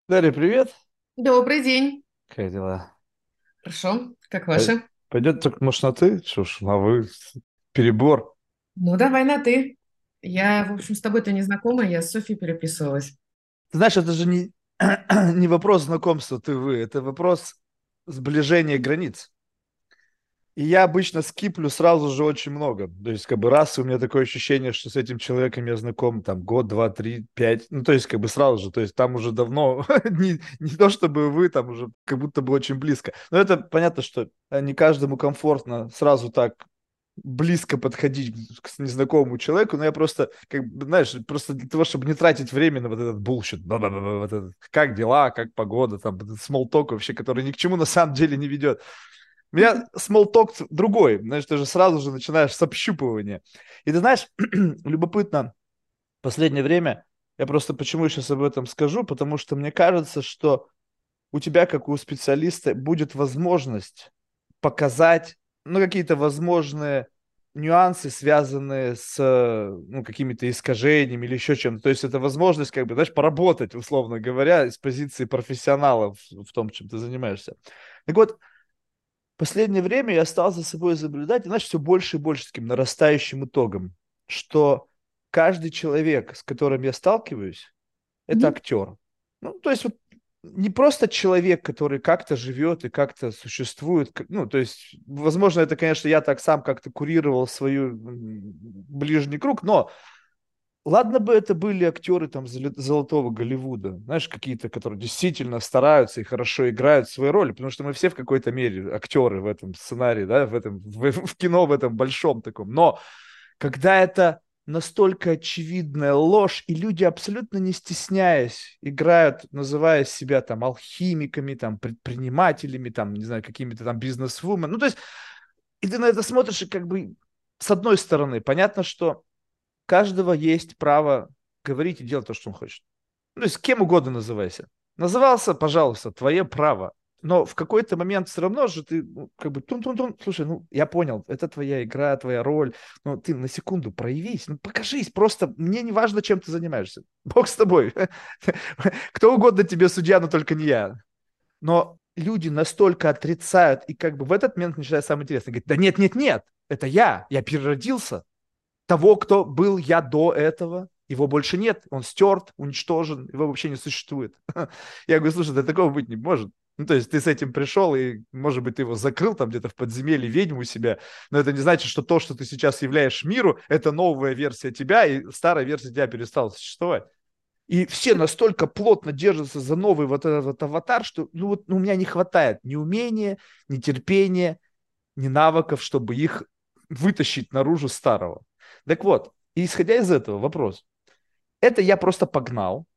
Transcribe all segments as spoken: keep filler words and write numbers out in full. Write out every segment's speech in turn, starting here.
Дарья, привет. Добрый день. Как дела? Хорошо. Как Пой- ваши? Пойдет только, может, на ты? Что ж, на вы. Перебор. Ну, давай на «ты». Я, в общем, с тобой-то не знакома, я с Софьей переписывалась. Ты знаешь, это же не, не вопрос знакомства ты-вы, это вопрос сближения границ. И я обычно скиплю сразу же очень много. То есть, как бы раз у меня такое ощущение, что с этим человеком я знаком там год, два, три, пять. Ну, то есть, как бы сразу же. То есть, там уже давно не, не то чтобы вы, там уже как будто бы очень близко. Но это понятно, что э, не каждому комфортно сразу так близко подходить к незнакомому человеку, но я просто, как бы, знаешь, просто для того, чтобы не тратить время на вот этот булщит, вот этот, как дела, как погода, там, этот смолток вообще, который ни к чему на самом деле не ведет. У меня смолток другой, знаешь, ты же сразу же начинаешь с общупывания. И ты знаешь, любопытно, в последнее время, я просто почему сейчас об этом скажу, потому что мне кажется, что у тебя, как у специалиста, будет возможность показать, ну, какие-то возможные нюансы, связанные с, э, ну, какими-то искажениями или еще чем-то. То есть это возможность, как бы, знаешь, поработать, условно говоря, с позиции профессионала в, в том, чем ты занимаешься. Так вот, в последнее время я стал за собой наблюдать, и, знаешь, все больше и больше таким нарастающим итогом, что каждый человек, с которым я сталкиваюсь, это Мгм. актер. Ну, то есть вот не просто человек, который как-то живет и как-то существует. к- Ну, то есть, возможно, это, конечно, я так сам как-то курировал свою м, ближний круг, но ладно бы это были актеры там золо- золотого Голливуда, знаешь, какие-то, которые действительно стараются и хорошо играют свои роли, потому что мы все в какой-то мере актеры в этом сценарии, да, в этом, в, в кино, в этом большом таком. Но когда это настолько очевидная ложь, и люди абсолютно не стесняясь играют, называя себя там алхимиками, там предпринимателями, там, не знаю, какими-то там бизнесвумен. Ну, то есть, и ты на это смотришь, и как бы с одной стороны, понятно, что каждого есть право говорить и делать то, что он хочет. Ну, то есть кем угодно называйся. Назывался, пожалуйста, твое право. Но в какой-то момент все равно же ты ну, как бы тун-тун-тун. Слушай, ну я понял, это твоя игра, твоя роль. Но ты на секунду проявись, ну покажись. Просто мне не важно, чем ты занимаешься. Бог с тобой. Кто угодно тебе судья, но только не я. Но люди настолько отрицают, и как бы в этот момент начинается самое интересное. Говорит, да нет, нет, нет, это я, я переродился того, кто был я до этого, его больше нет, он стерт, уничтожен, его вообще не существует. Я говорю, слушай, да такого быть не может. Ну, то есть ты с этим пришел, и, может быть, ты его закрыл там где-то в подземелье, ведьму себя, но это не значит, что то, что ты сейчас являешь миру, это новая версия тебя, и старая версия тебя перестала существовать. И все настолько плотно держатся за новый вот этот вот аватар, что ну, вот, ну, у меня не хватает ни умения, ни терпения, ни навыков, чтобы их вытащить наружу старого. Так вот, и исходя из этого вопрос. Это я просто погнал,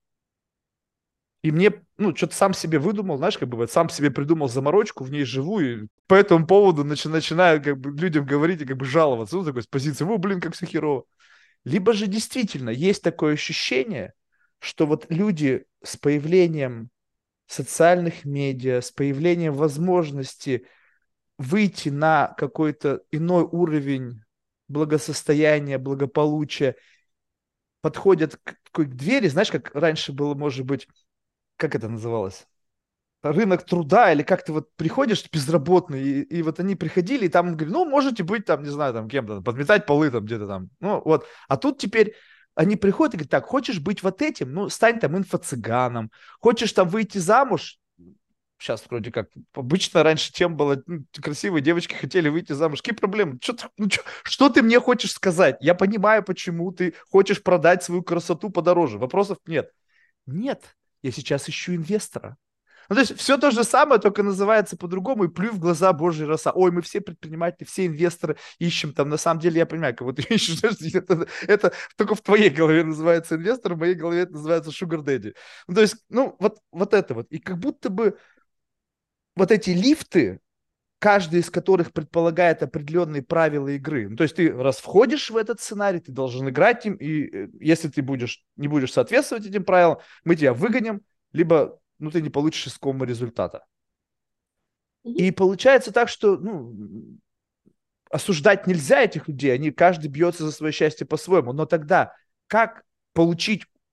и мне, ну, что-то сам себе выдумал, знаешь, как бы вот сам себе придумал заморочку, в ней живу, и по этому поводу начи- начинаю как бы людям говорить и как бы жаловаться, ну, такой с позиции, вы, блин, как все херово. Либо же действительно есть такое ощущение, что вот люди с появлением социальных медиа, с появлением возможности выйти на какой-то иной уровень благосостояния, благополучия, подходят к такой к двери, знаешь, как раньше было, может быть, как это называлось? Рынок труда, или как ты вот приходишь безработный, и, и вот они приходили, и там говорят, ну, можете быть там, не знаю, там кем-то, подметать полы там где-то там. Ну, вот. А тут теперь они приходят и говорят, так, хочешь быть вот этим? Ну, стань там инфо-цыганом. Хочешь там выйти замуж? Сейчас вроде как обычно раньше тем было, ну, красивые девочки хотели выйти замуж. Какие проблемы? Что ты, ну, чё- что ты мне хочешь сказать? Я понимаю, почему ты хочешь продать свою красоту подороже. Вопросов нет. Нет, я сейчас ищу инвестора. Ну, то есть все то же самое, только называется по-другому, и плюй в глаза Божьей роса. Ой, мы все предприниматели, все инвесторы ищем там. На самом деле я понимаю, кого ты ищешь. Это, это только в твоей голове называется инвестор, в моей голове это называется sugar daddy. Ну, то есть, ну, вот, вот это вот. И как будто бы вот эти лифты, каждый из которых предполагает определенные правила игры. Ну, то есть ты раз входишь в этот сценарий, ты должен играть им, и э, если ты будешь, не будешь соответствовать этим правилам, мы тебя выгоним, либо ну, ты не получишь искомого результата. Мгм. И получается так, что ну, осуждать нельзя этих людей, они каждый бьется за свое счастье по-своему, но тогда как получить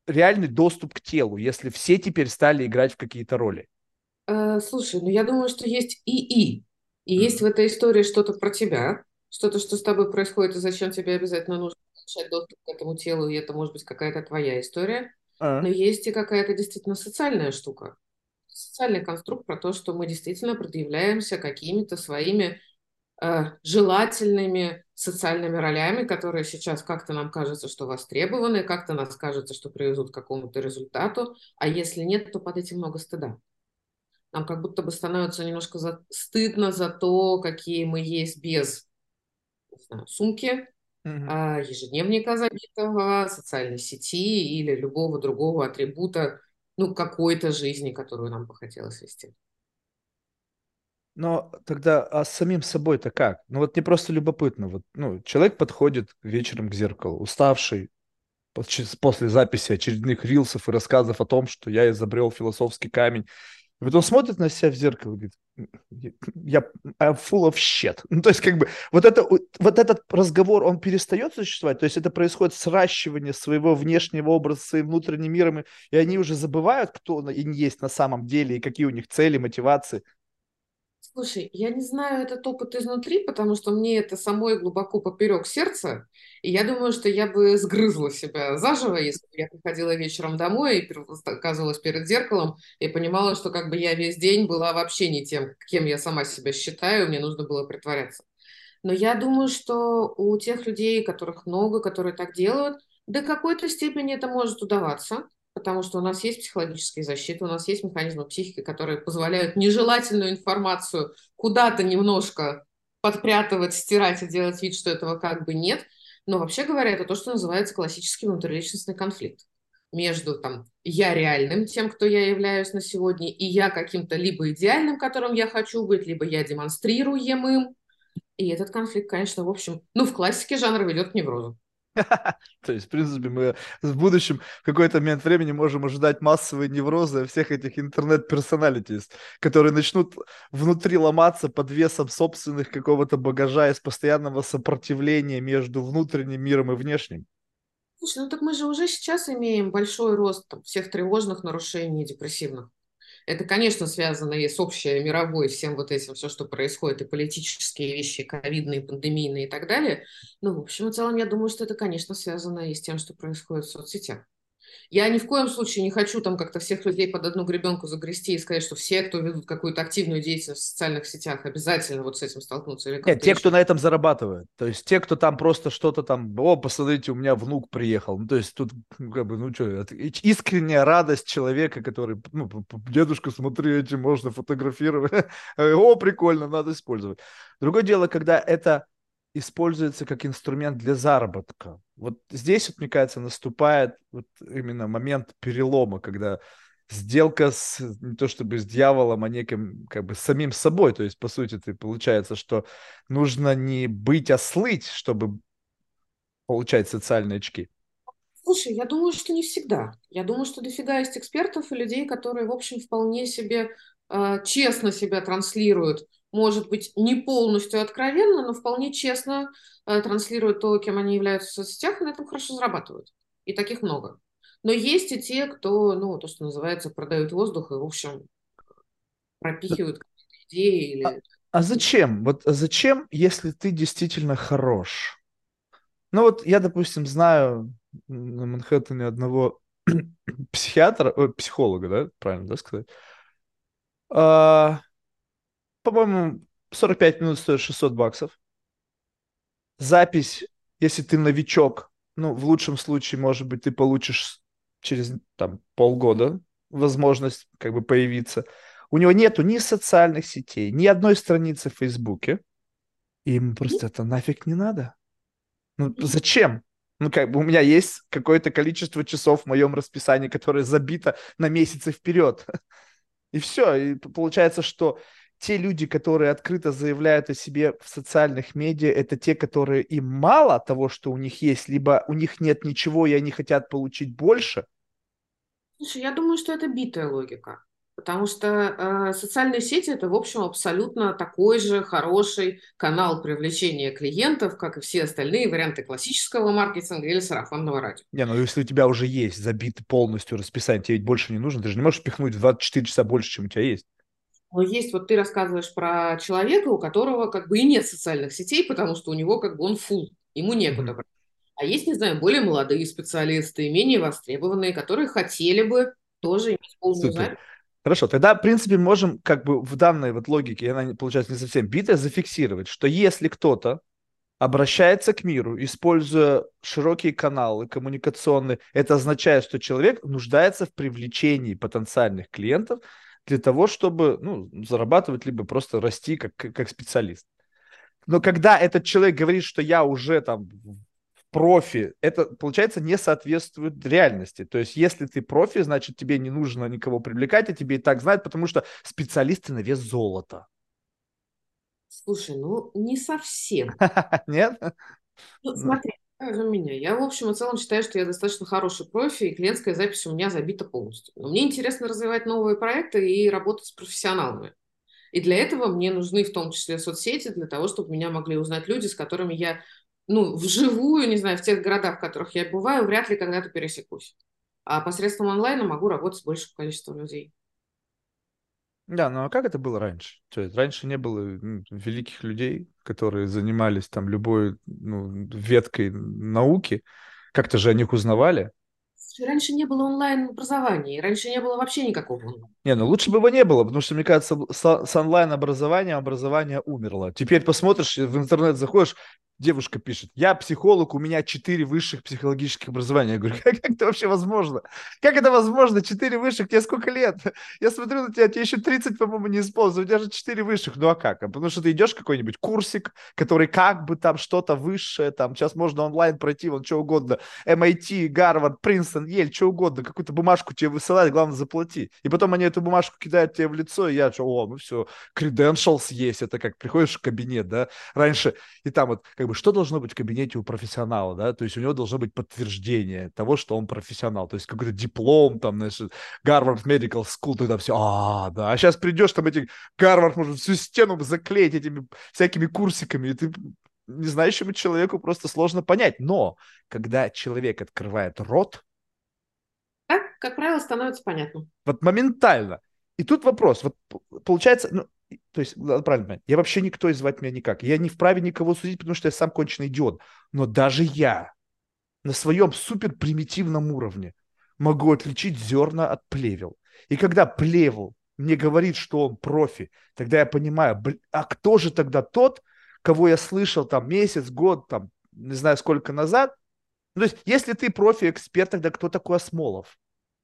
реальный доступ к телу, если все теперь стали играть в какие-то роли? Э, слушай, ну я думаю, что есть и и. И есть в Мгм. этой истории что-то про тебя, что-то, что с тобой происходит, и зачем тебе обязательно нужно получать доступ к этому телу, и это может быть какая-то твоя история. Но А. есть и какая-то действительно социальная штука. Социальный конструкт про то, что мы действительно предъявляемся какими-то своими э, желательными социальными ролями, которые сейчас как-то нам кажется, что востребованы, как-то нас кажется, что приведут к какому-то результату, а если нет, то под этим много стыда. Нам как будто бы становится немножко за- стыдно за то, какие мы есть без, не знаю, сумки, Мгм. а, ежедневника забитого, социальной сети или любого другого атрибута, ну, какой-то жизни, которую нам бы хотелось вести. Но тогда, а с самим собой-то как? Ну вот мне просто любопытно. Вот, ну, человек подходит вечером к зеркалу, уставший, поч- после записи очередных рилсов и рассказов о том, что я изобрел философский камень. И потом смотрит на себя в зеркало и говорит, я I'm full of shit. Ну, то есть, как бы, вот, это, вот этот разговор, он перестает существовать, то есть это происходит сращивание своего внешнего образа с своим внутренним миром, и и они уже забывают, кто они есть на самом деле, и какие у них цели, мотивации. Слушай, я не знаю этот опыт изнутри, потому что мне это самой глубоко поперек сердца, и я думаю, что я бы сгрызла себя заживо, если бы я приходила вечером домой и пер- оказывалась перед зеркалом и понимала, что как бы я весь день была вообще не тем, кем я сама себя считаю, мне нужно было притворяться. Но я думаю, что у тех людей, которых много, которые так делают, до какой-то степени это может удаваться, потому что у нас есть психологические защиты, у нас есть механизмы психики, которые позволяют нежелательную информацию куда-то немножко подпрятывать, стирать и делать вид, что этого как бы нет. Но вообще говоря, это то, что называется классический внутриличностный конфликт между там я реальным, тем, кто я являюсь на сегодня, и я каким-то либо идеальным, которым я хочу быть, либо я демонстрируемым, и этот конфликт, конечно, в общем, ну, в классике жанра ведет к неврозу. То есть, в принципе, мы в будущем в какой-то момент времени можем ожидать массовые неврозы всех этих интернет-персоналитис, которые начнут внутри ломаться под весом собственных какого-то багажа из постоянного сопротивления между внутренним миром и внешним. Слушай, ну так мы же уже сейчас имеем большой рост там, всех тревожных нарушений и депрессивных. Это, конечно, связано и с общей мировой, всем вот этим, все, что происходит, и политические вещи, и ковидные, пандемийные и так далее. Но, в общем и целом, я думаю, что это, конечно, связано и с тем, что происходит в соцсетях. Я ни в коем случае не хочу там как-то всех людей под одну гребенку загрести и сказать, что все, кто ведут какую-то активную деятельность в социальных сетях, обязательно вот с этим столкнутся или Нет, как-то те, кто еще. на этом зарабатывают. То есть те, кто там просто что-то там, о, посмотрите, у меня внук приехал. Ну, то есть тут, ну, как бы, ну что, это искренняя радость человека, который, ну, п- п- дедушка, смотри, этим можно фотографировать. О, прикольно, надо использовать. Другое дело, когда это используется как инструмент для заработка. Вот здесь, вот, мне кажется, наступает вот именно момент перелома, когда сделка с, не то чтобы с дьяволом, а неким, как бы, самим собой. То есть, по сути, ты получается, что нужно не быть, а слыть, чтобы получать социальные очки. Слушай, я думаю, что не всегда. Я думаю, что дофига есть экспертов и людей, которые, в общем, вполне себе э, честно себя транслируют. Может быть, не полностью откровенно, но вполне честно э, транслируют то, кем они являются в соцсетях, и на этом хорошо зарабатывают. И таких много. Но есть и те, кто, ну, то, что называется, продают воздух и, в общем, пропихивают какие-то идеи А, или... а зачем? Вот зачем, если ты действительно хорош? Ну вот я, допустим, знаю на Манхэттене одного психиатра, ой, психолога, да, правильно, да, сказать? А, по-моему, сорок пять минут стоит шестьсот баксов. Запись, если ты новичок, ну, в лучшем случае, может быть, ты получишь через там полгода возможность как бы появиться. У него нету ни социальных сетей, ни одной страницы в Фейсбуке. И ему просто это нафиг не надо. Ну, зачем? Ну, как бы у меня есть какое-то количество часов в моем расписании, которое забито на месяцы вперед. И все. И получается, что те люди, которые открыто заявляют о себе в социальных медиа, это те, которые им мало того, что у них есть, либо у них нет ничего, и они хотят получить больше. Слушай, я думаю, что это битая логика. Потому что э, социальные сети это, в общем, абсолютно такой же хороший канал привлечения клиентов, как и все остальные варианты классического маркетинга или сарафанного радио. Не, ну если у тебя уже есть забито полностью расписание, тебе ведь больше не нужно, ты же не можешь пихнуть в двадцать четыре часа больше, чем у тебя есть. Но есть, вот ты рассказываешь про человека, у которого как бы и нет социальных сетей, потому что у него как бы он фул, ему некуда Мгм. брать. А есть, не знаю, более молодые специалисты, менее востребованные, которые хотели бы тоже иметь полную Супер. запись. Хорошо, тогда, в принципе, можем как бы в данной вот логике, и она получается не совсем битая, зафиксировать, что если кто-то обращается к миру, используя широкие каналы коммуникационные, это означает, что человек нуждается в привлечении потенциальных клиентов для того, чтобы ну, зарабатывать, либо просто расти как, как специалист. Но когда этот человек говорит, что я уже там профи, это, получается, не соответствует реальности. То есть, если ты профи, значит, тебе не нужно никого привлекать, а тебе и так знают, потому что специалисты на вес золота. Слушай, ну не совсем. Нет? Ну, Ну, смотри, какая у меня. Я, в общем и целом считаю, что я достаточно хороший профи, и клиентская запись у меня забита полностью. Но мне интересно развивать новые проекты и работать с профессионалами. И для этого мне нужны в том числе соцсети, для того, чтобы меня могли узнать люди, с которыми я, ну, вживую, не знаю, в тех городах, в которых я бываю, вряд ли когда-то пересекусь. А посредством онлайна могу работать с большим количеством людей. да, ну а как это было раньше? То есть раньше не было м, великих людей, которые занимались там любой ну, веткой науки. Как-то же о них узнавали. Раньше не было онлайн-образования, и раньше не было вообще никакого онлайна. Не, ну лучше бы его не было, потому что, мне кажется, с, с онлайн-образованием образование умерло. Теперь посмотришь, в интернет заходишь, девушка пишет, я психолог, у меня четыре высших психологических образования. Я говорю, как, как это вообще возможно? Как это возможно? Четыре высших? Тебе сколько лет? Я смотрю на тебя, тебе еще тридцать, по-моему, не исполнилось, у тебя же четыре высших. Ну а как? А потому что ты идешь в какой-нибудь курсик, который как бы там что-то высшее, там сейчас можно онлайн пройти, вон что угодно, эм ай ти, Гарвард, Принстон, Ель, что угодно, какую-то бумажку тебе высылают, главное заплати. И потом они эту бумажку кидают тебе в лицо, и я что, о, ну все, credentials есть, это как приходишь в кабинет, да, раньше, и там вот, как бы, что должно быть в кабинете у профессионала, да, то есть у него должно быть подтверждение того, что он профессионал, то есть какой-то диплом, там, знаешь, Гарвард Medical School, ты там все, а, да, а сейчас придешь, там эти, Гарвард может всю стену заклеить этими всякими курсиками, и ты незнающему человеку просто сложно понять, но когда человек открывает рот, Так, как правило, становится понятно. вот моментально. И тут вопрос, вот получается, ну, то есть, надо правильно понять, я вообще никто и звать меня никак. Я не вправе никого судить, потому что я сам конченый идиот. Но даже я на своем супер примитивном уровне могу отличить зерна от плевел. И когда плевел мне говорит, что он профи, тогда я понимаю, блин, а кто же тогда тот, кого я слышал там месяц, год, там, не знаю сколько назад. Ну, то есть, если ты профи-эксперт, тогда кто такой Осмолов?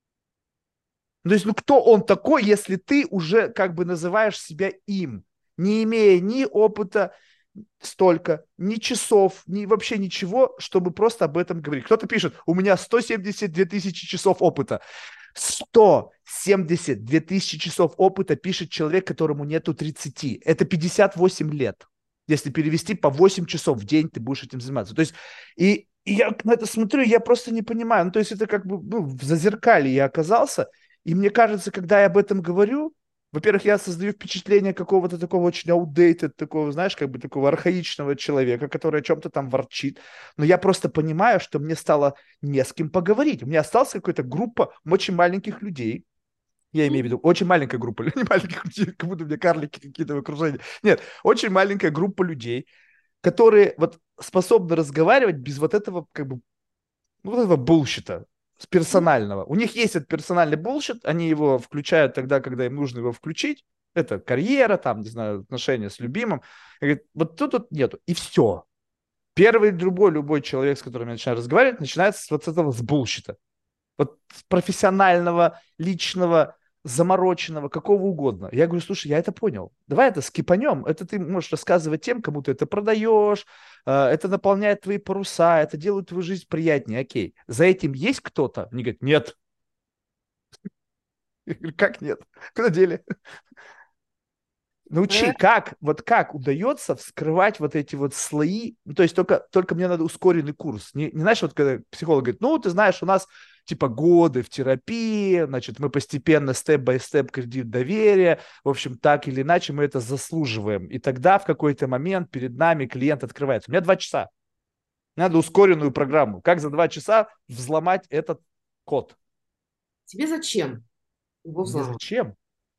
Ну, то есть, ну кто он такой, если ты уже как бы называешь себя им, не имея ни опыта столько, ни часов, ни вообще ничего, чтобы просто об этом говорить. Кто-то пишет, у меня сто семьдесят две тысячи часов опыта. сто семьдесят две тысячи часов опыта пишет человек, которому нету тридцати. Это пятьдесят восемь лет. Если перевести по восемь часов в день, ты будешь этим заниматься. То есть, и, и я на это смотрю, я просто не понимаю. Ну, то есть, это как бы ну, в зазеркалье я оказался. И мне кажется, когда я об этом говорю, во-первых, я создаю впечатление какого-то такого очень outdated, такого, знаешь, как бы такого архаичного человека, который о чем-то там ворчит. Но я просто понимаю, что мне стало не с кем поговорить. У меня осталась какая-то группа очень маленьких людей. Я имею в виду очень маленькая группа, не маленьких людей, как будто у меня карлики какие-то в окружении. Нет, очень маленькая группа людей, которые вот способны разговаривать без вот этого как бы ну, вот этого булщита с персонального. У них есть этот персональный булщит, они его включают тогда, когда им нужно его включить. Это карьера, там, не знаю, отношения с любимым. И говорит, вот тут вот нету. И все. Первый, другой, любой человек, с которым я начинаю разговаривать, начинается с вот этого с булщита. Вот с профессионального, личного, замороченного, какого угодно. Я говорю, слушай, я это понял. Давай это скипанем. Это ты можешь рассказывать тем, кому ты это продаешь, э, это наполняет твои паруса, это делает твою жизнь приятнее. Окей. За этим есть кто-то? Они говорят, нет. Я говорю, как нет? Куда дели? Научи, Э, как, вот как удается вскрывать вот эти вот слои, ну, то есть только, только мне надо ускоренный курс. Не, не знаешь, вот когда психолог говорит, ну, ты знаешь, у нас типа годы в терапии, значит, мы постепенно, степ-бай-степ, кредит доверия, в общем, так или иначе мы это заслуживаем. И тогда в какой-то момент перед нами клиент открывается. У меня два часа. Надо ускоренную программу. Как за два часа взломать этот код? Тебе зачем его Мне взламывать? зачем?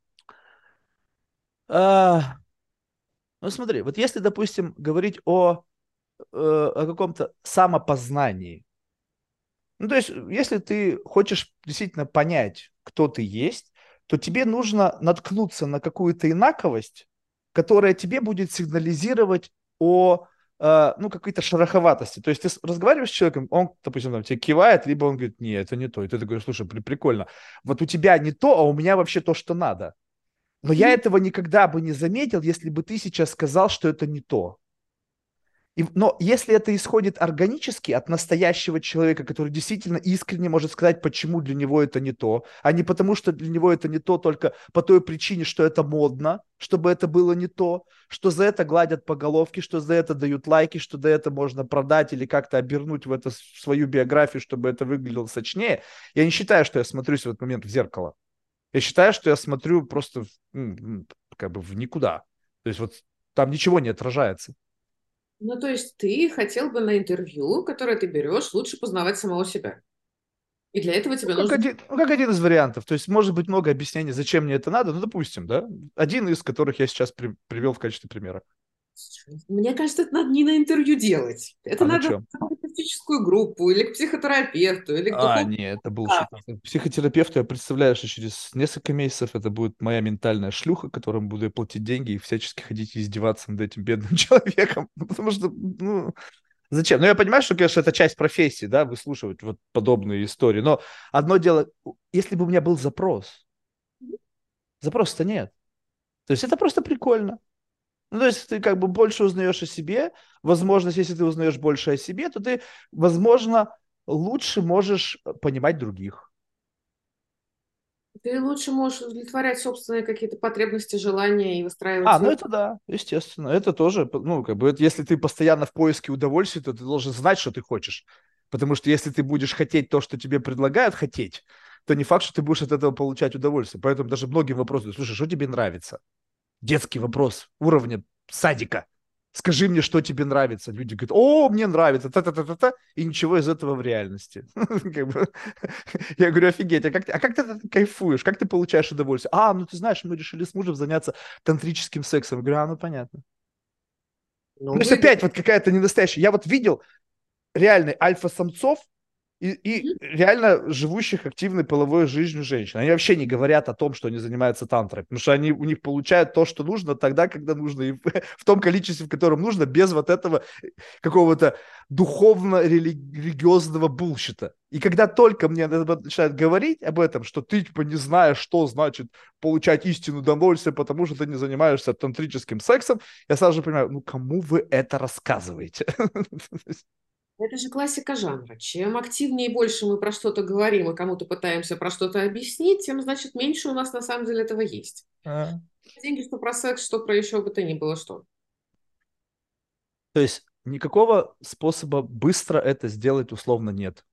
А, ну смотри, вот если, допустим, говорить о, э, о каком-то самопознании, ну то есть если ты хочешь действительно понять, кто ты есть, то тебе нужно наткнуться на какую-то инаковость, которая тебе будет сигнализировать о э, ну, какой-то шероховатости. То есть ты с- разговариваешь с человеком, он, допустим, там, тебе кивает, либо он говорит, нет, это не то. И ты говоришь, слушай, при- прикольно. Вот у тебя не то, а у меня вообще то, что надо. Но я Мгм. этого никогда бы не заметил, если бы ты сейчас сказал, что это не то. И, но если это исходит органически от настоящего человека, который действительно искренне может сказать, почему для него это не то, а не потому, что для него это не то только по той причине, что это модно, чтобы это было не то, что за это гладят по головке, что за это дают лайки, что за это можно продать или как-то обернуть в это свою биографию, чтобы это выглядело сочнее. Я не считаю, что я смотрюсь в этот момент в зеркало. Я считаю, что я смотрю просто в, м, как бы в никуда. То есть вот там ничего не отражается. Ну, то есть ты хотел бы на интервью, которое ты берешь, лучше познавать самого себя. И для этого Ну, тебе как нужно... один, ну, как один из вариантов. То есть может быть много объяснений, зачем мне это надо. Ну, допустим, да. Один из которых я сейчас при- привел в качестве примера. Мне кажется, это надо не на интервью делать. Это А на надо чем? в терапевтическую группу или к психотерапевту, или к А, духовному. не, это bullshit. Психотерапевту я представляю, что через несколько месяцев это будет моя ментальная шлюха, которым буду я платить деньги и всячески ходить и издеваться над этим бедным человеком. Ну, потому что, ну, зачем? Ну, я понимаю, что, конечно, это часть профессии, да, выслушивать вот подобные истории. Но одно дело, если бы у меня был запрос, запроса-то нет. То есть это просто прикольно. Ну, то есть ты как бы больше узнаешь о себе. Возможно, если ты узнаешь больше о себе, то ты, возможно, лучше можешь понимать других. Ты лучше можешь удовлетворять собственные какие-то потребности, желания и выстраивать А, ну свой... это да, естественно. Это тоже, ну, как бы, это если ты постоянно в поиске удовольствия, то ты должен знать, что ты хочешь. Потому что если ты будешь хотеть то, что тебе предлагают хотеть, то не факт, что ты будешь от этого получать удовольствие. Поэтому даже многим вопросам, слушай, что тебе нравится? Детский вопрос уровня садика. Скажи мне, что тебе нравится. Люди говорят, о, мне нравится, та-та-та-та-та, и ничего из этого в реальности. Как бы, я говорю, офигеть, а как, ты- а как ты от этого кайфуешь? Как ты получаешь удовольствие? А, ну ты знаешь, мы решили с мужем заняться тантрическим сексом. Я говорю, а, ну понятно. Ну, То есть выгодно. опять вот какая-то ненастоящая. Я вот видел реальный альфа-самцов, и, и Мгм. реально живущих активной половой жизнью женщин. Они вообще не говорят о том, что они занимаются тантрой, потому что они у них получают то, что нужно, тогда, когда нужно, и в, в том количестве, в котором нужно, без вот этого какого-то духовно-религиозного булщита. И когда только мне начинают говорить об этом, что ты типа не знаешь, что значит получать истину удовольствие, потому что ты не занимаешься тантрическим сексом, я сразу же понимаю, ну кому вы это рассказываете? Это же классика жанра. Чем активнее и больше мы про что-то говорим и кому-то пытаемся про что-то объяснить, тем, значит, меньше у нас на самом деле этого есть. Деньги, что про секс, что про еще бы то ни было что. То есть никакого способа быстро это сделать условно нет.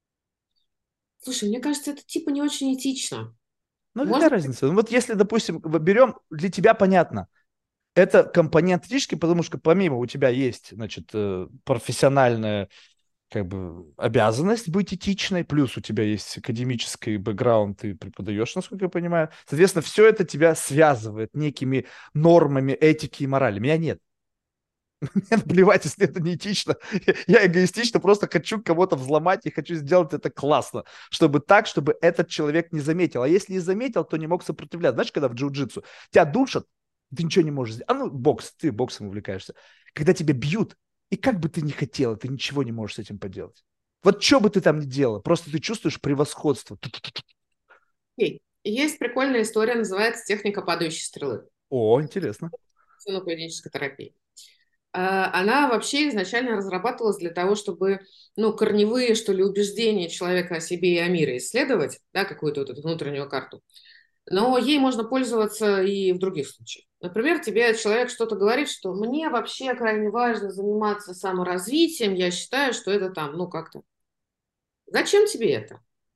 Слушай, мне кажется, это типа не очень этично. Ну какая Можно... разница? Ну вот если, допустим, берем, для тебя понятно, это компонент этический, потому что помимо у тебя есть, значит, э, профессиональная как бы обязанность быть этичной, плюс у тебя есть академический бэкграунд, ты преподаешь, насколько я понимаю. Соответственно, все это тебя связывает некими нормами этики и морали. Меня нет. Мне наплевать, если это не этично. Я эгоистично просто хочу кого-то взломать и хочу сделать это классно, чтобы так, чтобы этот человек не заметил. А если и заметил, то не мог сопротивляться. Знаешь, когда в джиу-джитсу тебя душат, ты ничего не можешь сделать. А ну, бокс, ты боксом увлекаешься. Когда тебя бьют, и как бы ты ни хотел, ты ничего не можешь с этим поделать. Вот что бы ты там ни делал, просто ты чувствуешь превосходство. Окей. Есть прикольная история, называется «Техника падающей стрелы». О, интересно. Поведенческой терапии. А, Она вообще изначально разрабатывалась для того, чтобы, ну, корневые, что ли, убеждения человека о себе и о мире исследовать, да, какую-то вот эту внутреннюю карту. Но ей можно пользоваться и в других случаях. Например, тебе человек что-то говорит, что мне вообще крайне важно заниматься саморазвитием, я считаю, что это там, ну, как-то. Зачем тебе это?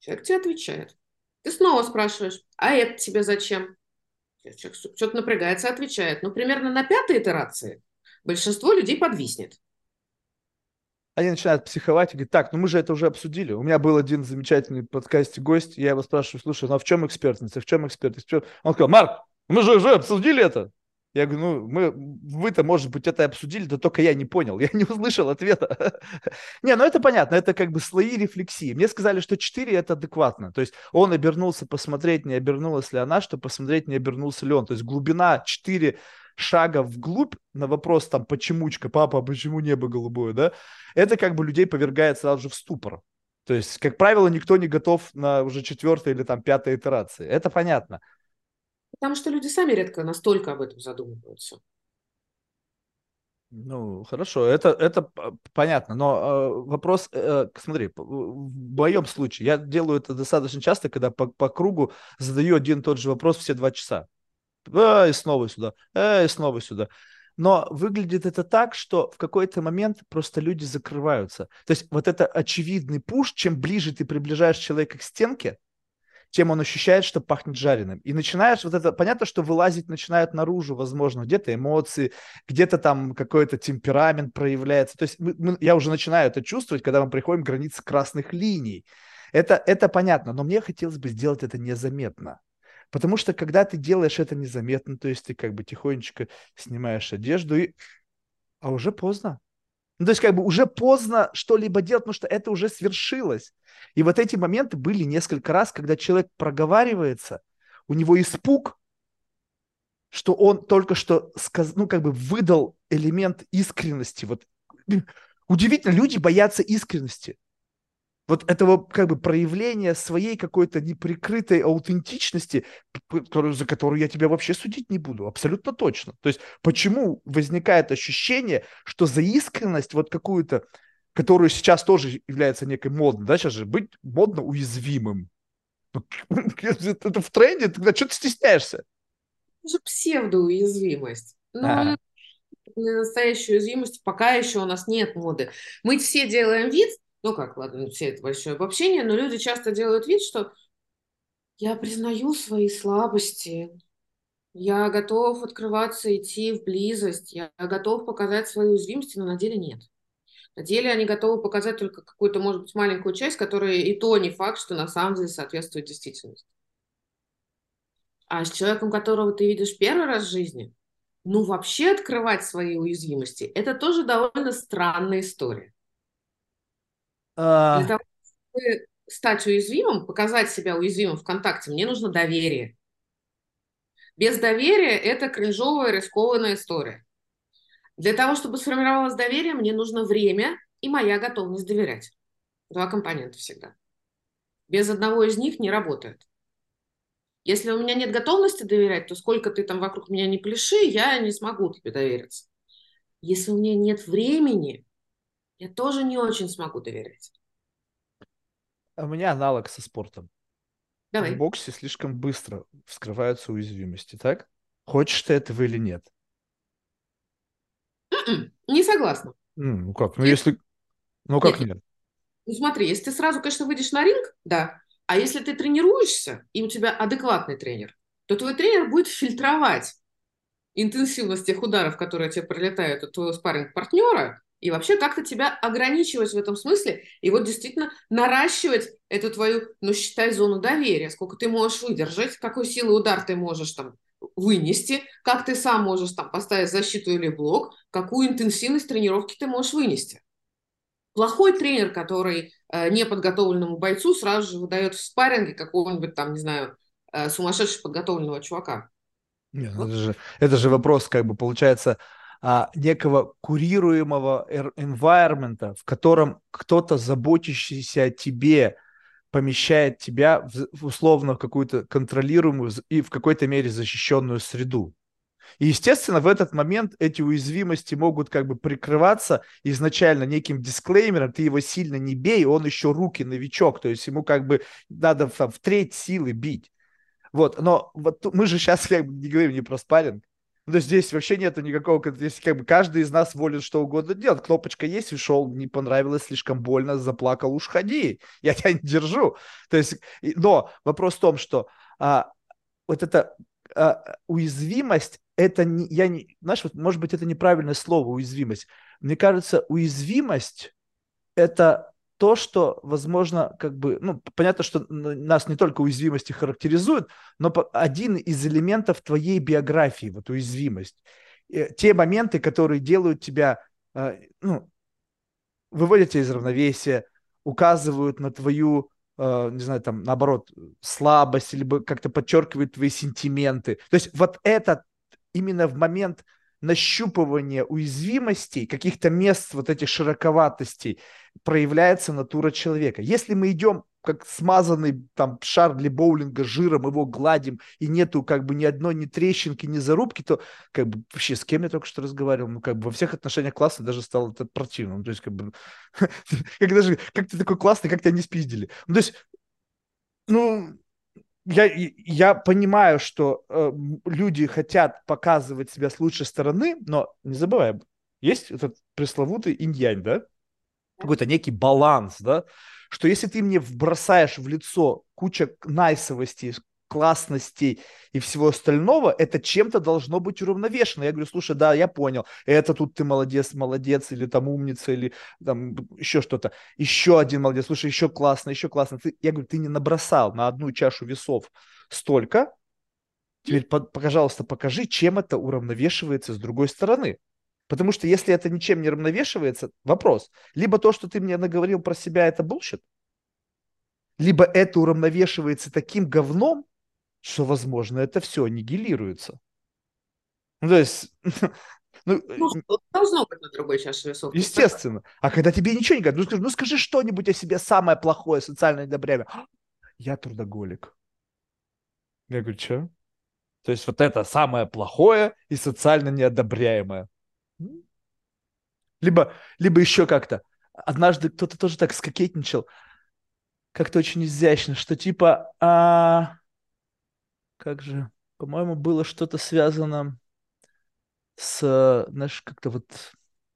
Человек тебе отвечает. Ты снова спрашиваешь, а это тебе зачем? Человек что-то напрягается, отвечает. Но примерно на пятой итерации большинство людей подвиснет. Они начинают психовать и говорят, так, ну мы же это уже обсудили. У меня был один замечательный в подкасте гость, я его спрашиваю, слушай, ну а в чем экспертность, а в чем экспертность? В чем? Он сказал, Марк, мы же уже обсудили это. Я говорю, ну, мы, вы-то, может быть, это и обсудили, да только я не понял, я не услышал ответа. Не, ну это понятно, это как бы слои рефлексии. Мне сказали, что четыре это адекватно. То есть он обернулся посмотреть, не обернулась ли она, чтобы посмотреть, не обернулся ли он. То есть глубина четыре шага вглубь на вопрос там, почемучка, папа, а почему небо голубое, да? Это как бы людей повергает сразу же в ступор. То есть, как правило, никто не готов на уже четвертой или там пятой итерации. Это понятно. Потому что люди сами редко настолько об этом задумываются. Ну, хорошо, это, это п- понятно, но э, вопрос, э, смотри, п- в моем случае, я делаю это достаточно часто, когда по, по кругу задаю один и тот же вопрос все два часа. Э, и снова сюда, э, и снова сюда. Но выглядит это так, что в какой-то момент просто люди закрываются. То есть вот это очевидный пуш, чем ближе ты приближаешь человека к стенке, тем он ощущает, что пахнет жареным. И начинаешь вот это, понятно, что вылазить начинают наружу, возможно, где-то эмоции, где-то там какой-то темперамент проявляется. То есть мы, мы, я уже начинаю это чувствовать, когда мы приходим к границе красных линий. Это, это понятно, но мне хотелось бы сделать это незаметно. Потому что когда ты делаешь это незаметно, то есть ты как бы тихонечко снимаешь одежду, и... а уже поздно. Ну, то есть как бы уже поздно что-либо делать, потому что это уже свершилось. И вот эти моменты были несколько раз, когда человек проговаривается, у него испуг, что он только что сказ... ну, как бы выдал элемент искренности. Вот удивительно, люди боятся искренности. Вот этого как бы проявления своей какой-то неприкрытой аутентичности, которую, за которую я тебя вообще судить не буду, абсолютно точно. То есть почему возникает ощущение, что за искренность вот какую-то, которую сейчас тоже является некой модной, да, сейчас же быть модно уязвимым. Это в тренде, тогда что ты стесняешься? Это же псевдоуязвимость. Но Ага. на настоящую уязвимость пока еще у нас нет моды. Мы все делаем вид, ну как, ладно, ну, все это большое обобщение, но люди часто делают вид, что я признаю свои слабости, я готов открываться, идти в близость, я готов показать свои уязвимости, но на деле нет. На деле они готовы показать только какую-то, может быть, маленькую часть, которая и то не факт, что на самом деле соответствует действительности. А с человеком, которого ты видишь первый раз в жизни, ну, вообще открывать свои уязвимости, это тоже довольно странная история. Для А, того, чтобы стать уязвимым, показать себя уязвимым в контакте, мне нужно доверие. Без доверия это кринжовая, рискованная история. Для того, чтобы сформировалось доверие, мне нужно время и моя готовность доверять. Два компонента всегда. Без одного из них не работает. Если у меня нет готовности доверять, то сколько ты там вокруг меня не пляши, я не смогу тебе довериться. Если у меня нет времени, я тоже не очень смогу доверять. у меня аналог со спортом. В Давай. боксе слишком быстро вскрываются уязвимости, так? Хочешь ты этого или нет? М-м, не согласна. М, ну как? Ну Если- если... Ну как Нет, нет. нет? Ну смотри, если ты сразу, конечно, выйдешь на ринг, да, а если ты тренируешься, и у тебя адекватный тренер, то твой тренер будет фильтровать интенсивность тех ударов, которые тебе прилетают от твоего спарринг-партнера, и вообще как-то тебя ограничивать в этом смысле, и вот действительно наращивать эту твою, ну, считай, зону доверия, сколько ты можешь выдержать, какой силы удар ты можешь там вынести, как ты сам можешь там поставить защиту или блок, какую интенсивность тренировки ты можешь вынести. Плохой тренер, который э, неподготовленному бойцу сразу же выдает в спарринге какого-нибудь там, не знаю, э, сумасшедшего подготовленного чувака. Не, ну это Вот. же, это же вопрос, как бы, получается, а, некого курируемого эр- environment, в котором кто-то, заботящийся о тебе, помещает тебя в, в условно в какую-то контролируемую з- и в какой-то мере защищенную среду. И, естественно, в этот момент эти уязвимости могут как бы прикрываться изначально неким дисклеймером, ты его сильно не бей, он еще руки новичок, то есть ему как бы надо там, в треть силы бить. Вот, но вот мы же сейчас как бы не говорим не про спарринг, Ну, здесь вообще нету никакого, кон- здесь как бы каждый из нас волен что угодно делать. Кнопочка есть, ушел, не понравилось, слишком больно, заплакал, уж ходи, я тебя не держу. То есть, и- но вопрос в том, что а, вот эта а, уязвимость, это не, я не, знаешь, вот, может быть, это неправильное слово, уязвимость. Мне кажется, уязвимость это то, что, возможно, как бы, ну, понятно, что нас не только уязвимости характеризуют, но один из элементов твоей биографии, вот уязвимость. Э, Те моменты, которые делают тебя, э, ну, выводят тебя из равновесия, указывают на твою, э, не знаю, там, наоборот, слабость, либо как-то подчеркивают твои сентименты. То есть вот это именно в момент нащупывания уязвимостей, каких-то мест вот этих широковатостей проявляется натура человека. Если мы идем как смазанный там шар для боулинга жиром, его гладим, и нету как бы ни одной ни трещинки, ни зарубки, то как бы вообще с кем я только что разговаривал, ну как бы во всех отношениях классно, даже стало это противно. Ну, то есть как бы, как даже, как ты такой классный, как тебя не спиздили. Ну, то есть, ну, я, я понимаю, что э, люди хотят показывать себя с лучшей стороны, но не забываем, есть этот пресловутый инь-янь, да? Какой-то некий баланс, да, что если ты мне бросаешь в лицо куча найсовостей, классностей и всего остального, это чем-то должно быть уравновешено. Я говорю, слушай, да, я понял, это тут ты молодец, молодец, или там умница, или там еще что-то. Еще один молодец, слушай, еще классно, еще классно. Ты, я говорю, ты не набросал на одну чашу весов столько, теперь, пожалуйста, покажи, чем это уравновешивается с другой стороны. Потому что если это ничем не равновешивается, вопрос. Либо то, что ты мне наговорил про себя, это bullshit, либо это уравновешивается таким говном, что, возможно, это все аннигилируется. Ну, то есть, ну, Ну, что должно быть на другой чаше весов, ты согласен? естественно. А когда тебе ничего не говорят, ну скажи, ну скажи что-нибудь о себе самое плохое, социальное недобряемое. «А, я трудоголик. Я говорю, что? То есть вот это самое плохое и социально неодобряемое. Либо, либо еще как-то. Однажды кто-то тоже так скокетничал, как-то очень изящно, что типа, а, как же, по-моему, было что-то связано с, знаешь, как-то вот,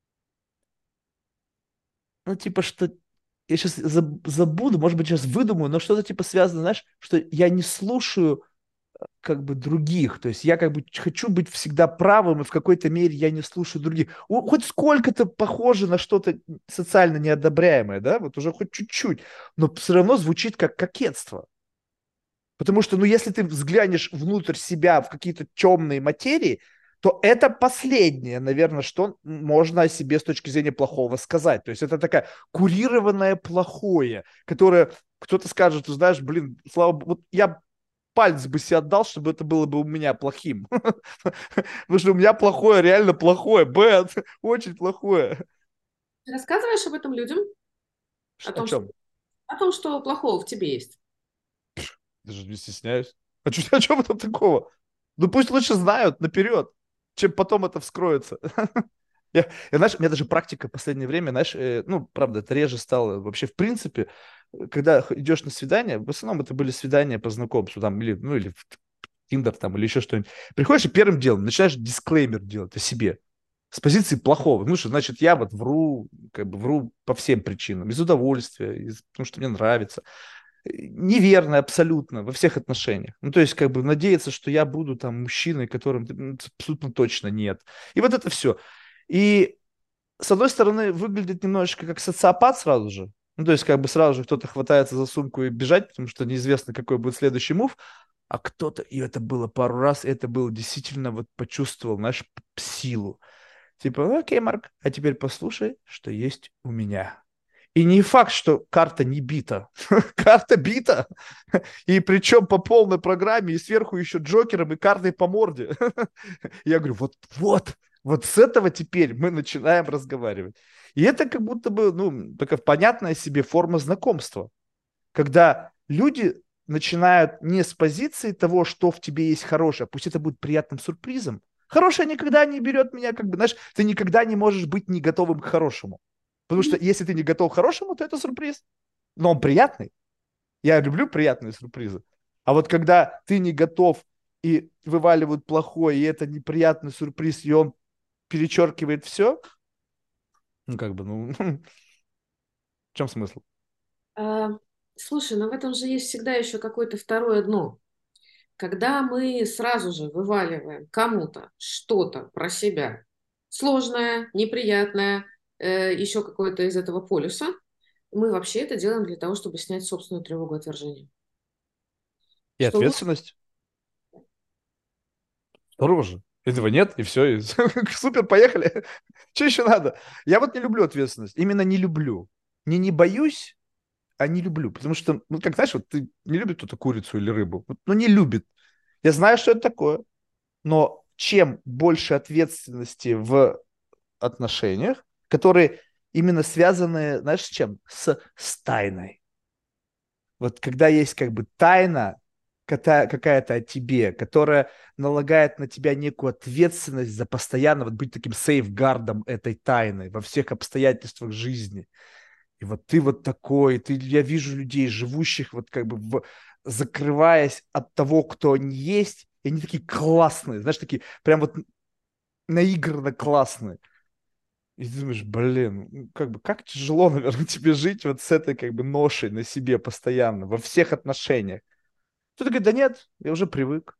ну, типа, что я сейчас забуду, может быть, сейчас выдумаю, но что-то типа связано, знаешь, что я не слушаю как бы других. То есть я как бы хочу быть всегда правым, и в какой-то мере я не слушаю других. У- Хоть сколько-то похоже на что-то социально неодобряемое, да, вот уже хоть чуть-чуть, но все равно звучит как кокетство. Потому что, ну, если ты взглянешь внутрь себя в какие-то темные материи, то это последнее, наверное, что можно о себе с точки зрения плохого сказать. То есть это такая курированное плохое, которое кто-то скажет, ты знаешь, блин, слава богу, вот я палец бы себе отдал, чтобы это было бы у меня плохим. Потому что у меня плохое, реально плохое, bad, очень плохое. Ты рассказываешь об этом людям? О О том, что, чем? о том, что плохого в тебе есть? Даже не стесняюсь. А чё- о чем там такого? Ну пусть лучше знают наперед, чем потом это вскроется. Я, я, знаешь, у меня даже практика в последнее время, знаешь, э, ну, правда, это реже стало вообще в принципе, э, когда х- идешь на свидание, в основном это были свидания по знакомству, там, или, ну, или в Тиндер, там, или еще что-нибудь. Приходишь и первым делом начинаешь дисклеймер делать о себе с позиции плохого. Ну, что, значит, я вот вру, как бы вру по всем причинам, из удовольствия, из, потому что мне нравится. Неверно абсолютно во всех отношениях. Ну, то есть, как бы надеяться, что я буду там мужчиной, которым ну, абсолютно точно нет. И вот это все. И с одной стороны, выглядит немножечко как социопат сразу же. Ну, то есть, как бы сразу же кто-то хватается за сумку и бежать, потому что неизвестно, какой будет следующий мув. А кто-то, и это было пару раз, и это было действительно, вот почувствовал, знаешь, п- силу. Типа, «Ну, окей, Марк, а теперь послушай, что есть у меня. И не факт, что карта не бита. Карта бита. И причем по полной программе, и сверху еще Джокером, и картой по морде. Я говорю, вот, вот, вот с этого теперь мы начинаем разговаривать. И это как будто бы, ну, такая понятная себе форма знакомства. Когда люди начинают не с позиции того, что в тебе есть хорошее, пусть это будет приятным сюрпризом. Хорошее никогда не берет меня, как бы, знаешь, ты никогда не можешь быть не готовым к хорошему. Потому что если ты не готов к хорошему, то это сюрприз. Но он приятный. Я люблю приятные сюрпризы. А вот когда ты не готов и вываливают плохое, и это неприятный сюрприз, и он перечеркивает все, ну, как бы, ну, в чем смысл? А, слушай, но в этом же есть всегда еще какое-то второе дно. Когда мы сразу же вываливаем кому-то что-то про себя, сложное, неприятное, э, еще какое-то из этого полюса, мы вообще это делаем для того, чтобы снять собственную тревогу отвержения. И Что лучше? ответственность тоже. Этого нет, и все. И супер, поехали. Что еще надо? Я вот не люблю ответственность. Именно не люблю. Не не боюсь, а не люблю. Потому что, ну, как знаешь, вот ты не любит кто-то курицу или рыбу. Вот, ну, не любит. Я знаю, что это такое. Но чем больше ответственности в отношениях, которые именно связаны, знаешь, с чем? С, с тайной. Вот когда есть как бы тайна ката- какая-то о тебе, которая налагает на тебя некую ответственность за постоянно вот быть таким сейфгардом этой тайны во всех обстоятельствах жизни. И вот ты вот такой, ты, я вижу людей, живущих вот как бы в, закрываясь от того, кто они есть, и они такие классные, знаешь, такие прям вот наигранно классные. И ты думаешь, блин, ну, как бы как тяжело, наверное, тебе жить вот с этой как бы ношей на себе постоянно, во всех отношениях. Кто-то говорит, да нет, я уже привык.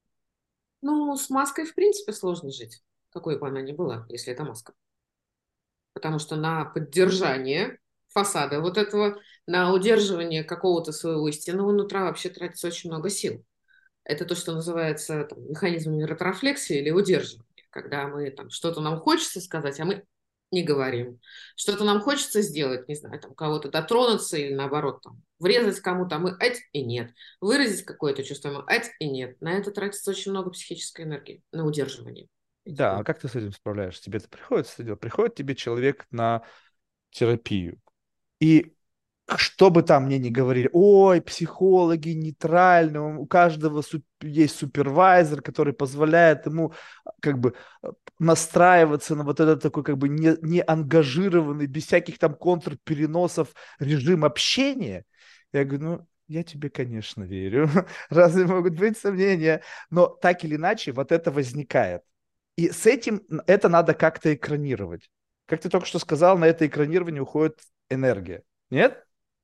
Ну, с маской, в принципе, сложно жить, какой бы она ни была, если это маска. Потому что на поддержание фасада вот этого, на удерживание какого-то своего истинного нутра вообще тратится очень много сил. Это то, что называется там, механизмами ретрофлексии или удерживания, когда мы там что-то нам хочется сказать, а мы не говорим. Что-то нам хочется сделать, не знаю, там кого-то дотронуться или наоборот там врезать кому-то, а мы ать и нет. Выразить какое-то чувство, мы ать и нет. На это тратится очень много психической энергии, на удерживание этих Да, а эмоций. как ты с этим справляешься? Тебе это приходится это делать? Приходит тебе человек на терапию. И что бы там мне ни говорили, ой, психологи нейтральны, у каждого суп- есть супервайзер, который позволяет ему а, как бы а, настраиваться на вот этот такой как бы не, не ангажированный, без всяких там контрпереносов режим общения. Я говорю, ну, я тебе, конечно, верю. Разве могут быть сомнения? Но так или иначе вот это возникает. И с этим это надо как-то экранировать. Как ты только что сказал, на это экранирование уходит энергия. Нет?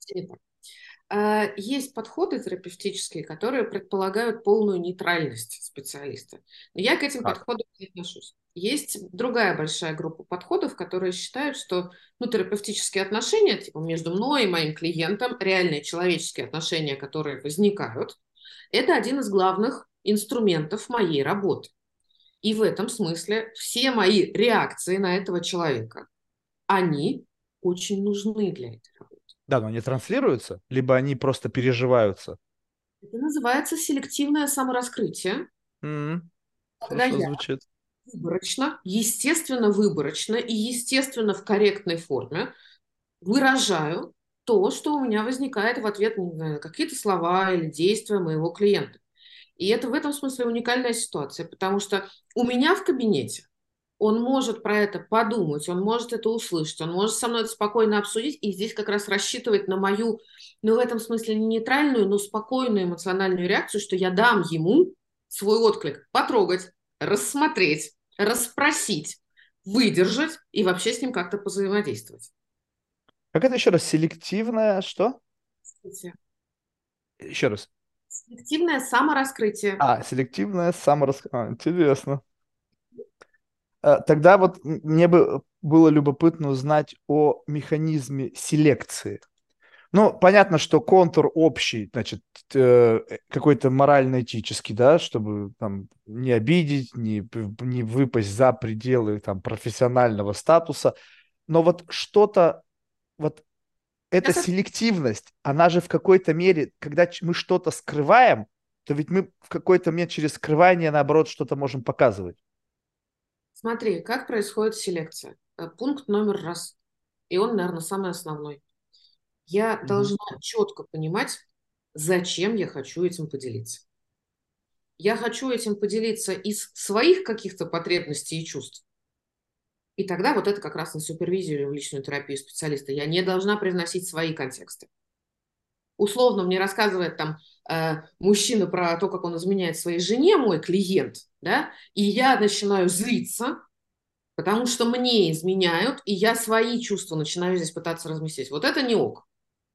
А, Есть подходы терапевтические, которые предполагают полную нейтральность специалиста. Но я к этим Как? подходам не отношусь. Есть другая большая группа подходов, которые считают, что ну, терапевтические отношения типа между мной и моим клиентом, реальные человеческие отношения, которые возникают, это один из главных инструментов моей работы. И в этом смысле все мои реакции на этого человека, они очень нужны для этой работы. Да, но они транслируются, либо они просто переживаются. Это называется селективное самораскрытие, М, когда Хорошо я звучит. выборочно, естественно, выборочно и, естественно, в корректной форме выражаю то, что у меня возникает в ответ на какие-то слова или действия моего клиента. И это в этом смысле уникальная ситуация, потому что у меня в кабинете он может про это подумать, он может это услышать, он может со мной это спокойно обсудить, и здесь как раз рассчитывать на мою, ну, в этом смысле не нейтральную, но спокойную эмоциональную реакцию, что я дам ему свой отклик, потрогать, рассмотреть, расспросить, выдержать и вообще с ним как-то позаимодействовать. Как это еще раз? Селективное что? Смотрите, Еще раз. селективное самораскрытие. А, селективное самораскрытие. Интересно. А, Тогда вот м- мне бы было любопытно узнать о механизме селекции. Ну, понятно, что контур общий, значит, э, какой-то морально-этический, да, чтобы там не обидеть, не, п- не выпасть за пределы там профессионального статуса. Но вот что-то, вот эта Сейчас селективность, она же в какой-то мере, когда ч- мы что-то скрываем, то ведь мы в какой-то момент через скрывание, наоборот, что-то можем показывать. смотри, как происходит селекция. Э, Пункт номер раз. И он, наверное, самый основной. Я Мгм. должна четко понимать, зачем я хочу этим поделиться. Я хочу этим поделиться из своих каких-то потребностей и чувств. И тогда вот это как раз на супервизию или в личную терапию специалиста. Я не должна привносить свои контексты. условно мне рассказывает там э, мужчина про то, как он изменяет своей жене, мой клиент, да, и я начинаю злиться, потому что мне изменяют, и я свои чувства начинаю здесь пытаться разместить. Вот это не ок.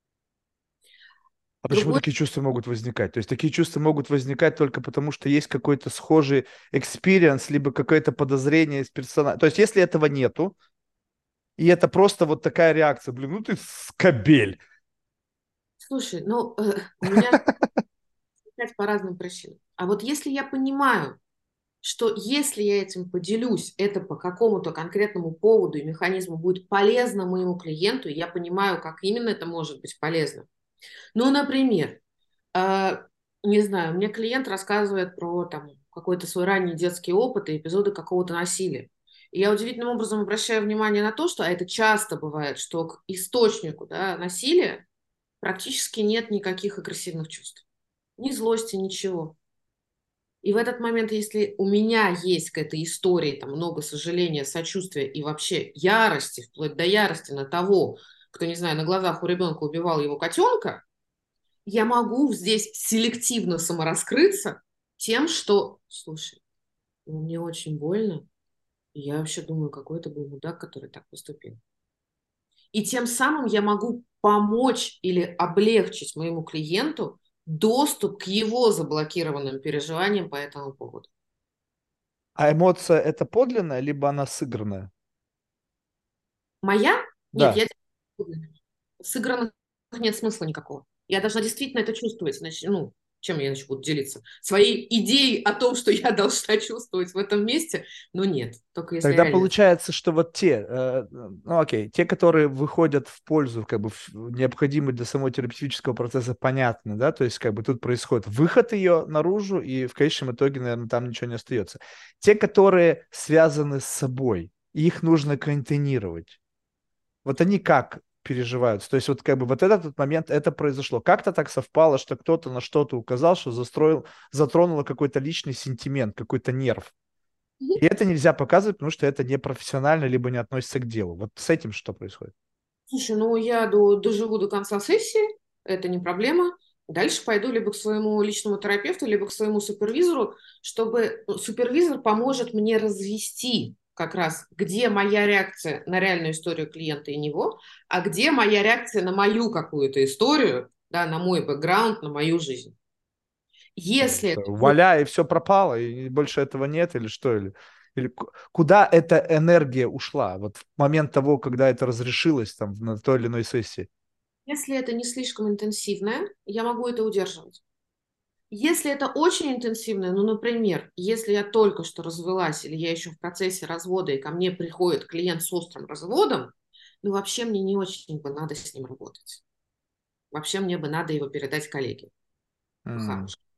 А почему Другой, такие чувства могут возникать? То есть такие чувства могут возникать только потому, что есть какой-то схожий экспириенс, либо какое-то подозрение из персонажа. То есть если этого нету, и это просто вот такая реакция, блин, ну ты скобель. слушай, ну, э, у меня опять по разным причинам. А вот если я понимаю, что если я этим поделюсь, это по какому-то конкретному поводу и механизму будет полезно моему клиенту, и я понимаю, как именно это может быть полезно. Ну, например, э, не знаю, мне клиент рассказывает про там какой-то свой ранний детский опыт и эпизоды какого-то насилия. И я удивительным образом обращаю внимание на то, что, а это часто бывает, что к источнику, да, насилия практически нет никаких агрессивных чувств. Ни злости, ничего. И в этот момент, если у меня есть к этой истории там много сожаления, сочувствия и вообще ярости, вплоть до ярости на того, кто, не знаю, на глазах у ребенка убивал его котенка, я могу здесь селективно самораскрыться тем, что, слушай, ну, мне очень больно, и я вообще думаю, какой это был мудак, который так поступил. И тем самым я могу помочь или облегчить моему клиенту доступ к его заблокированным переживаниям по этому поводу. А эмоция это подлинная, либо она сыгранная? Моя? Нет, Да. я сыгранных нет смысла никакого. Я должна действительно это чувствовать, значит, ну, чем я иначе буду делиться? Своей идеей о том, что я должна чувствовать в этом месте, но нет, только если Тогда реально. получается, что вот те, э, ну окей, те, которые выходят в пользу, как бы в- необходимы для самого терапевтического процесса, понятно, да, то есть как бы тут происходит выход ее наружу, и в конечном итоге, наверное, там ничего не остается. Те, которые связаны с собой, их нужно контейнировать. Вот они как переживаются? То есть вот как бы вот этот вот момент, это произошло. Как-то так совпало, что кто-то на что-то указал, что застроил, затронуло какой-то личный сентимент, какой-то нерв. И это нельзя показывать, потому что это не профессионально, либо не относится к делу. Вот с этим что происходит? Слушай, ну я до, доживу до конца сессии, это не проблема. Дальше пойду либо к своему личному терапевту, либо к своему супервизору, чтобы ну, супервизор поможет мне развести как раз, где моя реакция на реальную историю клиента и него, а где моя реакция на мою какую-то историю, да, на мой бэкграунд, на мою жизнь. Э, Если что, это будет вуаля, и все пропало, и больше этого нет, или что? Или, или ку- куда эта энергия ушла? Вот в момент того, когда это разрешилось там на той или иной сессии. если это не слишком интенсивное, я могу это удерживать. Если это очень интенсивное, ну, например, если я только что развелась или я еще в процессе развода, и ко мне приходит клиент с острым разводом, ну, вообще мне не очень бы надо с ним работать. Вообще мне бы надо его передать коллеге М. по-хорошему.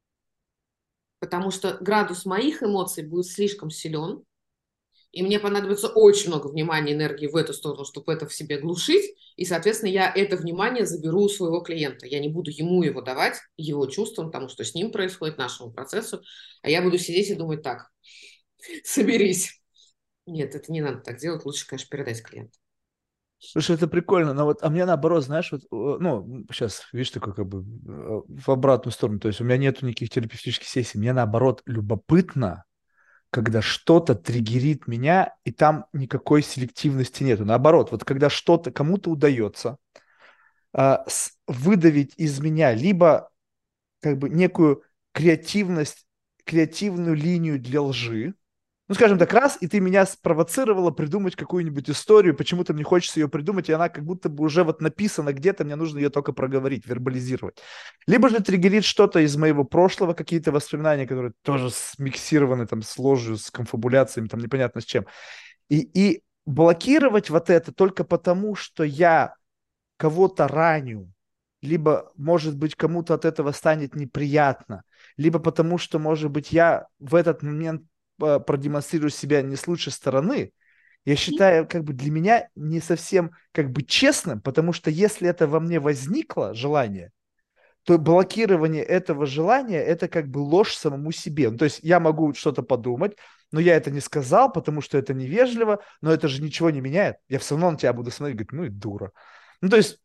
Потому что градус моих эмоций будет слишком силен, и мне понадобится очень много внимания и энергии в эту сторону, чтобы это в себе глушить. И, соответственно, я это внимание заберу у своего клиента. Я не буду ему его давать, его чувствам, тому, что с ним происходит, нашему процессу. А я буду сидеть и думать так, соберись. Нет, это не надо так делать. Лучше, конечно, передать клиенту. Слушай, это прикольно, но вот, а мне наоборот, знаешь, вот, э, ну, сейчас, видишь, такой как бы э, в обратную сторону, то есть у меня нету никаких терапевтических сессий, мне наоборот любопытно, когда что-то триггерит меня, и там никакой селективности нету. Наоборот, вот когда что-то кому-то удается а, с- выдавить из меня либо как бы некую креативность, креативную линию для лжи, ну, скажем так, раз, и ты меня спровоцировала придумать какую-нибудь историю, почему-то мне хочется ее придумать, и она как будто бы уже вот написана где-то, мне нужно ее только проговорить, вербализировать. Либо же триггерит что-то из моего прошлого, какие-то воспоминания, которые тоже смиксированы там с ложью, с конфабуляциями, там непонятно с чем. И, и блокировать вот это только потому, что я кого-то раню, либо, может быть, кому-то от этого станет неприятно, либо потому, что, может быть, я в этот момент э, продемонстрирую себя не с лучшей стороны, я считаю, как бы для меня не совсем как бы честным, потому что если это во мне возникло желание, то блокирование этого желания – это как бы ложь самому себе. Ну, то есть я могу что-то подумать, но я это не сказал, потому что это невежливо, но это же ничего не меняет. Я все равно на тебя буду смотреть и говорить, ну и дура. Ну, то есть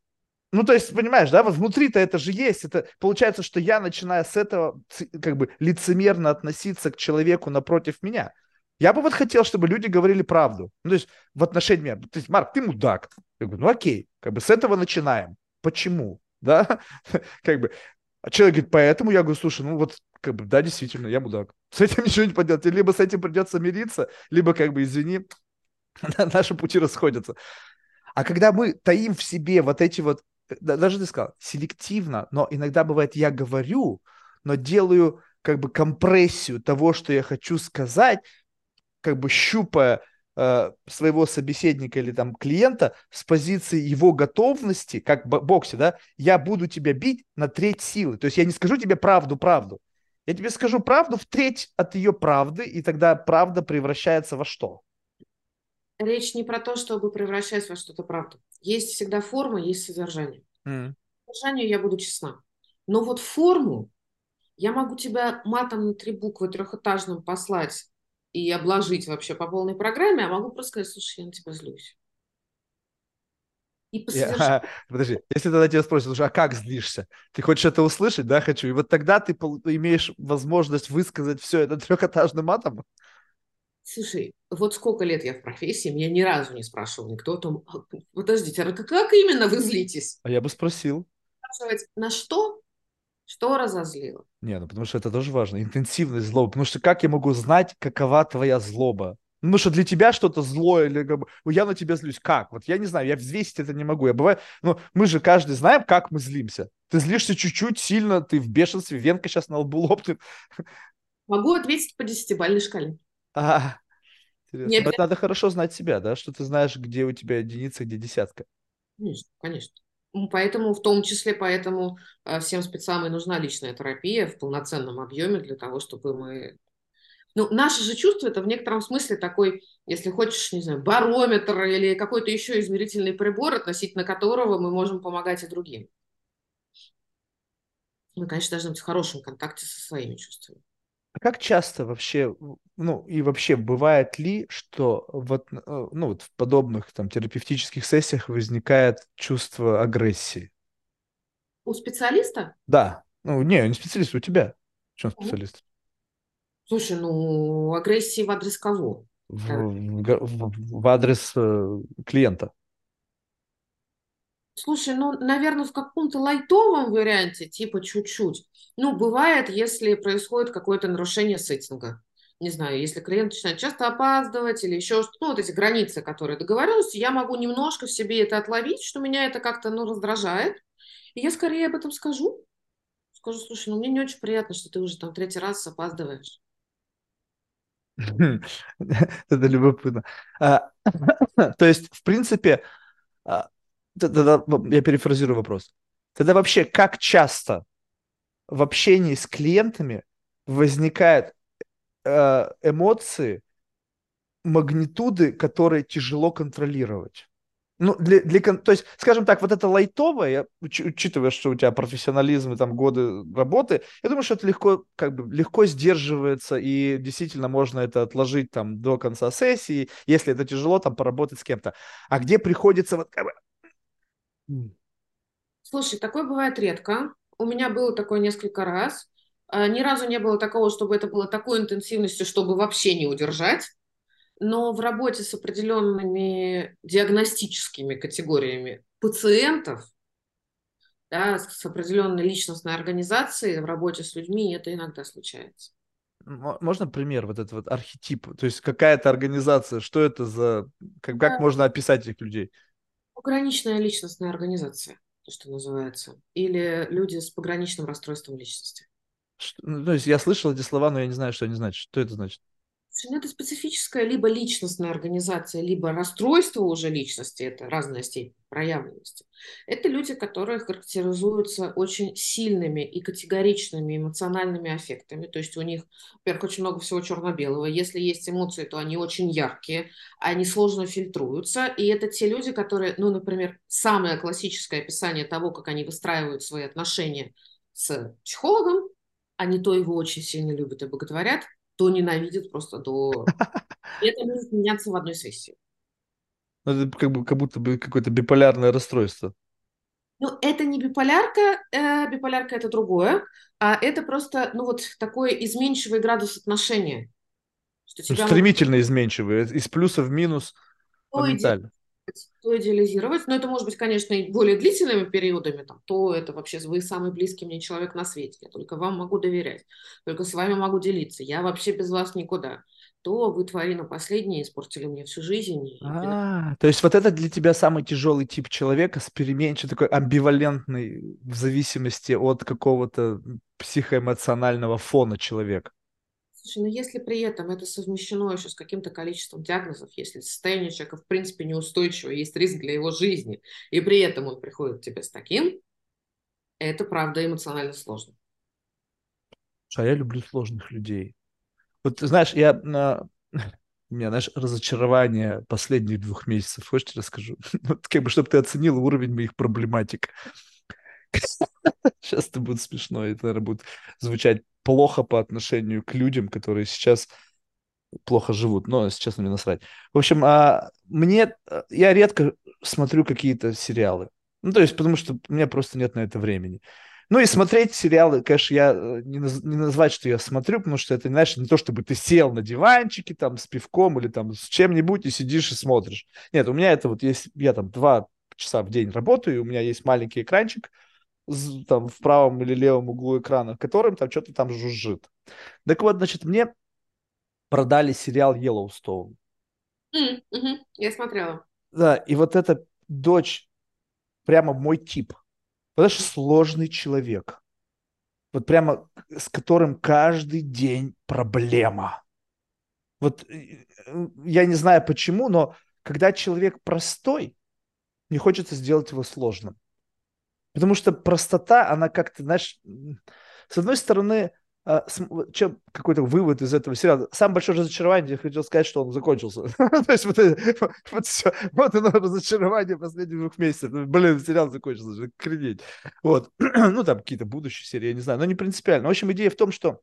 Ну, то есть, понимаешь, да, вот внутри-то это же есть. Это получается, что я начинаю с этого ц- как бы лицемерно относиться к человеку напротив меня. Я бы вот хотел, чтобы люди говорили правду. Ну, то есть, в отношении меня. То есть, Марк, ты мудак. Я говорю, ну, окей, как бы с этого начинаем. Почему? Да? Как бы. А человек говорит, поэтому я говорю, слушай, ну вот, как бы, да, действительно, я мудак. С этим ничего не поделать. Либо с этим придется мириться, либо, как бы, извини, наши пути расходятся. А когда мы таим в себе вот эти вот, да- даже ты сказал, селективно, но иногда бывает, я говорю, но делаю как бы компрессию того, что я хочу сказать, как бы щупая э, своего собеседника или там клиента с позиции его готовности, как в боксе, да, я буду тебя бить на треть силы. То есть я не скажу тебе правду-правду. Я тебе скажу правду в треть от ее правды, и тогда правда превращается во что? Речь не про то, чтобы превращать во что-то правду. Есть всегда форма, есть содержание. М. По содержанию я буду честна. Но вот форму я могу тебя матом на три буквы трехэтажным послать и обложить вообще по полной программе, а могу просто сказать, слушай, я на тебя злюсь. И по содержанию Я- Подожди, если тогда тебя спросят, слушай, а как злишься? Ты хочешь это услышать? Да, хочу. И вот тогда ты пол- имеешь возможность высказать все это трехэтажным матом? Слушай, вот сколько лет я в профессии, меня ни разу не спрашивал никто о том, «А, подождите, а как как именно вы злитесь? А я бы спросил. Спрашивать, на что? Что разозлило? Не, ну потому что это тоже важно. Интенсивность злобы. Потому что как я могу знать, какова твоя злоба? Ну, потому что для тебя что-то злое, или как бы, «Ну, я на тебя злюсь. Как? Вот я не знаю, я взвесить это не могу. Я бываю, ну, мы же каждый знаем, как мы злимся. Ты злишься чуть-чуть, сильно, ты в бешенстве, венка сейчас на лбу лопнет. Могу ответить по десятибалльной шкале. А, Не интересно. Но это обязательно, надо хорошо знать себя, да, что ты знаешь, где у тебя единица, где десятка. конечно, конечно. М, Поэтому, в том числе, поэтому э, всем спецам и нужна личная терапия в полноценном объеме для того, чтобы мы... Ну, наше же чувство– это в некотором смысле такой, если хочешь, не знаю, барометр или какой-то еще измерительный прибор, относительно которого мы можем помогать и другим. Мы, конечно, должны быть в хорошем контакте со своими чувствами. А как часто вообще, ну и вообще бывает ли, что вот, э, ну, вот в подобных там терапевтических сессиях возникает чувство агрессии? У специалиста? Да, ну не, не специалист, у тебя. В чем Мгм. специалист? Слушай, ну, агрессии в адрес кого? В, Так. в, га- в- в адрес э, клиента. Слушай, ну, наверное, в каком-то лайтовом варианте, типа чуть-чуть. Ну, бывает, если происходит какое-то нарушение сеттинга. Не знаю, если клиент начинает часто опаздывать или еще что-то, ну, вот эти границы, которые договоренности, я могу немножко в себе это отловить, что меня это как-то, ну, раздражает. И я скорее об этом скажу. Скажу, слушай, ну, мне не очень приятно, что ты уже там третий раз опаздываешь. Это любопытно. А, То есть, в принципе, а, т- тогда я перефразирую вопрос. Тогда вообще, как часто в общении с клиентами возникают э, эмоции, магнитуды, которые тяжело контролировать? Ну, для, для, кон- то есть, скажем так, вот это лайтовое, я, уч- учитывая, что у тебя профессионализм и там годы работы, я думаю, что это легко, как бы, легко сдерживается, и действительно можно это отложить там до конца сессии, если это тяжело, там поработать с кем-то. А где приходится вот как бы... М. Слушай, такое бывает редко. У меня было такое несколько раз. А, Ни разу не было такого, чтобы это было такой интенсивностью, чтобы вообще не удержать. Но в работе с определенными диагностическими категориями пациентов, да, с определенной личностной организацией, в работе с людьми это иногда случается. М- Можно пример, вот этот вот архетип, то есть какая-то организация, что это за, как, как А, можно описать этих людей? Пограничная личностная организация, то, что называется. Или люди с пограничным расстройством личности. Что- ну, то есть я слышал эти слова, но я не знаю, что они значат. Что это значит? Ну, это специфическая либо личностная организация, либо расстройство уже личности, это разная степень проявленности. Это люди, которые характеризуются очень сильными и категоричными эмоциональными аффектами. То есть у них, во-первых, очень много всего черно-белого. Если есть эмоции, то они очень яркие, они сложно фильтруются. И это те люди, которые, ну, например, самое классическое описание того, как они выстраивают свои отношения с психологом, они то его очень сильно любят и боготворят, то ненавидят просто до... И это может меняться в одной сессии. Ну, это как бы, как будто бы какое-то биполярное расстройство. Ну, это не биполярка, э, биполярка это другое, а это просто, ну, вот такой изменчивый градус отношения, что Ну, тебя могут стремительно изменчивые, из плюса в минус то идеализировать, моментально. то идеализировать, но это может быть, конечно, и более длительными периодами, там, то это вообще вы самый близкий мне человек на свете, я только вам могу доверять, только с вами могу делиться, я вообще без вас никуда, то вы, тварина последняя, испортили мне всю жизнь, и не А, то есть вот это для тебя самый тяжелый тип человека с переменчивый, такой амбивалентный в зависимости от какого-то психоэмоционального фона человека. Слушай, ну если при этом это совмещено еще с каким-то количеством диагнозов, если состояние человека в принципе неустойчиво, есть риск для его жизни, и при этом он приходит к тебе с таким, это правда эмоционально сложно. А я люблю сложных людей. Вот ты знаешь, я на... У меня, знаешь, разочарование последних двух месяцев. Хочешь, я расскажу? Вот как бы, чтобы ты оценил уровень моих проблематик. Сейчас это будет смешно, и это, наверное, будет звучать плохо по отношению к людям, которые сейчас плохо живут, но сейчас на меня насрать. В общем, а, мне, а, я редко смотрю какие-то сериалы. Ну, то есть, потому что у меня просто нет на это времени. Ну и смотреть сериалы, конечно, я э, не, наз- не назвать, что я смотрю, потому что это, знаешь, не то, чтобы ты сел на диванчике там с пивком или там с чем-нибудь и сидишь и смотришь. Нет, у меня это вот есть, я там два часа в день работаю, и у меня есть маленький экранчик з- там в правом или левом углу экрана, которым там что-то там жужжит. Так вот, значит, мне продали сериал Yellowstone. М, мгм, я смотрела. Да, и вот эта дочь прямо мой тип. Знаешь, сложный человек. Вот прямо с которым каждый день проблема. Вот э, э, я не знаю почему, но когда человек простой, не хочется сделать его сложным. Потому что простота, она как-то, знаешь, м, с одной стороны, а, см- вот чем какой-то вывод из этого сериала. Самое большое разочарование, я хотел сказать, что он закончился. То есть вот, это- вот все, вот оно разочарование последних двух месяцев. Ну, блин, сериал закончился, охренеть. Вот. Ну, там какие-то будущие серии, я не знаю, но не принципиально. В общем, идея в том, что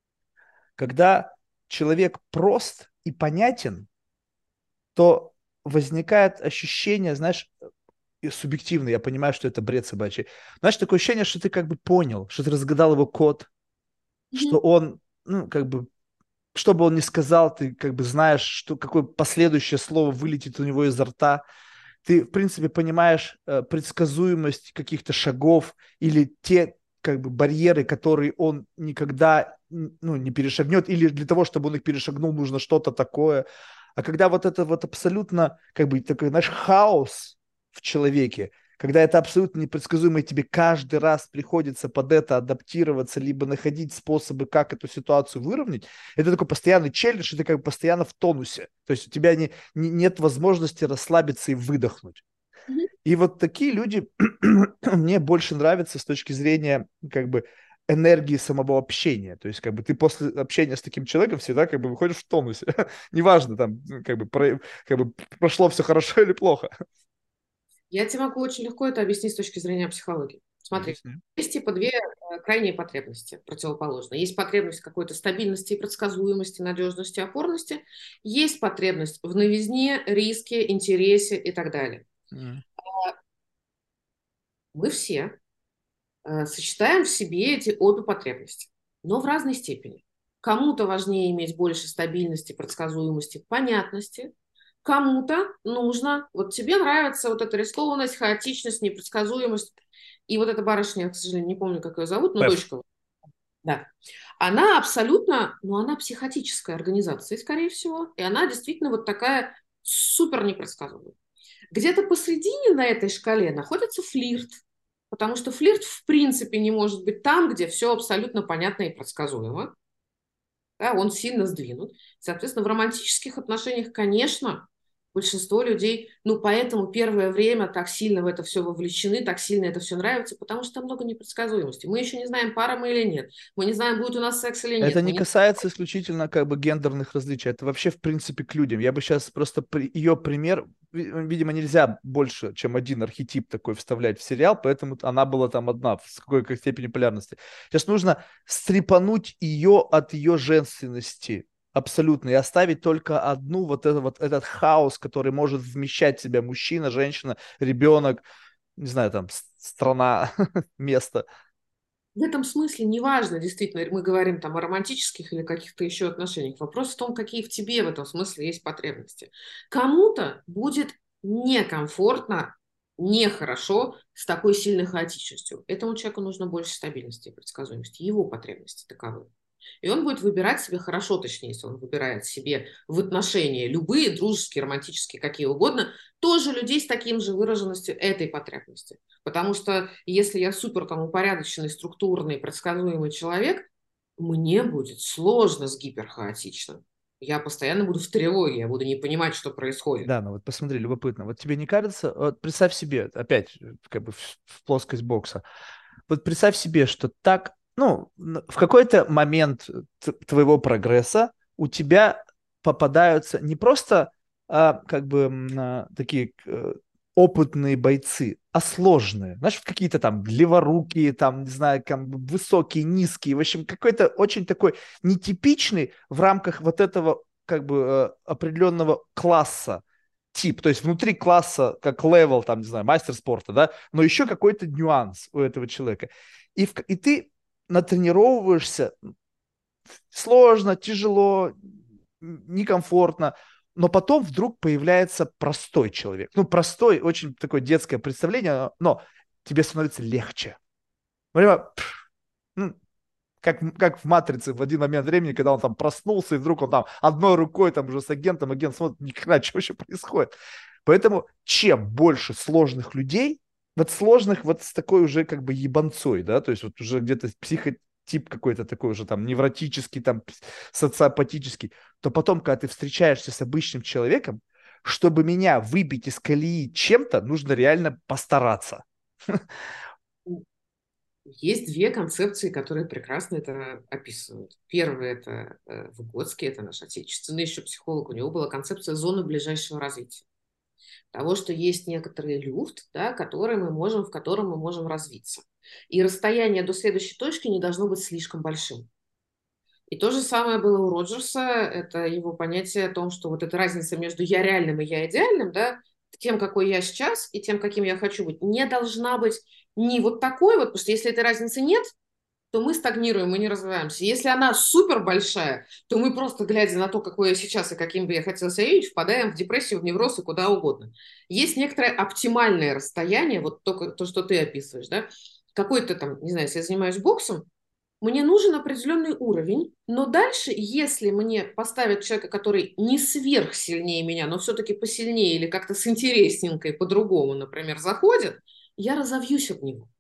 когда человек прост и понятен, то возникает ощущение, знаешь, и субъективно, я понимаю, что это бред собачий. Знаешь, такое ощущение, что ты как бы понял, что ты разгадал его код, что Мгм, он, ну, как бы, что бы он ни сказал, ты как бы знаешь, что какое последующее слово вылетит у него изо рта. Ты, в принципе, понимаешь э, предсказуемость каких-то шагов или те как бы барьеры, которые он никогда ну, не перешагнет, или для того, чтобы он их перешагнул, нужно что-то такое. А когда вот это вот абсолютно, как бы, такой, знаешь, хаос в человеке, когда это абсолютно непредсказуемо, и тебе каждый раз приходится под это адаптироваться, либо находить способы, как эту ситуацию выровнять, это такой постоянный челлендж, и ты как бы постоянно в тонусе. То есть у тебя не, не, нет возможности расслабиться и выдохнуть. мгм. И вот такие люди мне больше нравятся с точки зрения как бы энергии самого общения. То есть как бы ты после общения с таким человеком всегда как бы выходишь в тонусе. Неважно там ну, как бы, про, как бы прошло все хорошо или плохо. Я тебе могу очень легко это объяснить с точки зрения психологии. Смотри, Объясни. есть типа две э, крайние потребности противоположные. Есть потребность какой-то стабильности, предсказуемости, надежности, опорности. Есть потребность в новизне, риске, интересе и так далее. М. Мы все э, сочетаем в себе эти обе потребности, но в разной степени. Кому-то важнее иметь больше стабильности, предсказуемости, понятности. Кому-то нужно, вот тебе нравится вот эта рискованность, хаотичность, непредсказуемость. И вот эта барышня, я, к сожалению, не помню, как ее зовут, но Пэф. дочка, да. Она абсолютно, ну, она психотическая организация, скорее всего, и она действительно вот такая супер непредсказуемая. Где-то посредине на этой шкале находится флирт, потому что флирт в принципе не может быть там, где все абсолютно понятно и предсказуемо. Да, он сильно сдвинут. Соответственно, в романтических отношениях, конечно, большинство людей, ну, поэтому первое время так сильно в это все вовлечены, так сильно это все нравится, потому что там много непредсказуемости. Мы еще не знаем, пара мы или нет. Мы не знаем, будет у нас секс или нет. Это Мы не не... касается исключительно как бы гендерных различий, это вообще в принципе к людям. Я бы сейчас просто при, ее пример, ви- видимо, нельзя больше, чем один архетип такой вставлять в сериал, поэтому она была там одна, в какой степени полярности. Сейчас нужно стрепануть ее от ее женственности абсолютно и оставить только одну вот, это, вот этот хаос, который может вмещать в себя мужчина, женщина, ребенок, не знаю, там, страна, место. В этом смысле неважно, действительно, мы говорим там о романтических или каких-то еще отношениях. Вопрос в том, какие в тебе в этом смысле есть потребности. Кому-то будет некомфортно, нехорошо с такой сильной хаотичностью. Этому человеку нужно больше стабильности и предсказуемости. Его потребности таковы. И он будет выбирать себе хорошо, точнее, если он выбирает себе в отношения любые, дружеские, романтические, какие угодно, тоже людей с таким же выраженностью этой потребности. Потому что если я супер там упорядоченный, структурный, предсказуемый человек, мне будет сложно с гиперхаотичным. Я постоянно буду в тревоге, я буду не понимать, что происходит. Да, ну вот посмотри, любопытно. Вот тебе не кажется, вот представь себе, опять, э, как бы в, в плоскость бокса, вот представь себе, что так, ну, н- в какой-то момент т- твоего прогресса у тебя попадаются не просто а, как бы м, а, такие э, опытные бойцы, а сложные. Знаешь, вот какие-то там леворукие, там, не знаю, там высокие, низкие. В общем, какой-то очень такой нетипичный в рамках вот этого как бы э, определенного класса тип, то есть внутри класса, как левел, там, не знаю, мастер спорта, да, но еще какой-то нюанс у этого человека. И, в, и ты натренировываешься сложно, тяжело, некомфортно, но потом вдруг появляется простой человек. Ну, простой, очень такое детское представление, но тебе становится легче. Прямо, пф, ну, как, как в «Матрице» в один момент времени, когда он там проснулся, и вдруг он там одной рукой там уже с агентом, агент смотрит, ни хрена, что вообще происходит. Поэтому чем больше сложных людей, вот сложных вот с такой уже как бы ебанцой, да, то есть вот уже где-то психотип какой-то такой уже там невротический, там социопатический, то потом, когда ты встречаешься с обычным человеком, чтобы меня выбить из колеи чем-то, нужно реально постараться. Есть две концепции, которые прекрасно это описывают. Первый – это э, Выгодский, это наш отечественный еще психолог. У него была концепция зоны ближайшего развития. Того, что есть некоторый люфт, да, который мы можем, в котором мы можем развиться. И расстояние до следующей точки не должно быть слишком большим. И то же самое было у Роджерса, это его понятие о том, что вот эта разница между я реальным и я идеальным, да, тем, какой я сейчас, и тем, каким я хочу быть, не должна быть не вот такой вот, потому что если этой разницы нет, то мы стагнируем, мы не развиваемся. Если она супер большая, то мы просто, глядя на то, какой я сейчас и каким бы я хотела себя видеть, впадаем в депрессию, в невроз и куда угодно. Есть некоторое оптимальное расстояние, вот только то, что ты описываешь, да, какой-то там, не знаю, если я занимаюсь боксом, мне нужен определенный уровень, но дальше, если мне поставят человека, который не сверх сильнее меня, но все-таки посильнее или как-то с интересненькой по-другому, например, заходит, я разовьюсь об него.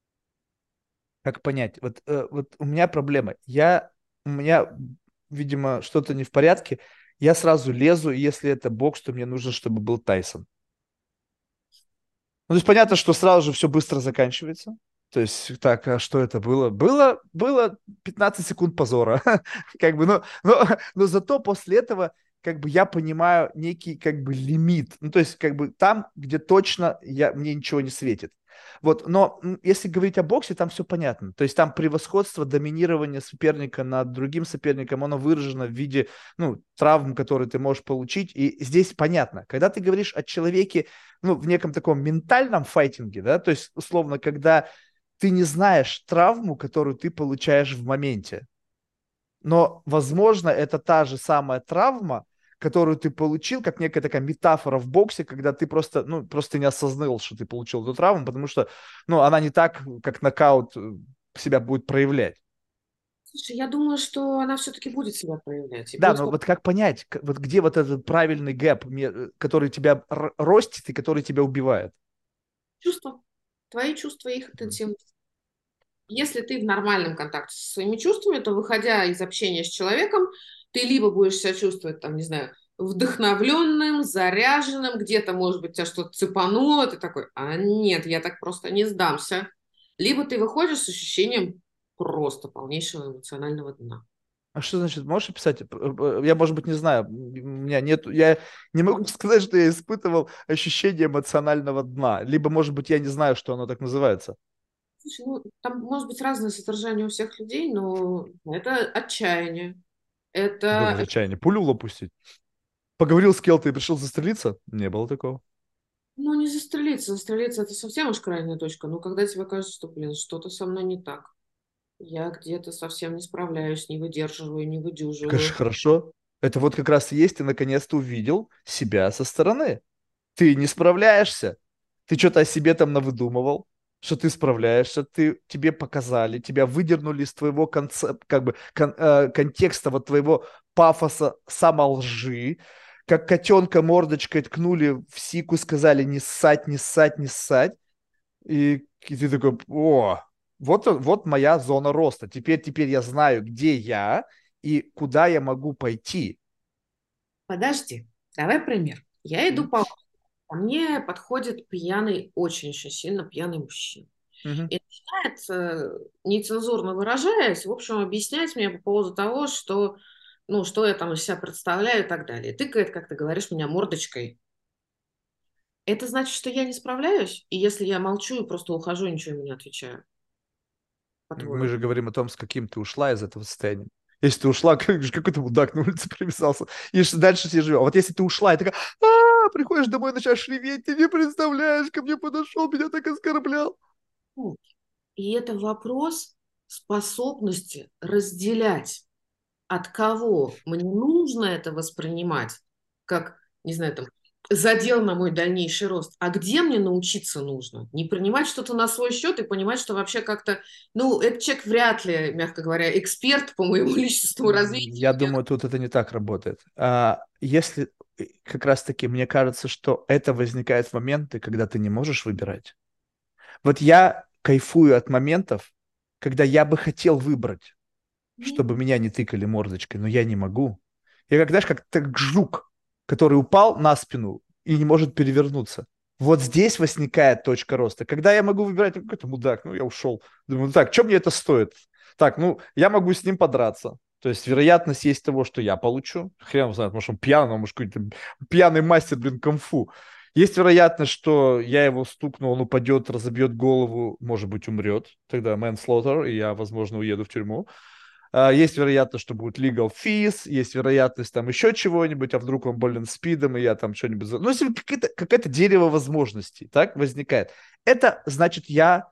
Как понять? Вот, э, вот у меня проблема. Я, у меня, видимо, что-то не в порядке. Я сразу лезу, и если это бокс, то мне нужно, чтобы был Тайсон. Ну, то есть понятно, что сразу же все быстро заканчивается. То есть, так, а что это было? Было, было пятнадцать секунд позора. Как бы, но, но, но зато после этого как бы я понимаю некий как бы лимит. Ну, то есть, как бы там, где точно я, мне ничего не светит. Вот, но м, если говорить о боксе, там все понятно. То есть там превосходство, доминирование соперника над другим соперником, оно выражено в виде, ну, травм, которые ты можешь получить. И здесь понятно. Когда ты говоришь о человеке, ну, в неком таком ментальном файтинге, да, то есть, условно, когда ты не знаешь травму, которую ты получаешь в моменте, но, возможно, это та же самая травма, которую ты получил, как некая такая метафора в боксе, когда ты просто, ну, просто не осознал, что ты получил эту травму, потому что, ну, она не так, как нокаут, э, себя будет проявлять. Слушай, я думаю, что она все-таки будет себя проявлять. И Да, будет но как вот как понять, к- вот где вот этот правильный гэп, ме- э, который тебя р- ростит и который тебя убивает? чувства. Твои чувства и их интенсивность. Если ты в нормальном контакте со своими чувствами, то, выходя из общения с человеком, ты либо будешь себя чувствовать, там, не знаю, вдохновленным, заряженным, где-то, может быть, тебя что-то цепануло, ты такой, а нет, я так просто не сдамся. Либо ты выходишь с ощущением просто полнейшего эмоционального дна. А что значит, можешь описать? П- п- Я, может быть, не знаю. У меня нет, я не могу сказать, что я испытывал ощущение эмоционального дна. Либо, может быть, я не знаю, что оно так называется. Слушай, ну, там может быть разное содержание у всех людей, но это отчаяние, Что это значит отчаяние? Пулю лопустить? Поговорил с кем-то и пришел застрелиться? Не было такого. Ну, не застрелиться. Застрелиться — это совсем уж крайняя точка. Но когда тебе кажется, что, блин, что-то со мной не так. Я где-то совсем не справляюсь, не выдерживаю, не Конечно, выдюживаю. хорошо. Это вот как раз и есть, ты наконец-то увидел себя со стороны. Ты не справляешься. Ты что-то о себе там навыдумывал, что ты справляешься, ты, тебе показали, тебя выдернули из твоего концеп, как бы, кон- э, контекста вот твоего пафоса самолжи, как котенка мордочкой ткнули в сику, сказали не ссать, не ссать, не ссать. И, и ты такой, о, вот, вот моя зона роста. Теперь, теперь я знаю, где я и куда я могу пойти. Подожди, давай пример. Я иду М, по улице, ко мне подходит пьяный, очень-очень сильно пьяный мужчина. мгм. И начинает, э, нецензурно выражаясь, в общем, объяснять мне по поводу того, что, ну, что я там из себя представляю и так далее. Тыкает, как ты говоришь, меня мордочкой. Это значит, что я не справляюсь? И если я молчу и просто ухожу, ничего ему не отвечаю, Мы по-твоему? же говорим о том, с каким ты ушла из этого состояния. Если ты ушла, как же какой-то мудак на улице привязался. И что дальше все живем. А вот если ты ушла и такая, а, приходишь домой, начинаешь реветь, ты не представляешь, ко мне подошел, меня так оскорблял. Ну, и это вопрос способности разделять, от кого мне нужно это воспринимать, как, не знаю, там, задел на мой дальнейший рост, а где мне научиться нужно? Не принимать что-то на свой счет и понимать, что вообще как-то, ну, этот человек вряд ли, мягко говоря, эксперт по моему личностному развитию. Я Я- думаю, тут это не так работает. А если э, как раз-таки мне кажется, что это возникает в моменты, когда ты не можешь выбирать. Вот я кайфую от моментов, когда я бы хотел выбрать, чтобы меня не тыкали мордочкой, но я не могу. Я как, знаешь, как, как жук, который упал на спину и не может перевернуться. Вот здесь возникает точка роста. Когда я могу выбирать, ну, какой-то мудак, ну, я ушел. Думаю, ну, так, что мне это стоит? Так, ну, я могу с ним подраться. То есть вероятность есть того, что я получу. Хрен его знает, может, он пьяный, может, какой-то пьяный мастер, блин, кунг-фу. Есть вероятность, что я его стукну, он упадет, разобьет голову, может быть, умрет. Тогда manslaughter, и я, возможно, уеду в тюрьму. А, Есть вероятность, что будет legal fees, есть вероятность там еще чего-нибудь, а вдруг он болен спидом, и я там что-нибудь... за- Ну, если какое-то какое-то дерево возможностей, так, возникает. Это значит, я,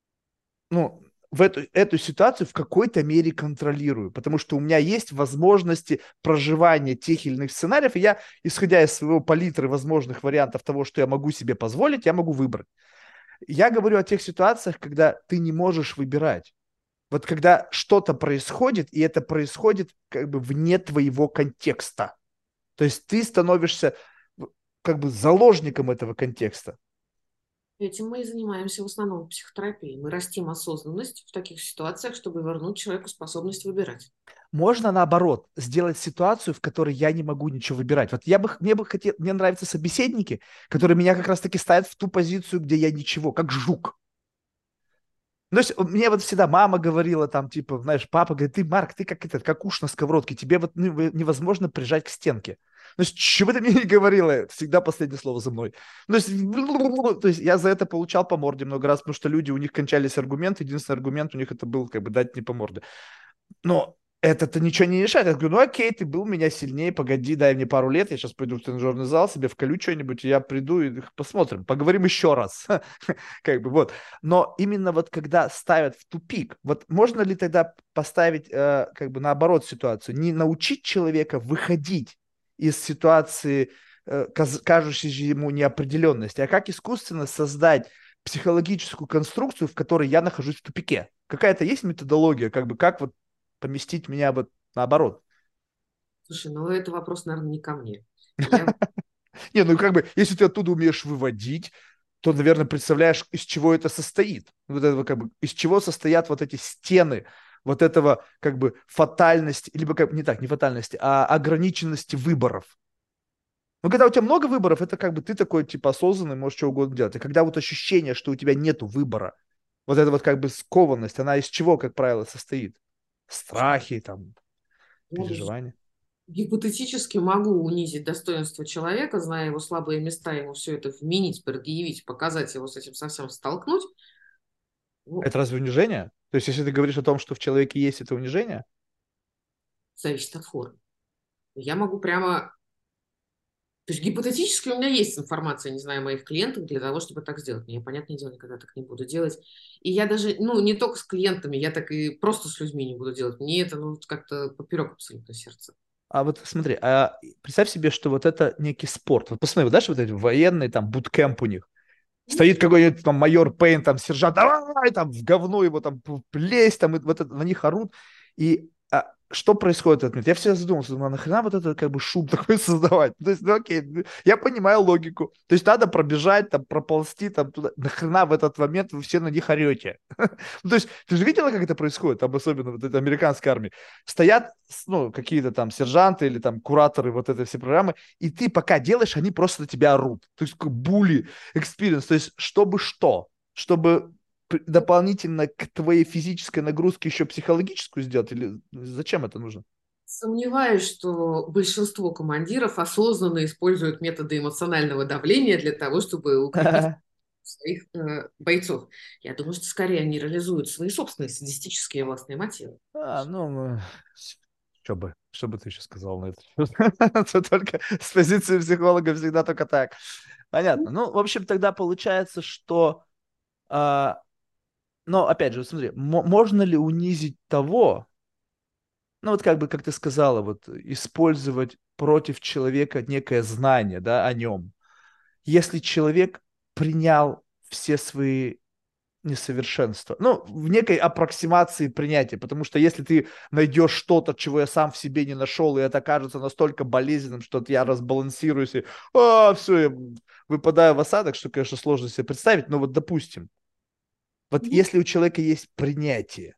ну, в эту, эту ситуацию в какой-то мере контролирую, потому что у меня есть возможности проживания тех или иных сценариев, и я, исходя из своего палитры возможных вариантов того, что я могу себе позволить, я могу выбрать. Я говорю о тех ситуациях, когда ты не можешь выбирать. Вот когда что-то происходит, и это происходит как бы вне твоего контекста. То есть ты становишься как бы заложником этого контекста. Этим мы и занимаемся в основном в психотерапии. Мы растим осознанность в таких ситуациях, чтобы вернуть человеку способность выбирать. Можно наоборот сделать ситуацию, в которой я не могу ничего выбирать. Вот я бы, мне бы хотел, мне нравятся собеседники, которые меня как раз-таки ставят в ту позицию, где я ничего, как жук. Ну, то есть мне вот всегда мама говорила там, типа, знаешь, папа говорит, ты, Марк, ты как этот, как уж на сковородке, тебе вот ну, невозможно прижать к стенке. То есть, что бы ты мне ни говорила, всегда последнее слово за мной. Ну, то есть, то есть я за это получал по морде много раз, потому что люди, у них кончались аргументы, единственный аргумент у них это был, как бы, дать не по морде. Но это-то ничего не решает. Я говорю, ну окей, ты был меня сильнее, погоди, дай мне пару лет, я сейчас пойду в тренажерный зал, себе вколю что-нибудь, и я приду и посмотрим, поговорим еще раз. Как бы вот. Но именно вот когда ставят в тупик, вот можно ли тогда поставить э, как бы наоборот ситуацию, не научить человека выходить из ситуации, э, каз- кажущейся ему неопределенности, а как искусственно создать психологическую конструкцию, в которой я нахожусь в тупике? Какая-то есть методология, как бы как вот поместить меня вот наоборот. Слушай, ну это вопрос, наверное, не ко мне. Я Не, ну как бы, если ты оттуда умеешь выводить, то, наверное, представляешь, из чего это состоит. Вот этого как бы, из чего состоят вот эти стены, вот этого как бы фатальности, либо как не так, не фатальности, а ограниченности выборов. Но когда у тебя много выборов, это как бы ты такой типа осознанный, можешь что угодно делать. И когда вот ощущение, что у тебя нету выбора, вот эта вот как бы скованность, она из чего, как правило, состоит? Страхи, там, я переживания. гипотетически могу унизить достоинство человека, зная его слабые места, ему все это вменить, предъявить, показать его с этим совсем столкнуть. Ну, Это разве унижение? То есть, если ты говоришь о том, что в человеке есть это унижение, зависит от формы. Я могу прямо То есть гипотетически у меня есть информация, не знаю, о моих клиентах для того, чтобы так сделать. Но я, понятное дело, никогда так не буду делать. И я даже, ну, не только с клиентами, я так и просто с людьми не буду делать. Мне это, ну, как-то поперек абсолютно сердца. А вот смотри, а представь себе, что вот это некий спорт. Вот посмотри, вот знаешь, вот эти военные, там, буткемп у них. Стоит какой-нибудь там майор Пейн, там, сержант, давай, там, в говно его там плесь, там, и вот это, на них орут. И а, что происходит в этот момент? Я всегда задумался, думаю, а нахрена вот это как бы шум такой создавать? То есть, ну окей, ну, я понимаю логику. То есть надо пробежать, там, проползти, там, туда. Нахрена в этот момент вы все на них орете? Ну, то есть, ты же видела, как это происходит, там, особенно вот этой американской армии? Стоят, ну, какие-то там сержанты или там кураторы вот этой всей программы, и ты пока делаешь, они просто на тебя орут. То есть, как були, experience, то есть чтобы что? Чтобы дополнительно к твоей физической нагрузке еще психологическую сделать? Или зачем это нужно? Сомневаюсь, что большинство командиров осознанно используют методы эмоционального давления для того, чтобы укрепить своих э, бойцов. Я думаю, что скорее они реализуют свои собственные садистические властные мотивы. А, ну, что бы, что бы ты еще сказал на это? Это только с позиции психолога всегда только так. Понятно. Ну, в общем, тогда получается, что... а, но, опять же, смотри, можно ли унизить того, ну, вот как бы, как ты сказала, вот использовать против человека некое знание, да, о нем, если человек принял все свои несовершенства, ну, в некой аппроксимации принятия, потому что если ты найдешь что-то, чего я сам в себе не нашел, и это кажется настолько болезненным, что я разбалансируюсь, и а, все, я выпадаю в осадок, что, конечно, сложно себе представить, но вот допустим, вот Мгм. если у человека есть принятие,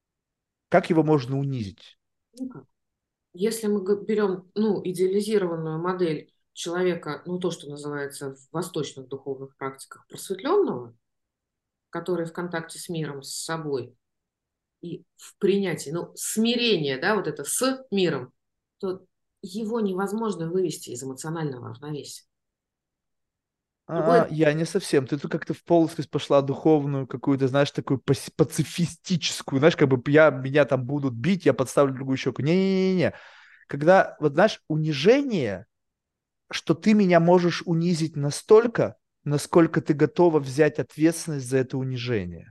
как его можно унизить? Ну как? Если мы г- берем, ну, идеализированную модель человека, ну, то, что называется в восточных духовных практиках просветленного, который в контакте с миром, с собой и в принятии, ну, смирение, да, вот это с миром, то его невозможно вывести из эмоционального равновесия. А, Другое, я не совсем. Ты тут как-то в полость пошла духовную, какую-то, знаешь, такую пас- пацифистическую. Знаешь, как бы я, меня там будут бить, я подставлю другую щеку. Не-не-не. Когда, вот знаешь, унижение, что ты меня можешь унизить настолько, насколько ты готова взять ответственность за это унижение.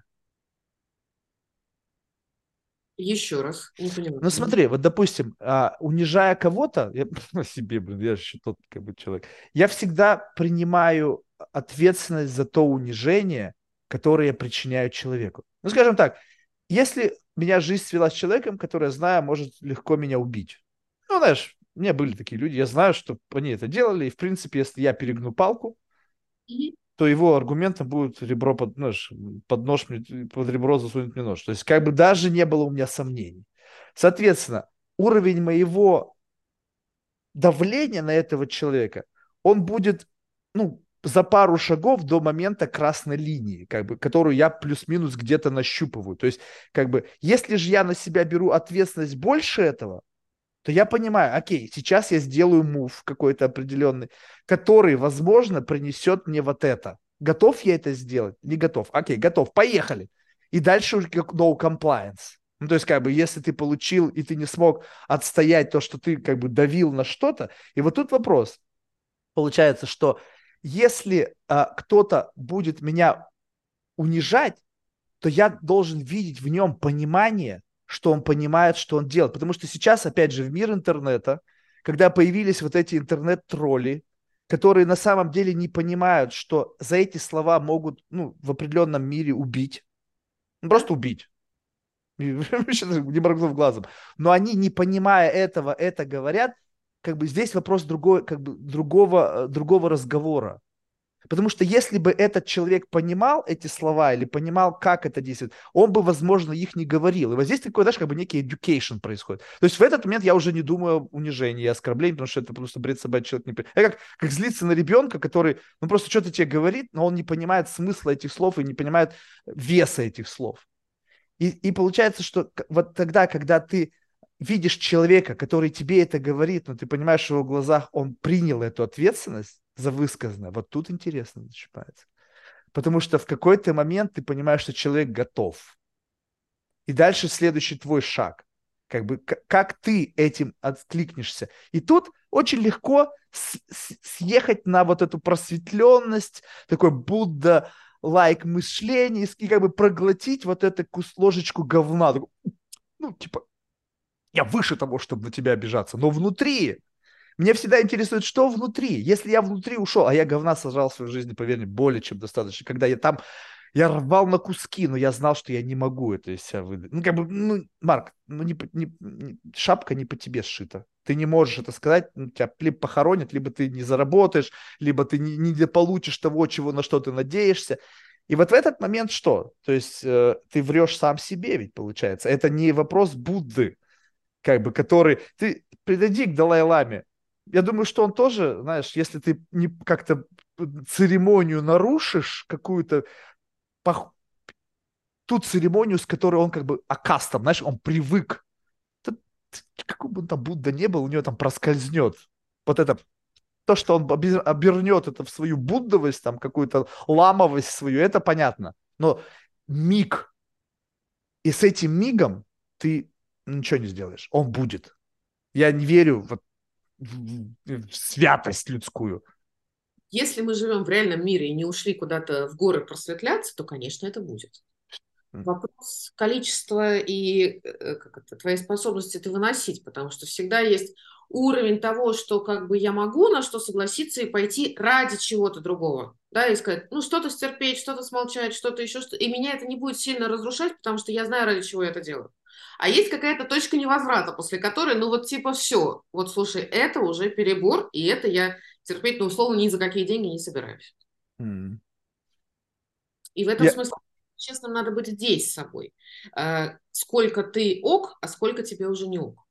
еще раз, не понимаю. Ну смотри, вот допустим, а, унижая кого-то, я о себе, блин, я же еще тот как бы человек, я всегда принимаю ответственность за то унижение, которое я причиняю человеку. Ну скажем так, если меня жизнь свела с человеком, который, я знаю, может легко меня убить. Ну знаешь, у меня были такие люди, я знаю, что они это делали, и в принципе, если я перегну палку, Мгм. то его аргументом будет ребро под, знаешь, под нож, мне- под ребро засунуть мне нож. То есть как бы даже не было у меня сомнений. Соответственно, уровень моего давления на этого человека, он будет, ну, за пару шагов до момента красной линии, как бы, которую я плюс-минус где-то нащупываю. То есть, как бы, если же я на себя беру ответственность больше этого, то я понимаю, окей, сейчас я сделаю мув какой-то определенный, который, возможно, принесет мне вот это. Готов я это сделать? Не готов. Окей, готов. Поехали. И дальше уже как no compliance. Ну, то есть, как бы, если ты получил, и ты не смог отстоять то, что ты, как бы, давил на что-то. И вот тут вопрос. Получается, что если а, кто-то будет меня унижать, то я должен видеть в нем понимание, что он понимает, что он делает. Потому что сейчас, опять же, в мир интернета, когда появились вот эти интернет-тролли, которые на самом деле не понимают, что за эти слова могут, ну, в определенном мире убить. Ну, Да? просто убить. Не моргнув глазом. Но они, не понимая этого, это говорят, как бы здесь вопрос другой, как бы другого, э, другого разговора. Потому что если бы этот человек понимал эти слова или понимал, как это действует, он бы, возможно, их не говорил. И вот здесь такой, знаешь, как бы некий education происходит. То есть в этот момент я уже не думаю об унижении и оскорблении, потому что это просто бред собачий человек не... при- Это как, как злиться на ребенка, который, ну, просто что-то тебе говорит, но он не понимает смысла этих слов и не понимает веса этих слов. И, и получается, что к- вот тогда, когда ты видишь человека, который тебе это говорит, но ты понимаешь, что в его глазах он принял эту ответственность за высказанное, вот тут интересно начинается. Потому что в какой-то момент ты понимаешь, что человек готов. И дальше следующий твой шаг. Как бы, к- как ты этим откликнешься. И тут очень легко с- с- съехать на вот эту просветленность, такой Будда лайк мышление и как бы проглотить вот эту кус- ложечку говна. Такой, ну, типа, я выше того, чтобы на тебя обижаться, но внутри мне всегда интересует, что внутри. Если я внутри ушел, а я говна сажал в своей жизни, поверь мне, более чем достаточно. Когда я там, я рвал на куски, но я знал, что я не могу это из себя выдать. Ну, как бы, ну, Марк, ну, не, по- не- не- шапка не по тебе сшита. Ты не можешь это сказать, ну, тебя либо похоронят, либо ты не заработаешь, либо ты не, не получишь того, чего, на что ты надеешься. И вот в этот момент что? То есть э, ты врешь сам себе, ведь получается. Это не вопрос Будды, как бы, который... Ты приди к Далай-Ламе. Я думаю, что он тоже, знаешь, если ты не как-то церемонию нарушишь, какую-то пох- ту церемонию, с которой он как бы акастом, знаешь, он привык. Да, какой бы он там Будда не был, у него там проскользнет. Вот это, то, что он оби- обернет это в свою буддовость, там, какую-то ламовость свою, это понятно. Но миг, и с этим мигом ты ничего не сделаешь. Он будет. Я не верю вот в, в святость людскую. Если мы живем в реальном мире и не ушли куда-то в горы просветляться, то, конечно, это будет. Вопрос количества и э, как это, твоей способности это выносить, потому что всегда есть уровень того, что как бы я могу на что согласиться и пойти ради чего-то другого, да, и сказать, ну, что-то стерпеть, что-то смолчать, что-то еще, что и меня это не будет сильно разрушать, потому что я знаю, ради чего я это делаю. А есть какая-то точка невозврата, после которой, ну, вот типа все, вот слушай, это уже перебор, и это я терпеть, ну, условно, ни за какие деньги не собираюсь. М. И в этом Я, смысле честно надо быть здесь с собой. Э, Сколько ты ок, а сколько тебе уже не ок.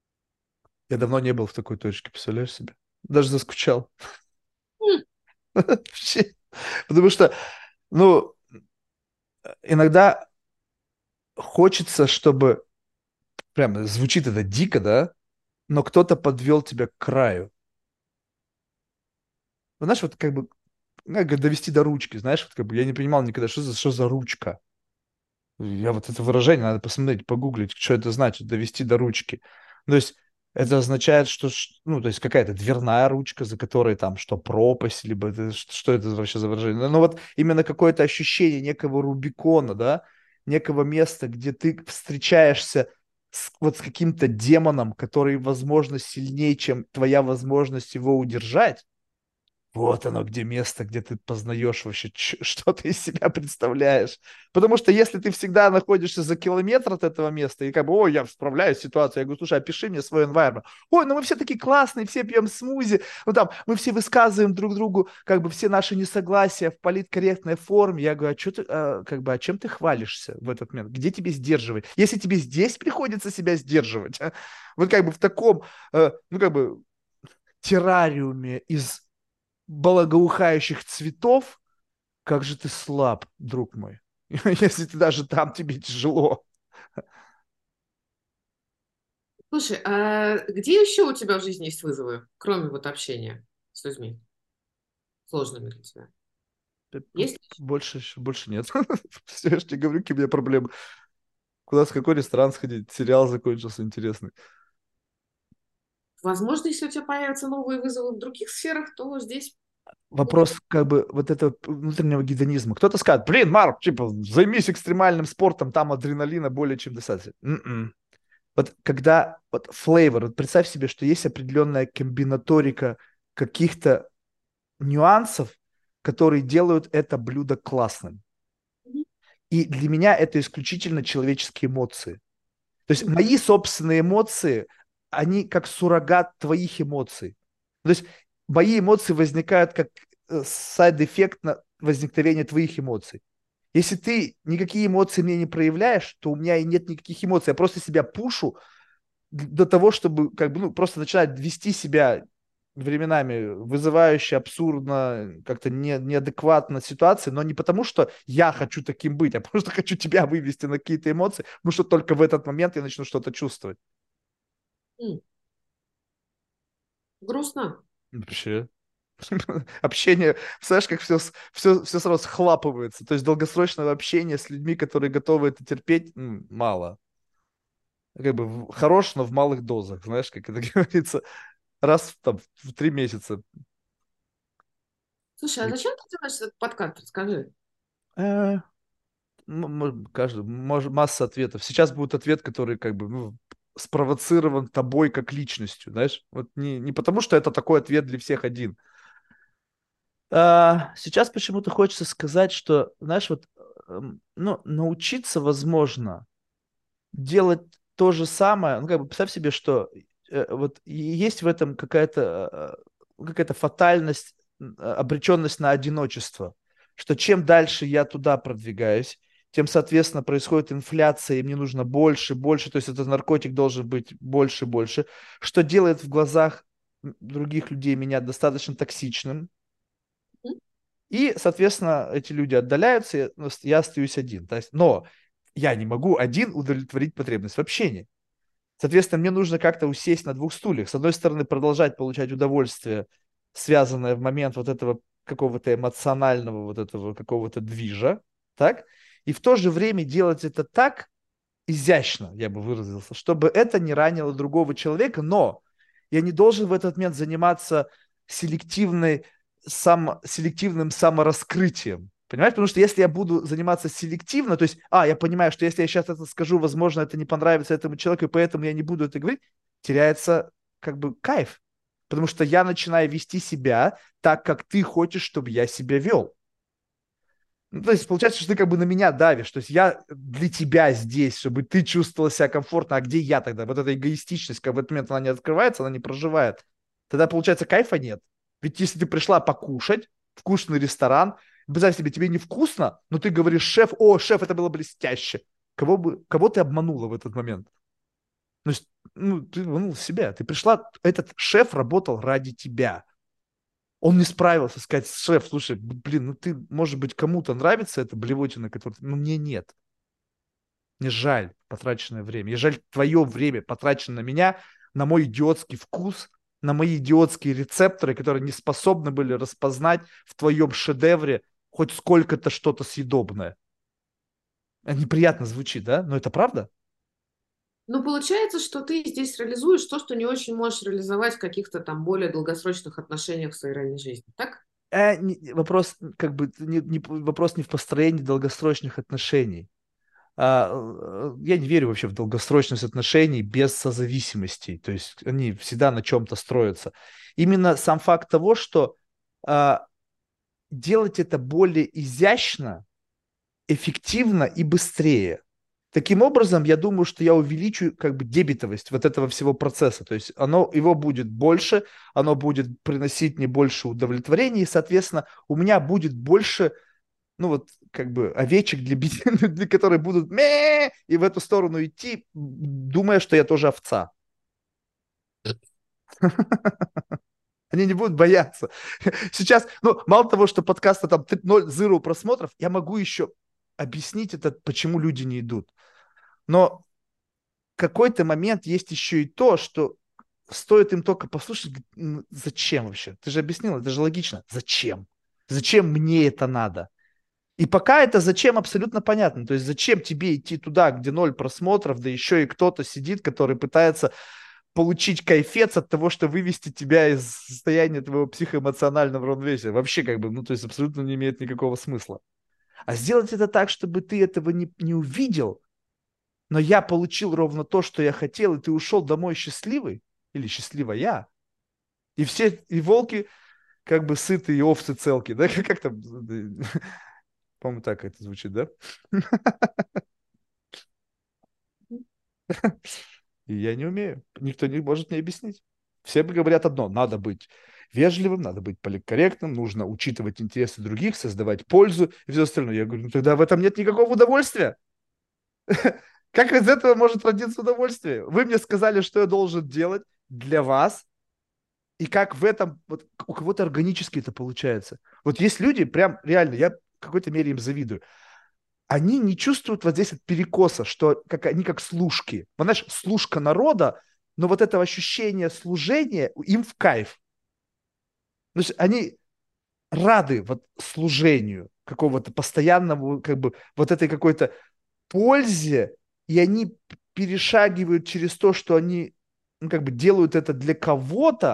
я давно не был в такой точке, представляешь себе? Даже заскучал. М, Вообще. Потому что, ну, иногда хочется, чтобы, прям звучит это дико, да, но кто-то подвел тебя к краю. Ну, знаешь, вот как бы, ну, как довести до ручки, знаешь, вот как бы я не понимал никогда, что за, что за ручка. Я вот это выражение, надо посмотреть, погуглить, что это значит, довести до ручки. То есть это означает, что, ш- ну, то есть какая-то дверная ручка, за которой там что, пропасть, либо это, ш- что это вообще за выражение. Ну, вот именно какое-то ощущение некого Рубикона, да, некого места, где ты встречаешься с, вот с каким-то демоном, который, возможно, сильнее, чем твоя возможность его удержать. Вот оно, где место, где ты познаешь вообще, ч- что ты из себя представляешь. Потому что если ты всегда находишься за километр от этого места, и как бы, ой, я справляюсь с ситуацией, я говорю, слушай, опиши мне свой environment. Ой, ну мы все такие классные, все пьем смузи, ну там, мы все высказываем друг другу, как бы, все наши несогласия в политкорректной форме. Я говорю, а, что ты, а, как бы, а чем ты хвалишься в этот момент? Где тебе сдерживать? Если тебе здесь приходится себя сдерживать, а, вот как бы в таком, э, ну как бы, террариуме из благоухающих цветов, как же ты слаб, друг мой. Если ты даже там тебе тяжело. Слушай, а где еще у тебя в жизни есть вызовы, кроме вот общения с людьми, сложными для тебя? Есть? Больше, больше нет. Все, я же тебе говорю, какие у меня проблемы. Куда, в какой ресторан сходить? Сериал закончился интересный. Возможно, если у тебя появятся новые вызовы в других сферах, то здесь будет... Вопрос как бы вот этого внутреннего гедонизма. Кто-то скажет, блин, Марк, типа, займись экстремальным спортом, там адреналина более чем достаточно. М-м. Вот когда вот флейвор, вот представь себе, что есть определенная комбинаторика каких-то нюансов, которые делают это блюдо классным. И для меня это исключительно человеческие эмоции. То есть мои собственные эмоции, они как суррогат твоих эмоций. То есть мои эмоции возникают как э, сайд-эффект на возникновения твоих эмоций. Если ты никакие эмоции мне не проявляешь, то у меня и нет никаких эмоций. Я просто себя пушу до того, чтобы как бы, ну, просто начинать вести себя временами вызывающе, абсурдно, как-то не, неадекватно ситуации, но не потому, что я хочу таким быть, а просто хочу тебя вывести на какие-то эмоции, потому что только в этот момент я начну что-то чувствовать. М, грустно. Вообще. Общение, знаешь, как все, все, все сразу схлапывается. То есть долгосрочного общения с людьми, которые готовы это терпеть, м, мало. Как бы в- хорош, но в малых дозах, знаешь, как это говорится. раз в, там, в три месяца. Слушай, а зачем ты делаешь этот подкаст? Расскажи. Э, м- м- каждый, мож- масса ответов. Сейчас будет ответ, который как бы ну, спровоцирован тобой как личностью, знаешь? Вот не, не потому, что это такой ответ для всех один. А, сейчас почему-то хочется сказать, что, знаешь, вот, эм, ну, научиться, возможно, делать то же самое, ну, как бы, представь себе, что э, вот и есть в этом какая-то э, какая-то фатальность, м, э, обреченность на одиночество, что чем дальше я туда продвигаюсь, тем, соответственно, происходит инфляция, и мне нужно больше, больше, то есть этот наркотик должен быть больше, больше, что делает в глазах м, других людей меня достаточно токсичным, М? и, соответственно, эти люди отдаляются, я, ну, я остаюсь один. То есть, но я не могу один удовлетворить потребность в общении. Соответственно, мне нужно как-то усесть на двух стульях. С одной стороны, продолжать получать удовольствие, связанное в момент вот этого какого-то эмоционального, вот этого какого-то движа, так? И в то же время делать это так изящно, я бы выразился, чтобы это не ранило другого человека, но я не должен в этот момент заниматься селективной, сам, селективным самораскрытием. Понимаешь? Потому что если я буду заниматься селективно, то есть, а, я понимаю, что если я сейчас это скажу, возможно, это не понравится этому человеку, и поэтому я не буду это говорить, теряется как бы кайф. Потому что я начинаю вести себя так, как ты хочешь, чтобы я себя вел. Ну, то есть получается, что ты как бы на меня давишь. То есть я для тебя здесь, чтобы ты чувствовала себя комфортно. А где я тогда? Вот эта эгоистичность, как в этот момент она не открывается, она не проживает. Тогда, получается, кайфа нет. Ведь если ты пришла покушать, вкусный ресторан, представь себе, тебе невкусно, но ты говоришь, шеф, о, шеф, это было блестяще. Кого, бы, кого ты обманула в этот момент? То есть, ну, ты обманула себя. Ты пришла, этот шеф работал ради тебя. Он не справился, сказать, шеф, слушай, блин, ну ты, может быть, кому-то нравится эта блевотина, которая... Ну, мне нет. Мне жаль потраченное время. Мне жаль твое время, потраченное на меня, на мой идиотский вкус, на мои идиотские рецепторы, которые не способны были распознать в твоем шедевре хоть сколько-то что-то съедобное. А неприятно звучит, да? Но это правда? Ну, получается, что ты здесь реализуешь то, что не очень можешь реализовать в каких-то там более долгосрочных отношениях в своей реальной жизни. Так? Э, не- вопрос, как бы, не, не- вопрос не в построении долгосрочных отношений. А, э, я не верю вообще в долгосрочность отношений без созависимостей. То есть они всегда на чем-то строятся. Именно сам факт того, что а, делать это более изящно, эффективно и быстрее. Таким образом, я думаю, что я увеличу как бы дебетовость вот этого всего процесса. То есть оно, его будет больше, оно будет приносить мне больше удовлетворения, и, соответственно, у меня будет больше ну вот как бы овечек, для, для которые будут мэ и в эту сторону идти, думая, что я тоже овца. Они не будут бояться. Сейчас, ну, мало того, что подкаста там ноль зero просмотров, я могу еще объяснить это, почему люди не идут. Но в какой-то момент есть еще и то, что стоит им только послушать, «Ну, зачем вообще? Ты же объяснил, это же логично. Зачем? Зачем мне это надо? И пока это зачем абсолютно понятно. То есть зачем тебе идти туда, где ноль просмотров, да еще и кто-то сидит, который пытается получить кайфец от того, что вывести тебя из состояния твоего психоэмоционального равновесия. Вообще как бы, ну то есть абсолютно не имеет никакого смысла. А сделать это так, чтобы ты этого не, не увидел, но я получил ровно то, что я хотел, и ты ушел домой счастливый, или счастливая, и все, и волки как бы сыты, и овцы целки, да, как, как там, по-моему, так это звучит, да? И я не умею. Никто не может мне объяснить. Все говорят одно. Надо быть вежливым, надо быть политкорректным, нужно учитывать интересы других, создавать пользу и все остальное. Я говорю, ну тогда в этом нет никакого удовольствия. Как из этого может родиться удовольствие? Вы мне сказали, что я должен делать для вас, и как в этом, вот у кого-то органически это получается. Вот есть люди, прям реально, я в какой-то мере им завидую. Они не чувствуют вот здесь от перекоса, что как, они как служки. Вот, знаешь, служка народа, но вот это ощущение служения им в кайф. То есть они рады вот служению какого-то постоянному, как бы вот этой какой-то пользе, и они перешагивают через то, что они ну, как бы делают это для кого-то,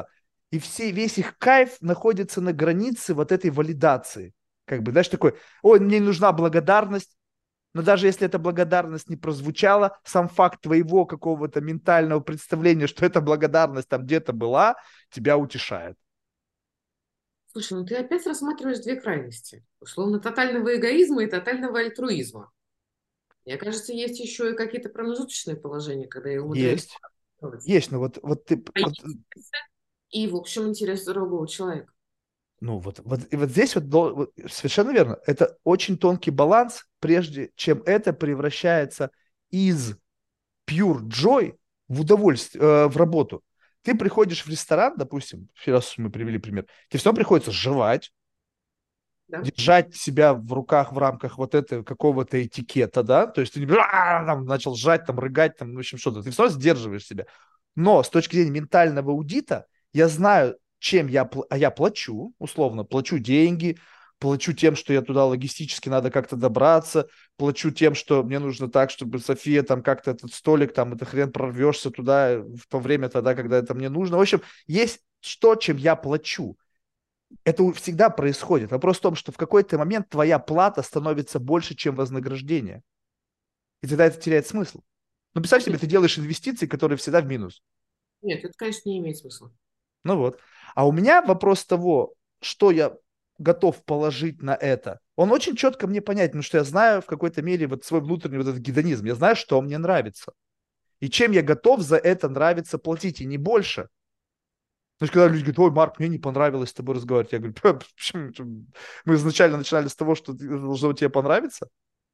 И все, весь их кайф находится на границе вот этой валидации. Как бы, знаешь, такой, ой, мне нужна благодарность, но даже если эта благодарность не прозвучала, сам факт твоего какого-то ментального представления, что эта благодарность там где-то была, тебя утешает. Слушай, ну ты опять рассматриваешь две крайности. Условно, тотального эгоизма и тотального альтруизма. Мне кажется, есть еще и какие-то промежуточные положения, когда я умудряюсь Есть, делать. есть, но вот, вот ты, А вот, есть и, в общем, интерес другого человека. ну вот, вот, и вот здесь вот, дол- вот совершенно верно, это очень тонкий баланс, прежде чем это превращается из pure joy в удовольствие, э, в работу. Ты приходишь в ресторан, допустим, раз мы привели пример, тебе все равно приходится жевать, Да? держать себя в руках в рамках вот этого какого-то этикета, да, то есть ты не «А, там, начал жать, там, рыгать, там, в общем, что-то, ты все равно сдерживаешь себя. Но с точки зрения ментального аудита, я знаю, чем я, пл- а я плачу, условно, плачу деньги, плачу тем, что я туда логистически надо как-то добраться, плачу тем, что мне нужно так, чтобы София там как-то этот столик, там, это хрен прорвешься туда в то время тогда, когда это мне нужно. В общем, есть что, чем я плачу. Это всегда происходит. Вопрос в том, что в какой-то момент твоя плата становится больше, чем вознаграждение. И тогда это теряет смысл. Ну, представь себе, Нет, ты делаешь инвестиции, которые всегда в минус. нет, это, конечно, не имеет смысла. Ну вот. А у меня вопрос того, что я готов положить на это, он очень четко мне понятен, потому что я знаю в какой-то мере вот свой внутренний вот этот гедонизм. Я знаю, что мне нравится. И чем я готов за это нравится платить, и не больше. То есть, когда люди говорят, ой, Марк, мне не понравилось с тобой разговаривать, я говорю, почему? Мы изначально начинали с того, что должно тебе понравиться.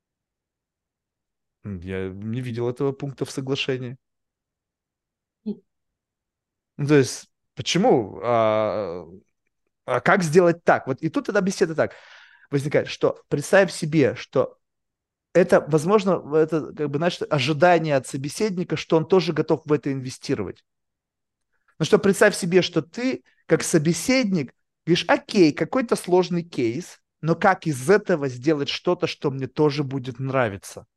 Я не видел этого пункта в соглашении. Ну, то есть, почему? А, а как сделать так? Вот и тут тогда беседа так возникает, что представь себе, что это, возможно, это, как бы, знаешь, ожидание от собеседника, что он тоже готов в это инвестировать. Ну что представь себе, что ты, как собеседник, говоришь, окей, какой-то сложный кейс, но как из этого сделать что-то, что мне тоже будет нравиться?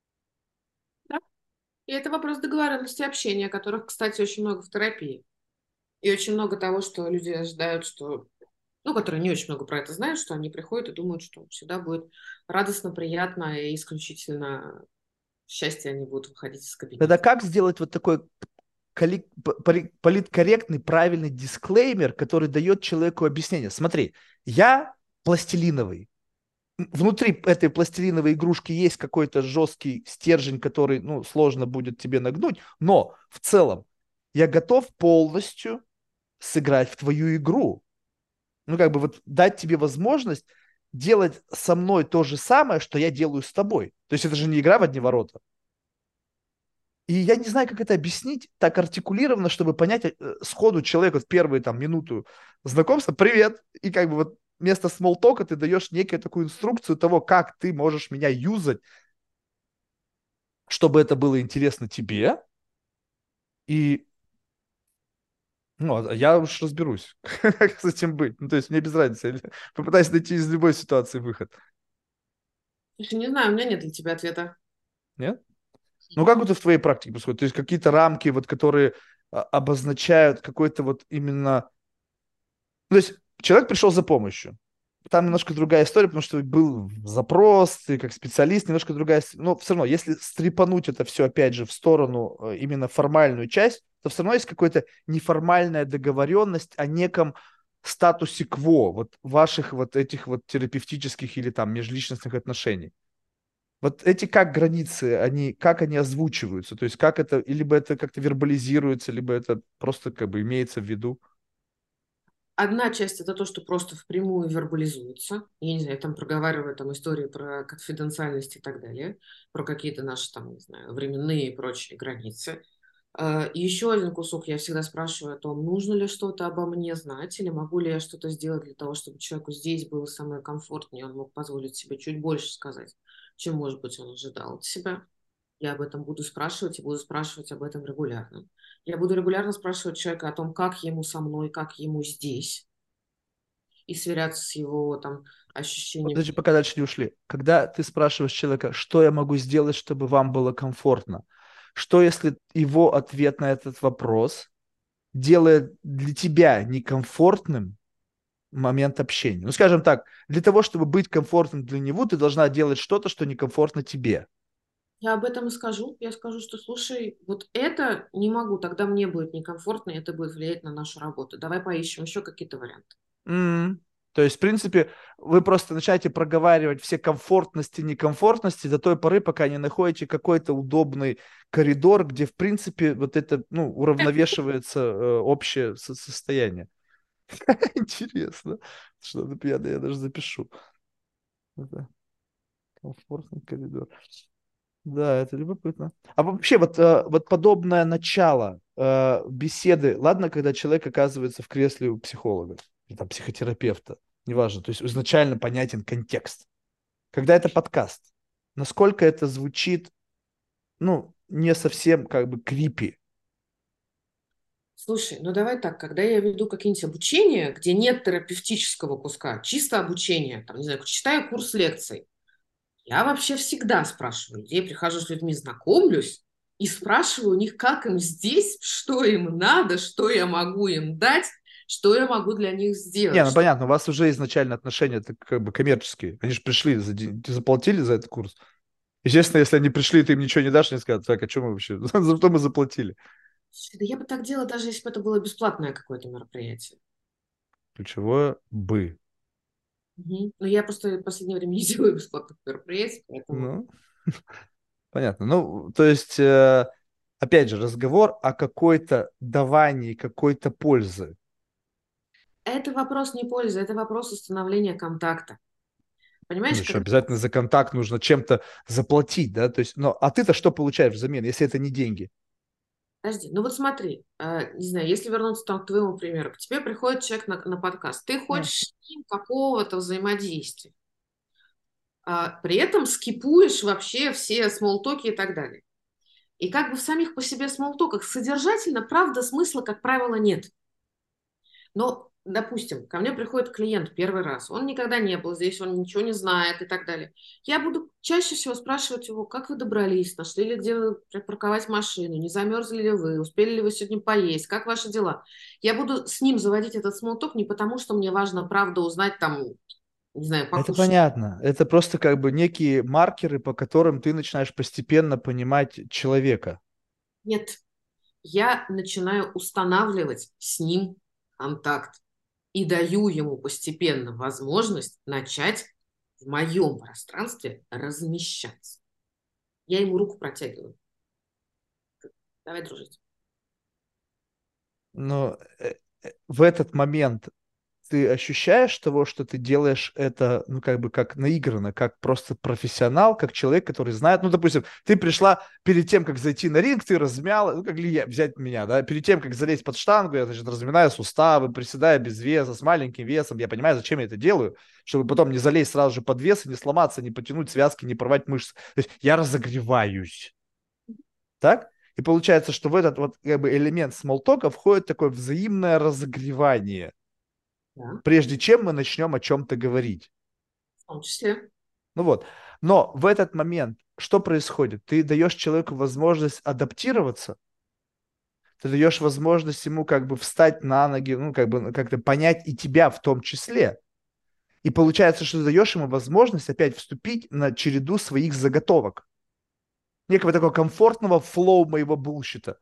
Да. И это вопрос договоренности общения, которых, кстати, очень много в терапии. И очень много того, что люди ожидают, что, ну, которые не очень много про это знают, что они приходят и думают, что всегда будет радостно, приятно и исключительно счастье они будут выходить из Тогда кабинета. как сделать вот такой коли- пори- политкорректный, правильный дисклеймер, который дает человеку объяснение? Смотри, я пластилиновый. Внутри этой пластилиновой игрушки есть какой-то жесткий стержень, который, ну, сложно будет тебе нагнуть, но в целом я готов полностью сыграть в твою игру. Ну, как бы вот дать тебе возможность делать со мной то же самое, что я делаю с тобой. То есть это же не игра в одни ворота. И я не знаю, как это объяснить так артикулированно, чтобы понять э, сходу человеку в первую там минуту знакомства «Привет!» И как бы вот вместо смолтока ты даешь некую такую инструкцию того, как ты можешь меня юзать, чтобы это было интересно тебе. И ну, а я уж разберусь, как с этим быть. Ну, то есть мне без разницы. Я попытаюсь найти из любой ситуации выход. Слушай, не знаю, у меня нет для тебя ответа. Нет? Ну, как это в твоей практике происходит? То есть какие-то рамки, вот, которые а, обозначают какой-то вот именно... Ну, то есть человек пришел за помощью. Там немножко другая история, потому что был запрос, ты как специалист, немножко другая... с- Но все равно, если стрипануть это все, опять же, в сторону э, именно формальную часть, то все равно есть какая-то неформальная договоренность о неком статусе кво вот ваших вот этих вот терапевтических или там межличностных отношений. Вот эти как границы, они, как они озвучиваются? То есть как это, либо это как-то вербализируется, либо это просто как бы имеется в виду? Одна часть это то, что просто впрямую вербализуется. Я не знаю, там проговариваю там истории про конфиденциальность и так далее, про какие-то наши там, не знаю, временные и прочие границы. Э, И еще один кусок я всегда спрашиваю о том, нужно ли что-то обо мне знать, или могу ли я что-то сделать для того, чтобы человеку здесь было самое комфортнее, он мог позволить себе чуть больше сказать, чем, может быть, он ожидал от себя. Я об этом буду спрашивать и буду спрашивать об этом регулярно. Я буду регулярно спрашивать человека о том, как ему со мной, как ему здесь, и сверяться с его там Вот ощущением. даже пока дальше не ушли. Когда ты спрашиваешь человека, что я могу сделать, чтобы вам было комфортно, что если его ответ на этот вопрос делает для тебя некомфортным момент общения. Ну, скажем так, для того, чтобы быть комфортным для него, ты должна делать что-то, что некомфортно тебе. Я об этом и скажу. Я скажу, что, слушай, вот это не могу, тогда мне будет некомфортно, и это будет влиять на нашу работу. Давай поищем еще какие-то варианты. М. То есть, в принципе, вы просто начинаете проговаривать все комфортности, некомфортности до той поры, пока не находите какой-то удобный коридор, где, в принципе, вот это, ну, уравновешивается э, общее со- состояние. Интересно. Что-то я, я даже запишу. Это комфортный коридор. Да, это любопытно. А вообще, вот, э, вот подобное начало э, беседы, ладно, когда человек оказывается в кресле у психолога, или там, психотерапевта, неважно, то есть изначально понятен контекст. Когда это подкаст, насколько это звучит, ну, не совсем как бы крипи. Слушай, ну давай так, когда я веду какие-нибудь обучения, где нет терапевтического куска, чисто обучение, там, не знаю, читаю курс лекций, я вообще всегда спрашиваю людей, прихожу с людьми, знакомлюсь и спрашиваю у них, как им здесь, что им надо, что я могу им дать, что я могу для них Не, сделать, ну что понятно, у вас уже изначально отношения это как бы коммерческие. Они же пришли, за день- заплатили за этот курс. Естественно, если они пришли, ты им ничего не дашь, они скажут, так, а что мы вообще, за что мы заплатили? да я бы так делала, даже если бы это было бесплатное какое-то мероприятие. Ключевое бы. Мгм. Но я просто в последнее время не делаю бесплатных мероприятий, поэтому Ну, понятно. Ну, то есть, э, опять же, разговор о какой-то давании, какой-то пользы. это вопрос не пользы, это вопрос установления контакта. Ну, Понимаешь, что, когда... обязательно за контакт нужно чем-то заплатить, да? То есть, ну, а ты-то что получаешь взамен, если это не деньги? Подожди, ну вот смотри, э, не знаю, если вернуться там к твоему примеру, к тебе приходит человек на, на подкаст, ты Ну, хочешь с ним какого-то взаимодействия, а при этом скипуешь вообще все смолтоки и так далее. И как бы в самих по себе смолтоках содержательно, правда, смысла, как правило, нет. Но, допустим, ко мне приходит клиент первый раз, он никогда не был здесь, он ничего не знает и так далее. Я буду чаще всего спрашивать его, как вы добрались, нашли ли где вы припарковать машину, не замерзли ли вы, успели ли вы сегодня поесть, как ваши дела. Я буду с ним заводить этот смолток не потому, что мне важно, правда, узнать там, не знаю, это покушать. понятно. Это просто как бы некие маркеры, по которым ты начинаешь постепенно понимать человека. Нет, я начинаю устанавливать с ним контакт и даю ему постепенно возможность начать в моем пространстве размещаться. Я ему руку протягиваю. Давай дружить. Но э, э, в этот момент ты ощущаешь того, что ты делаешь это, ну, как бы, как наигранно, как просто профессионал, как человек, который знает, ну, допустим, ты пришла перед тем, как зайти на ринг, ты размяла, ну, как ли я, взять меня, да, перед тем, как залезть под штангу, я, значит, разминаю суставы, приседаю без веса, с маленьким весом, я понимаю, зачем я это делаю, чтобы потом не залезть сразу же под вес, и не сломаться, не потянуть связки, не порвать мышцы. То есть я разогреваюсь, так? И получается, что в этот вот как бы элемент смолтока входит такое взаимное разогревание, Да, прежде чем мы начнем о чем-то говорить. в том числе. Ну вот. Но в этот момент что происходит? Ты даешь человеку возможность адаптироваться, ты даешь возможность ему как бы встать на ноги, ну, как бы как-то понять и тебя в том числе. И получается, что ты даешь ему возможность опять вступить на череду своих заготовок. Некого такого комфортного флоу моего булщита.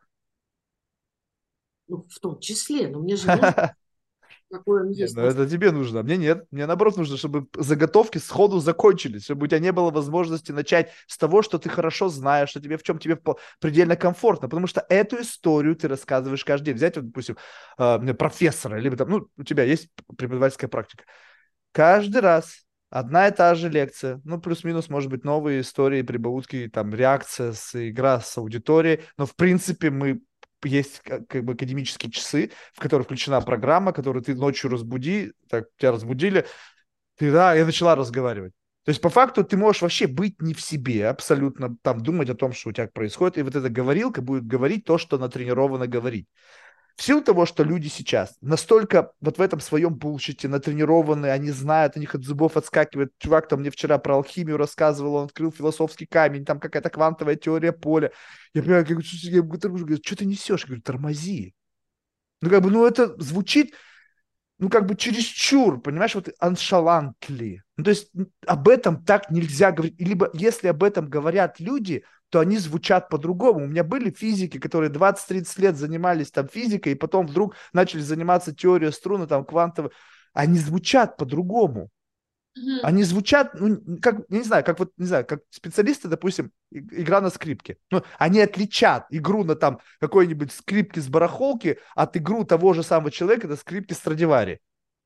Ну, в том числе. Но мне же нужно, какой он Не, есть. ну На... это тебе нужно, а мне нет. Мне наоборот нужно, чтобы заготовки сходу закончились, чтобы у тебя не было возможности начать с того, что ты хорошо знаешь, что тебе в чем тебе по- предельно комфортно, потому что эту историю ты рассказываешь каждый день. Взять, вот, допустим, э, профессора, либо там, ну, у тебя есть преподавательская практика. Каждый раз одна и та же лекция, ну, плюс-минус, может быть, новые истории, прибаутки, там, реакция, с, игра с аудиторией, но, в принципе, мы есть как, как бы академические часы, в которые включена программа, которую ты ночью разбуди, так, тебя разбудили, ты, да, я начала разговаривать. То есть, по факту, ты можешь вообще быть не в себе, абсолютно там думать о том, что у тебя происходит, и вот эта говорилка будет говорить то, что натренирована говорить. В силу того, что люди сейчас настолько вот в этом своем булщите натренированы, они знают, у них от зубов отскакивает. Чувак там мне вчера про алхимию рассказывал, он открыл философский камень, там какая-то квантовая теория поля. Я понимаю, я говорю, что, я говорю, что ты несешь? Я говорю, тормози. Ну, как бы, ну, это звучит, ну, как бы чересчур, понимаешь, вот аншалантли. Ну, то есть об этом так нельзя говорить. Либо если об этом говорят люди, то они звучат по-другому. У меня были физики, которые двадцать-тридцать лет занимались там физикой, и потом вдруг начали заниматься теорией струн, и там квантовой. Они звучат по-другому. Мгм. Они звучат, ну, как, я не знаю, как вот, не знаю, как специалисты, допустим, и- игра на скрипке. Ну, они отличат игру на там какой-нибудь скрипке с барахолки от игру того же самого человека на скрипке Страдивари.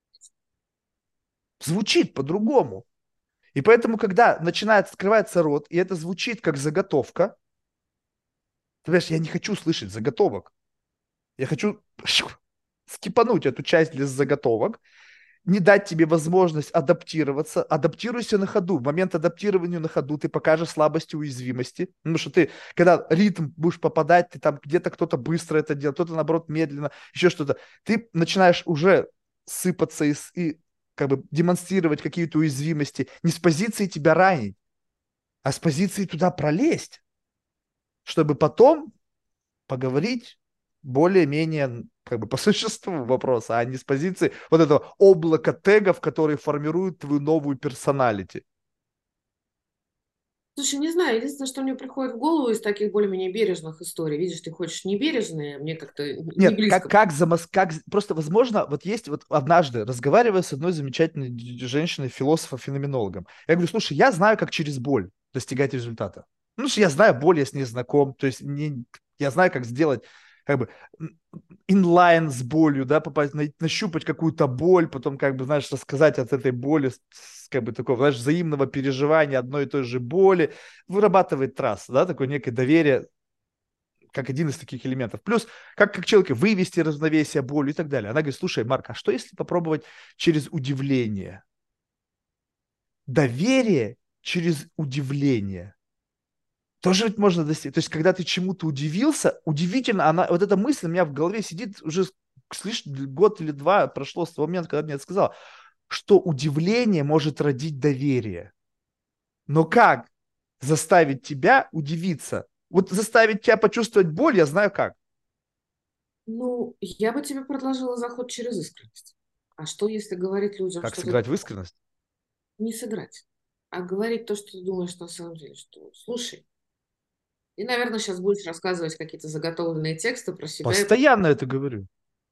Звучит по-другому. И поэтому, когда начинает скрываться рот, и это звучит как заготовка, ты понимаешь, я не хочу слышать заготовок. Я хочу скипануть эту часть без заготовок, не дать тебе возможность адаптироваться, адаптируйся на ходу. В момент адаптирования на ходу ты покажешь слабости, уязвимости, потому что ты, когда ритм будешь попадать, ты там где-то кто-то быстро это делает, кто-то наоборот медленно, еще что-то, ты начинаешь уже сыпаться и, и как бы демонстрировать какие-то уязвимости не с позиции тебя ранить, а с позиции туда пролезть, чтобы потом поговорить более-менее как бы по существу вопроса, а не с позиции вот этого облака тегов, которые формируют твою новую персоналити. Слушай, не знаю, единственное, что мне приходит в голову из таких более-менее бережных историй. Видишь, ты хочешь не бережные, мне как-то не Нет, как, близко. как, замас... как просто возможно, вот есть вот однажды, разговаривая с одной замечательной д- женщиной, философом-феноменологом, я говорю, слушай, я знаю, как через боль достигать результата. Ну, что я знаю боль, я с ней знаком, то есть мне, я знаю, как сделать как бы м, инлайн с болью, да, попасть, на- нащупать какую-то боль, потом, как бы, знаешь, рассказать от этой боли, с- с, как бы, такого, знаешь, взаимного переживания одной и той же боли, вырабатывает трасс, да, такое некое доверие, как один из таких элементов. Плюс, как, как человека вывести равновесие, боль и так далее. Она говорит, слушай, Марк, а что если попробовать через удивление? Доверие через удивление. Тоже ведь можно достичь. То есть, когда ты чему-то удивился, удивительно, она, вот эта мысль у меня в голове сидит уже слышь, год или два прошло с того момента, когда мне это сказал, что удивление может родить доверие. Но как заставить тебя удивиться? Вот заставить тебя почувствовать боль, я знаю как. Ну, я бы тебе предложила заход через искренность. А что, если говорить людям, Как что ты сыграть в искренность? не сыграть, а говорить то, что ты думаешь на самом деле, что слушай, и, наверное, сейчас будешь рассказывать какие-то заготовленные тексты про себя и про... Постоянно это говорю.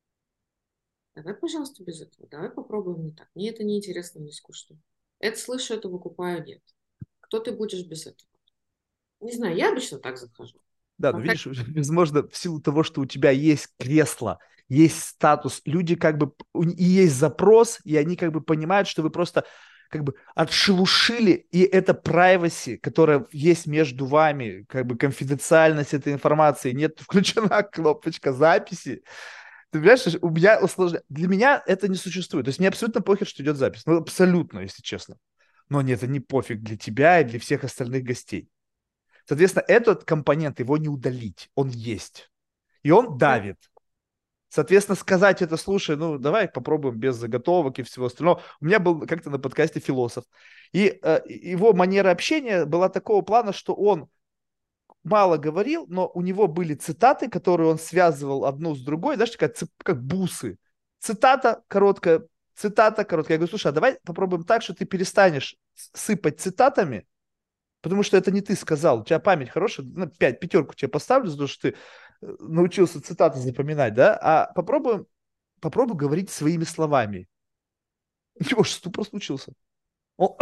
Давай, пожалуйста, без этого. Давай попробуем не так. Мне это не интересно, мне скучно. Это слышу, это выкупаю, нет. Кто ты будешь без этого? Не знаю, я обычно так захожу. Да, но Пока... видишь, возможно, в силу того, что у тебя есть кресло, есть статус, люди как бы, у- и есть запрос, и они как бы понимают, что вы просто как бы отшелушили, и это privacy, которая есть между вами, как бы конфиденциальность этой информации, нет включена кнопочка записи. Ты понимаешь, у меня усложня- для меня это не существует. То есть мне абсолютно похер, что идет запись. Ну, абсолютно, если честно. Но нет, это не пофиг для тебя и для всех остальных гостей. Соответственно, этот компонент его не удалить, он есть. И он давит. Соответственно, сказать это, слушай, ну давай попробуем без заготовок и всего остального. У меня был как-то на подкасте философ. И э, его манера общения была такого плана, что он мало говорил, но у него были цитаты, которые он связывал одну с другой, знаешь, такая, цеп- как бусы. Цитата короткая, цитата короткая. Я говорю, слушай, а давай попробуем так, что ты перестанешь сыпать цитатами, потому что это не ты сказал. У тебя память хорошая, ну, пять, пятерку тебе поставлю, за то, что ты э, научился цитаты запоминать, да? А попробуем, попробуй говорить своими словами. И чего ж ступор случился? Он,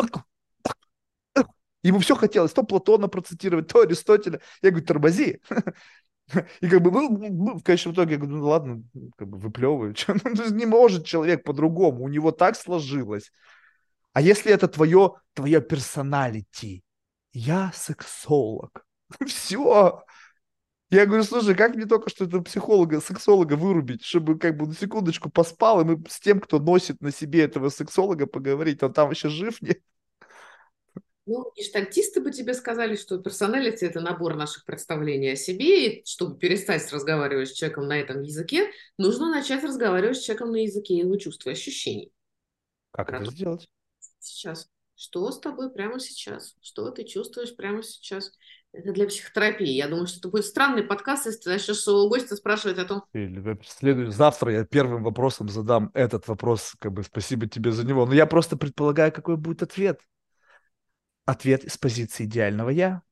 ему все хотелось, то Платона процитировать, то Аристотеля. Я говорю, тормози. И как бы был, был в конечном итоге, я говорю, ну ладно, как бы выплевываю. Ну, то есть не может человек по-другому, у него так сложилось. А если это твое, твое персоналити? Я сексолог. Все. Я говорю, слушай, как мне только что этого психолога, сексолога вырубить, чтобы как бы на секундочку поспал, и мы с тем, кто носит на себе этого сексолога, поговорить, он там вообще жив, нет? Ну, гештальтисты бы тебе сказали, что персоналити — это набор наших представлений о себе, и чтобы перестать разговаривать с человеком на этом языке, нужно начать разговаривать с человеком на языке его чувств и ощущений. Как Про это то, сделать? что сейчас. Что с тобой прямо сейчас? Что ты чувствуешь прямо сейчас? Это для психотерапии. Я думаю, что это будет странный подкаст, если ты начнешь своего гостя спрашивать о том, Или следует, завтра я первым вопросом задам этот вопрос, как бы спасибо тебе за него. Но я просто предполагаю, какой будет ответ. Ответ из позиции идеального я.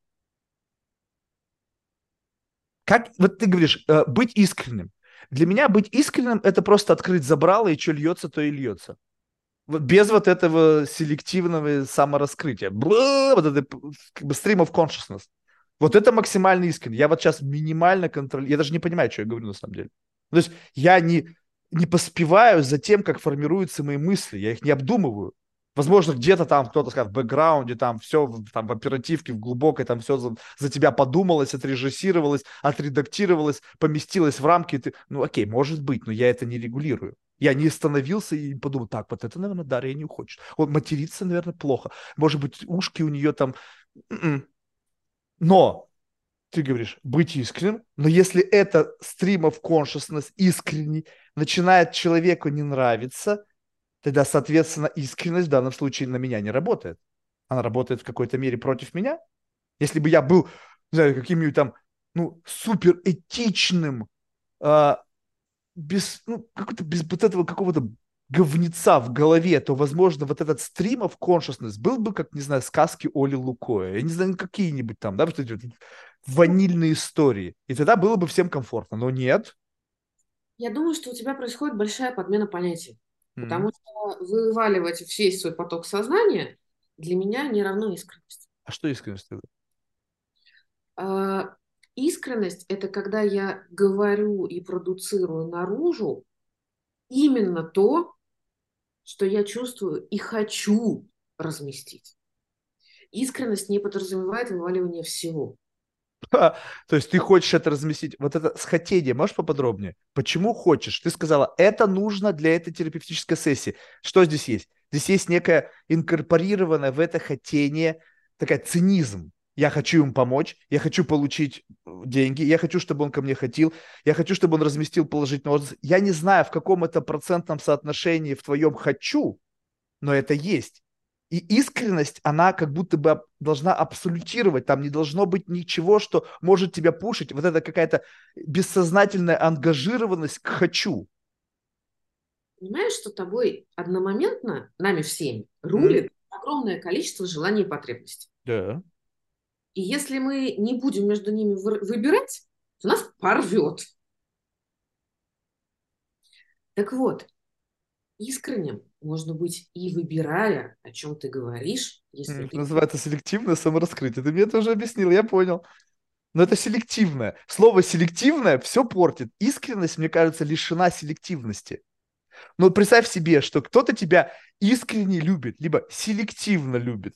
Как, вот ты говоришь, э, быть искренним. Для меня быть искренним — это просто открыть забрало, и что льется, то и льется. Вот без вот этого селективного самораскрытия. Бла, вот это как бы stream of consciousness. Вот это максимально искренне. Я вот сейчас минимально контролирую. Я даже не понимаю, что я говорю на самом деле. То есть я не, не поспеваю за тем, как формируются мои мысли. Я их не обдумываю. Возможно, где-то там кто-то скажет в бэкграунде, там все там в оперативке, в глубокой, там все за, за тебя подумалось, отрежиссировалось, отредактировалось, поместилось в рамки. И ты, ну окей, может быть, но я это не регулирую. Я не остановился и подумал, так, вот это, наверное, Дарья не хочет. Вот материться, наверное, плохо. Может быть, ушки у нее там... М-м. Но ты говоришь, быть искренним, но если это stream of consciousness искренний, начинает человеку не нравиться, тогда, соответственно, искренность в данном случае на меня не работает. Она работает в какой-то мере против меня. Если бы я был, не знаю, каким-нибудь там, ну, супер этичным, а, без, ну, какой-то, без вот этого какого-то говнеца в голове, то, возможно, вот этот stream of consciousness был бы, как, не знаю, сказки Оли Лукоя. Я не знаю, какие-нибудь там, да, вот эти вот ванильные истории. И тогда было бы всем комфортно. Но нет. я думаю, что у тебя происходит большая подмена понятий. М. Потому что вываливать весь свой поток сознания для меня не равно искренности. А что искренность тогда? А, искренность — это когда я говорю и продуцирую наружу именно то, что я чувствую и хочу разместить. Искренность не подразумевает вываливание всего. Ха, то есть ты хочешь это разместить. Вот это с хотением, можешь поподробнее? Почему хочешь? Ты сказала, это нужно для этой терапевтической сессии. Что здесь есть? Здесь есть некое инкорпорированное в это хотение, такая цинизм. Я хочу ему помочь, я хочу получить э, деньги, я хочу, чтобы он ко мне хотел, я хочу, чтобы он разместил положительный отзыв. Я не знаю, в каком это процентном соотношении в твоем «хочу», но это есть. И искренность, она как будто бы должна абсолютировать, там не должно быть ничего, что может тебя пушить. Вот это какая-то бессознательная ангажированность к «хочу». Понимаешь, что тобой одномоментно, нами всеми, М? рулит огромное количество желаний и потребностей. Да. И если мы не будем между ними вы- выбирать, то нас порвет. Так вот, искренним можно быть и выбирая, о чем ты говоришь, если М, это ты... называется селективное самораскрытие. Ты мне это уже объяснил, я понял. Но это селективное. Слово селективное все портит. Искренность, мне кажется, лишена селективности. Но представь себе, что кто-то тебя искренне любит, либо селективно любит.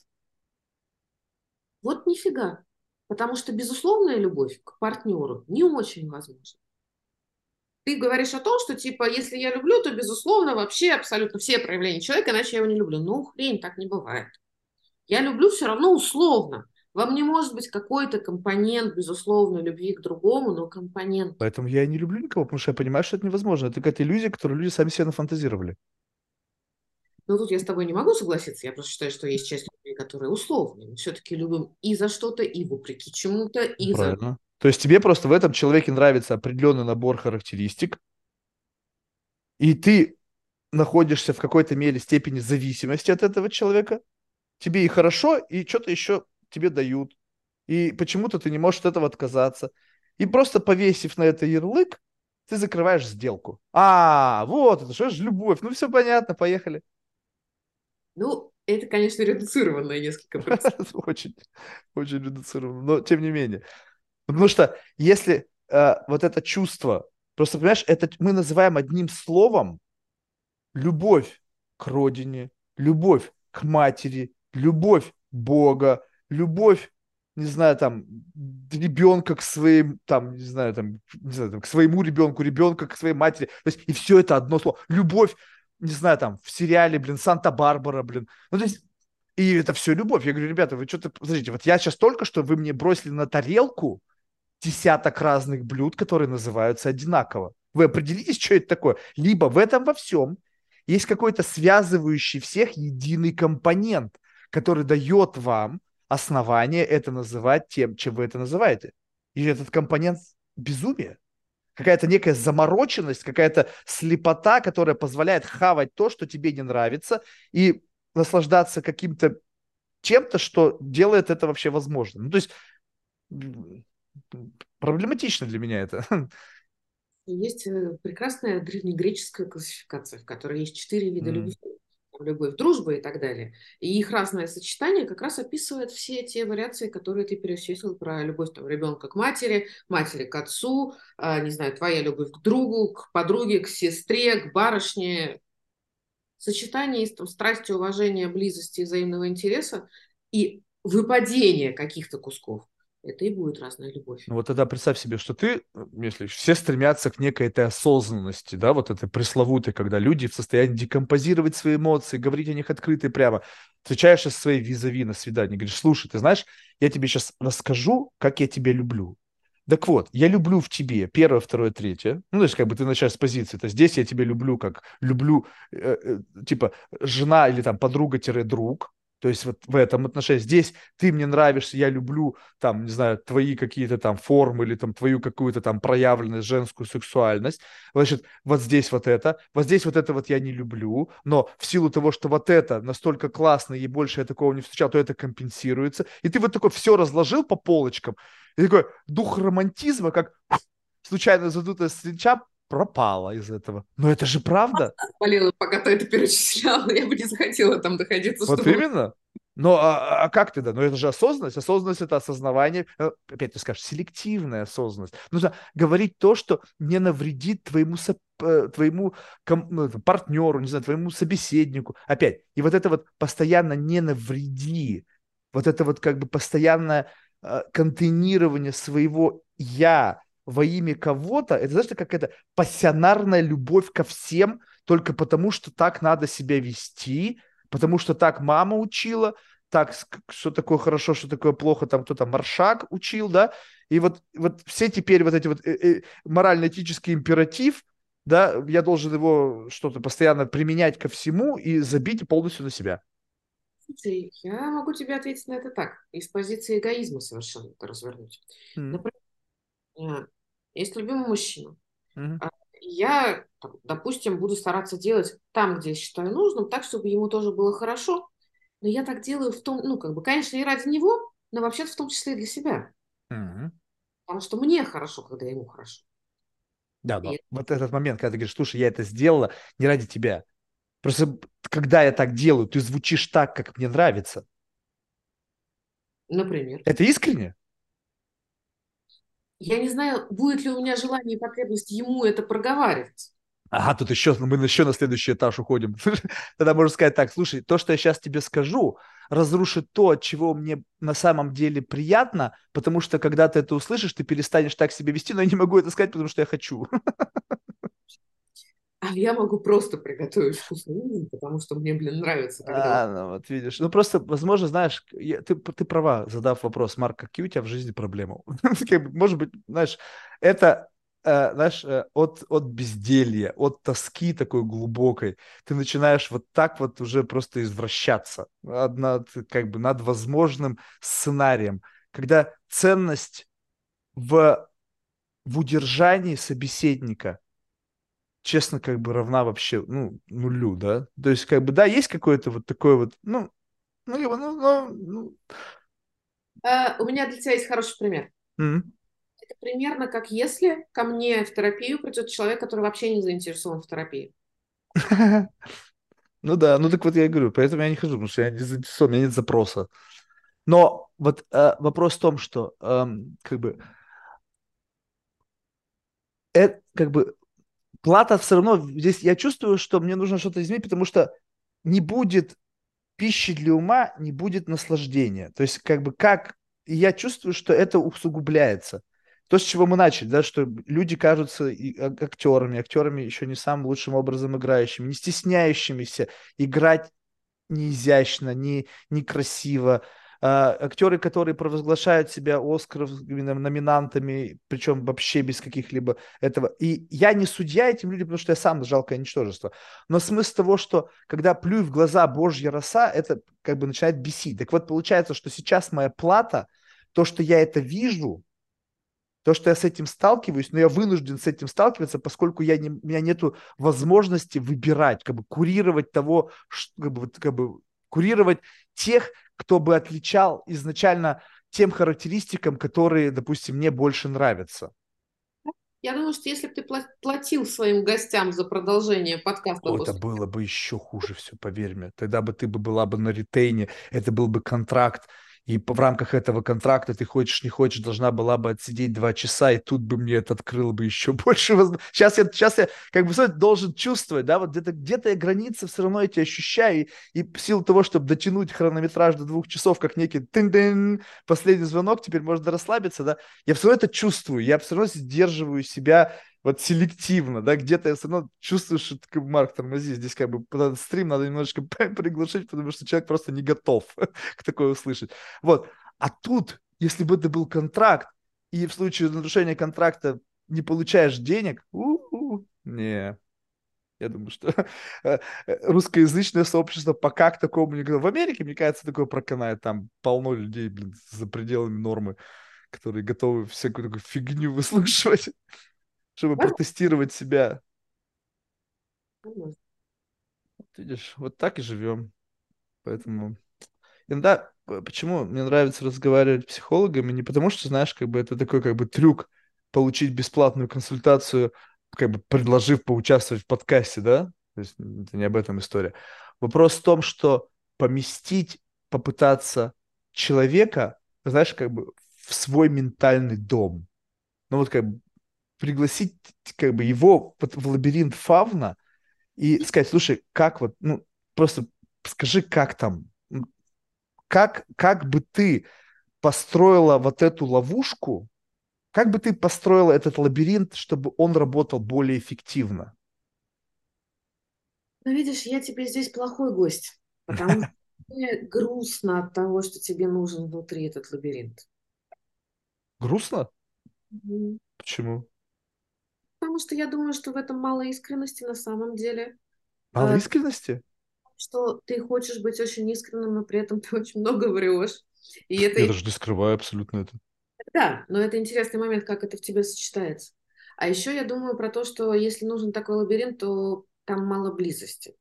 Вот нифига. Потому что безусловная любовь к партнеру не очень возможна. Ты говоришь о том, что, типа, если я люблю, то, безусловно, вообще абсолютно все проявления человека, иначе я его не люблю. Ну, хрень, так не бывает. Я люблю все равно условно. Во мне может быть какой-то компонент, безусловно, любви к другому, но компонент. Поэтому я и не люблю никого, потому что я понимаю, что это невозможно. Это какая-то иллюзия, которую люди сами себе нафантазировали. Но тут я с тобой не могу согласиться. Я просто считаю, что есть часть людей, которые условные. Мы все-таки любим и за что-то, и вопреки чему-то, и за... Правильно. То есть тебе просто в этом человеке нравится определенный набор характеристик, и ты находишься в какой-то мере степени зависимости от этого человека. Тебе и хорошо, и что-то еще тебе дают. И почему-то ты не можешь от этого отказаться. И просто повесив на это ярлык, ты закрываешь сделку. А, вот, это что же любовь. Ну, все понятно, поехали. Ну, это, конечно, редуцированное несколько представление. Очень, очень редуцировано, но тем не менее. Потому что если э, вот это чувство, просто понимаешь, это мы называем одним словом любовь к родине, любовь к матери, любовь Бога, любовь, не знаю, там, ребенка к своим, там, не знаю, там, не знаю, там, к своему ребенку, ребенка к своей матери. То есть, и все это одно слово. Любовь, не знаю, там, в сериале, блин, Санта-Барбара, блин. Ну, то есть, и это все любовь. Я говорю, ребята, вы что-то, подождите, вот я сейчас только что, вы мне бросили на тарелку десяток разных блюд, которые называются одинаково. Вы определитесь, что это такое. Либо в этом во всем есть какой-то связывающий всех единый компонент, который дает вам основание это называть тем, чем вы это называете. И этот компонент безумия. Какая-то некая замороченность, какая-то слепота, которая позволяет хавать то, что тебе не нравится, и наслаждаться каким-то чем-то, что делает это вообще возможным. Ну, то есть проблематично для меня это. Есть э, прекрасная древнегреческая классификация, в которой есть четыре вида М. любви. Там любовь, дружба и так далее. И их разное сочетание как раз описывает все те вариации, которые ты перечислил про любовь там, ребенка к матери, матери к отцу, а, не знаю, твоя любовь к другу, к подруге, к сестре, к барышне. Сочетание из там, страсти, уважения, близости и взаимного интереса и выпадение каких-то кусков. Это и будет разная любовь. Ну вот тогда представь себе, что ты, если все стремятся к некой этой осознанности, да, вот этой пресловутой, когда люди в состоянии декомпозировать свои эмоции, говорить о них открыто и прямо. Встречаешься со своей визави на свидании, говоришь, слушай, ты знаешь, я тебе сейчас расскажу, как я тебя люблю. Так вот, я люблю в тебе первое, второе, третье. Ну, то есть, как бы ты начинаешь с позиции. То здесь я тебя люблю, как люблю, э, э, типа, жена или там подруга-друг. То есть вот в этом отношении. Здесь ты мне нравишься, я люблю, там, не знаю, твои какие-то там формы или там твою какую-то там проявленность, женскую сексуальность. Значит, вот здесь вот это, вот здесь вот это вот я не люблю, но в силу того, что вот это настолько классно и больше я такого не встречал, то это компенсируется. И ты вот такой все разложил по полочкам, и такой дух романтизма, как случайно задутая свеча, пропала из этого. Но это же правда. Болела, пока ты это перечислял, я бы не захотела там доходиться, Вот чтобы... именно. Но а, а как тогда? Ну это же осознанность. Осознанность это осознавание. э, Опять ты скажешь, селективная осознанность. Нужно говорить то, что не навредит твоему, со- э, твоему ком- ну, это, партнеру, не знаю, твоему собеседнику. Опять. И вот это вот постоянно не навреди. Вот это вот как бы постоянное э, контейнирование своего я во имя кого-то. Это, знаешь, как это пассионарная любовь ко всем, только потому, что так надо себя вести, потому что так мама учила, так, что такое хорошо, что такое плохо, там кто-то Маршак учил, да, и вот, вот все теперь вот эти вот э, э, морально-этический императив, да, я должен его что-то постоянно применять ко всему и забить полностью на себя. Слушай, я могу тебе ответить на это так, из позиции эгоизма совершенно это развернуть. Мгм. Например, э, есть любимый мужчина. Мгм. А Я, там, допустим, буду стараться делать там, где я считаю нужным, так, чтобы ему тоже было хорошо. Но я так делаю в том, ну, как бы, конечно, и ради него, но вообще-то в том числе и для себя. Мгм. Потому что мне хорошо, когда ему хорошо. Да, И, но вот этот момент, когда ты говоришь, слушай, я это сделала не ради тебя. Просто когда я так делаю, ты звучишь так, как мне нравится. например, Это искренне? я не знаю, будет ли у меня желание и потребность ему это проговаривать. Ага, тут еще, мы еще на следующий этаж уходим. Тогда можно сказать так, слушай, то, что я сейчас тебе скажу, разрушит то, от чего мне на самом деле приятно, потому что когда ты это услышишь, ты перестанешь так себя вести, но я не могу это сказать, потому что я хочу. А я могу просто приготовить вкусный ужин, потому что мне, блин, нравится, когда он... А, ну вот видишь. Ну просто, возможно, знаешь, я- ты, ты права, задав вопрос, Марк, какие у тебя в жизни проблемы? Как бы, может быть, знаешь, это, э, знаешь, э, от, от безделья, от тоски такой глубокой, ты начинаешь вот так вот уже просто извращаться над, над, как бы, над возможным сценарием, когда ценность в, в удержании собеседника честно, как бы равна вообще, ну, нулю, да? То есть, как бы, да, есть какое-то вот такое вот, ну, ну, его, ну, ну, ну. А, у меня для тебя есть хороший пример. М. Это примерно как если ко мне в терапию придет человек, который вообще не заинтересован в терапии. Ну да, ну так вот я и говорю, поэтому я не хожу, потому что я не заинтересован, у меня нет запроса. Но вот э, вопрос в том, что эм, как бы, это, как бы плата все равно, здесь я чувствую, что мне нужно что-то изменить, потому что не будет пищи для ума, не будет наслаждения. То есть, как бы, как... И я чувствую, что это усугубляется. То, с чего мы начали, да, что люди кажутся и а- актерами, актерами еще не самым лучшим образом играющими, не стесняющимися играть не изящно, не, некрасиво, а, актеры, которые провозглашают себя Оскаров номинантами, причем вообще без каких-либо этого. И я не судья этим людям, потому что я сам жалкое ничтожество. Но смысл того, что когда плюй в глаза Божья роса, это как бы начинает бесить. Так вот, получается, что сейчас моя плата, то, что я это вижу, то, что я с этим сталкиваюсь, но я вынужден с этим сталкиваться, поскольку я не, у меня нету возможности выбирать, как бы курировать того, ш- как бы, вот, как бы курировать тех, кто бы отличал изначально тем характеристикам, которые, допустим, мне больше нравятся. Я думаю, что если бы ты пла- платил своим гостям за продолжение подкаста О, это после... было бы еще хуже все, поверь мне. Тогда бы ты бы была бы на ретейне, это был бы контракт, и по- в рамках этого контракта ты хочешь, не хочешь, должна была бы отсидеть два часа, и тут бы мне это открыло бы еще больше возможностей. Сейчас я, сейчас я как бы сказать, должен чувствовать, да, вот где-то где-то я границы все равно эти ощущаю, и, и в силу того, чтобы дотянуть хронометраж до двух часов, как некий тын-дын, последний звонок, теперь можно расслабиться, да, я все равно это чувствую, я все равно сдерживаю себя вот селективно, да, где-то я все равно чувствую, что ты, как бы, Марк, тормози, здесь как бы под этот стрим надо немножечко приглушить, потому что человек просто не готов к такой услышать. Вот. А тут, если бы это был контракт, и в случае нарушения контракта не получаешь денег, у-у, не, я думаю, что э, э, русскоязычное сообщество пока к такому не готово. В Америке, мне кажется, такое проканает. Там полно людей, блин, за пределами нормы, которые готовы всякую такую фигню выслушивать, чтобы протестировать себя. Возможно. Вот видишь, вот так и живем. Поэтому иногда, э, почему мне нравится разговаривать с психологами, не потому что, знаешь, как бы это такой как бы трюк получить бесплатную консультацию, как бы предложив поучаствовать в подкасте, да? То есть это не об этом история. Вопрос в том, что поместить, попытаться человека, знаешь, как бы в свой ментальный дом. Ну вот как бы пригласить как бы его вот в лабиринт фавна, и сказать, слушай, как вот, ну, просто скажи, как там, как, как бы ты построила вот эту ловушку, как бы ты построила этот лабиринт, чтобы он работал более эффективно? Но видишь, я тебе здесь плохой гость, потому что мне грустно от того, что тебе нужен внутри этот лабиринт. Грустно? Мгм. Почему? Потому что я думаю, что в этом мало искренности на самом деле. Мало Э, искренности? Что ты хочешь быть очень искренним, но при этом ты очень много врешь. И это, Я ин- даже не скрываю абсолютно это. да, но это интересный момент, как это в тебе сочетается. А еще я думаю про то, что если нужен такой лабиринт, то там мало близости.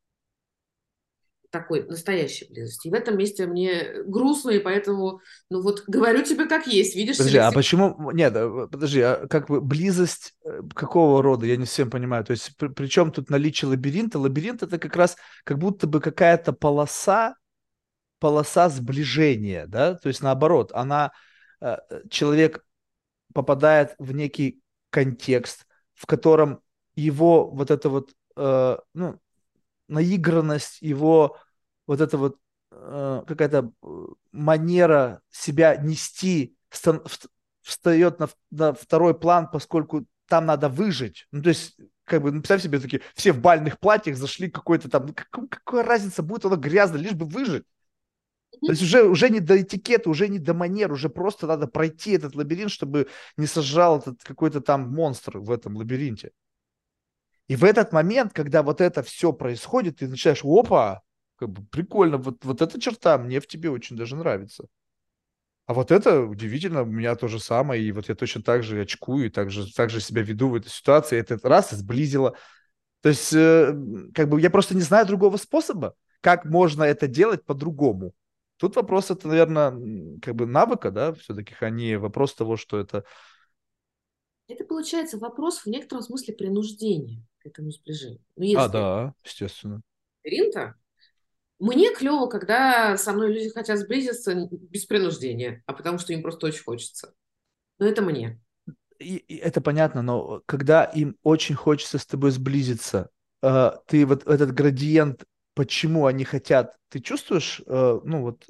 Такой настоящей близости. И в этом месте мне грустно, и поэтому, ну вот, говорю тебе как есть, видишь, Подожди, а селектив. почему... Нет, э, подожди, а как бы близость э, какого рода? Я не совсем понимаю. То есть при, при чем тут наличие лабиринта? Лабиринт — это как раз как будто бы какая-то полоса, полоса сближения, да? То есть наоборот, она... э, э, человек попадает в некий контекст, в котором его вот эта вот э, ну, наигранность, его вот эта вот э, какая-то э, манера себя нести стан- в- встает на, в- на второй план, поскольку там надо выжить. Ну, то есть, как бы, ну, представь себе, такие, все в бальных платьях зашли какой-то там, ну, как- какая разница, будет оно грязно, лишь бы выжить. То есть уже, уже не до этикета, уже не до манер, уже просто надо пройти этот лабиринт, чтобы не сожрал этот какой-то там монстр в этом лабиринте. И в этот момент, когда вот это все происходит, ты начинаешь, опа, как бы прикольно, вот, вот эта черта мне в тебе очень даже нравится. А вот это удивительно, у меня то же самое, и вот я точно так же очкую, и так же, так же себя веду в этой ситуации, это раз и сблизило. То есть, э, как бы я просто не знаю другого способа, как можно это делать по-другому. Тут вопрос это, наверное, как бы навыка, да, все-таки, а не вопрос того, что это... Это получается вопрос в некотором смысле принуждения к этому сближению. Ну, А, если да, естественно. лабиринта, мне клево, когда со мной люди хотят сблизиться без принуждения, а потому что им просто очень хочется. Но это мне. И, и это понятно, но когда им очень хочется с тобой сблизиться, э, ты вот этот градиент, почему они хотят, ты чувствуешь, э, ну вот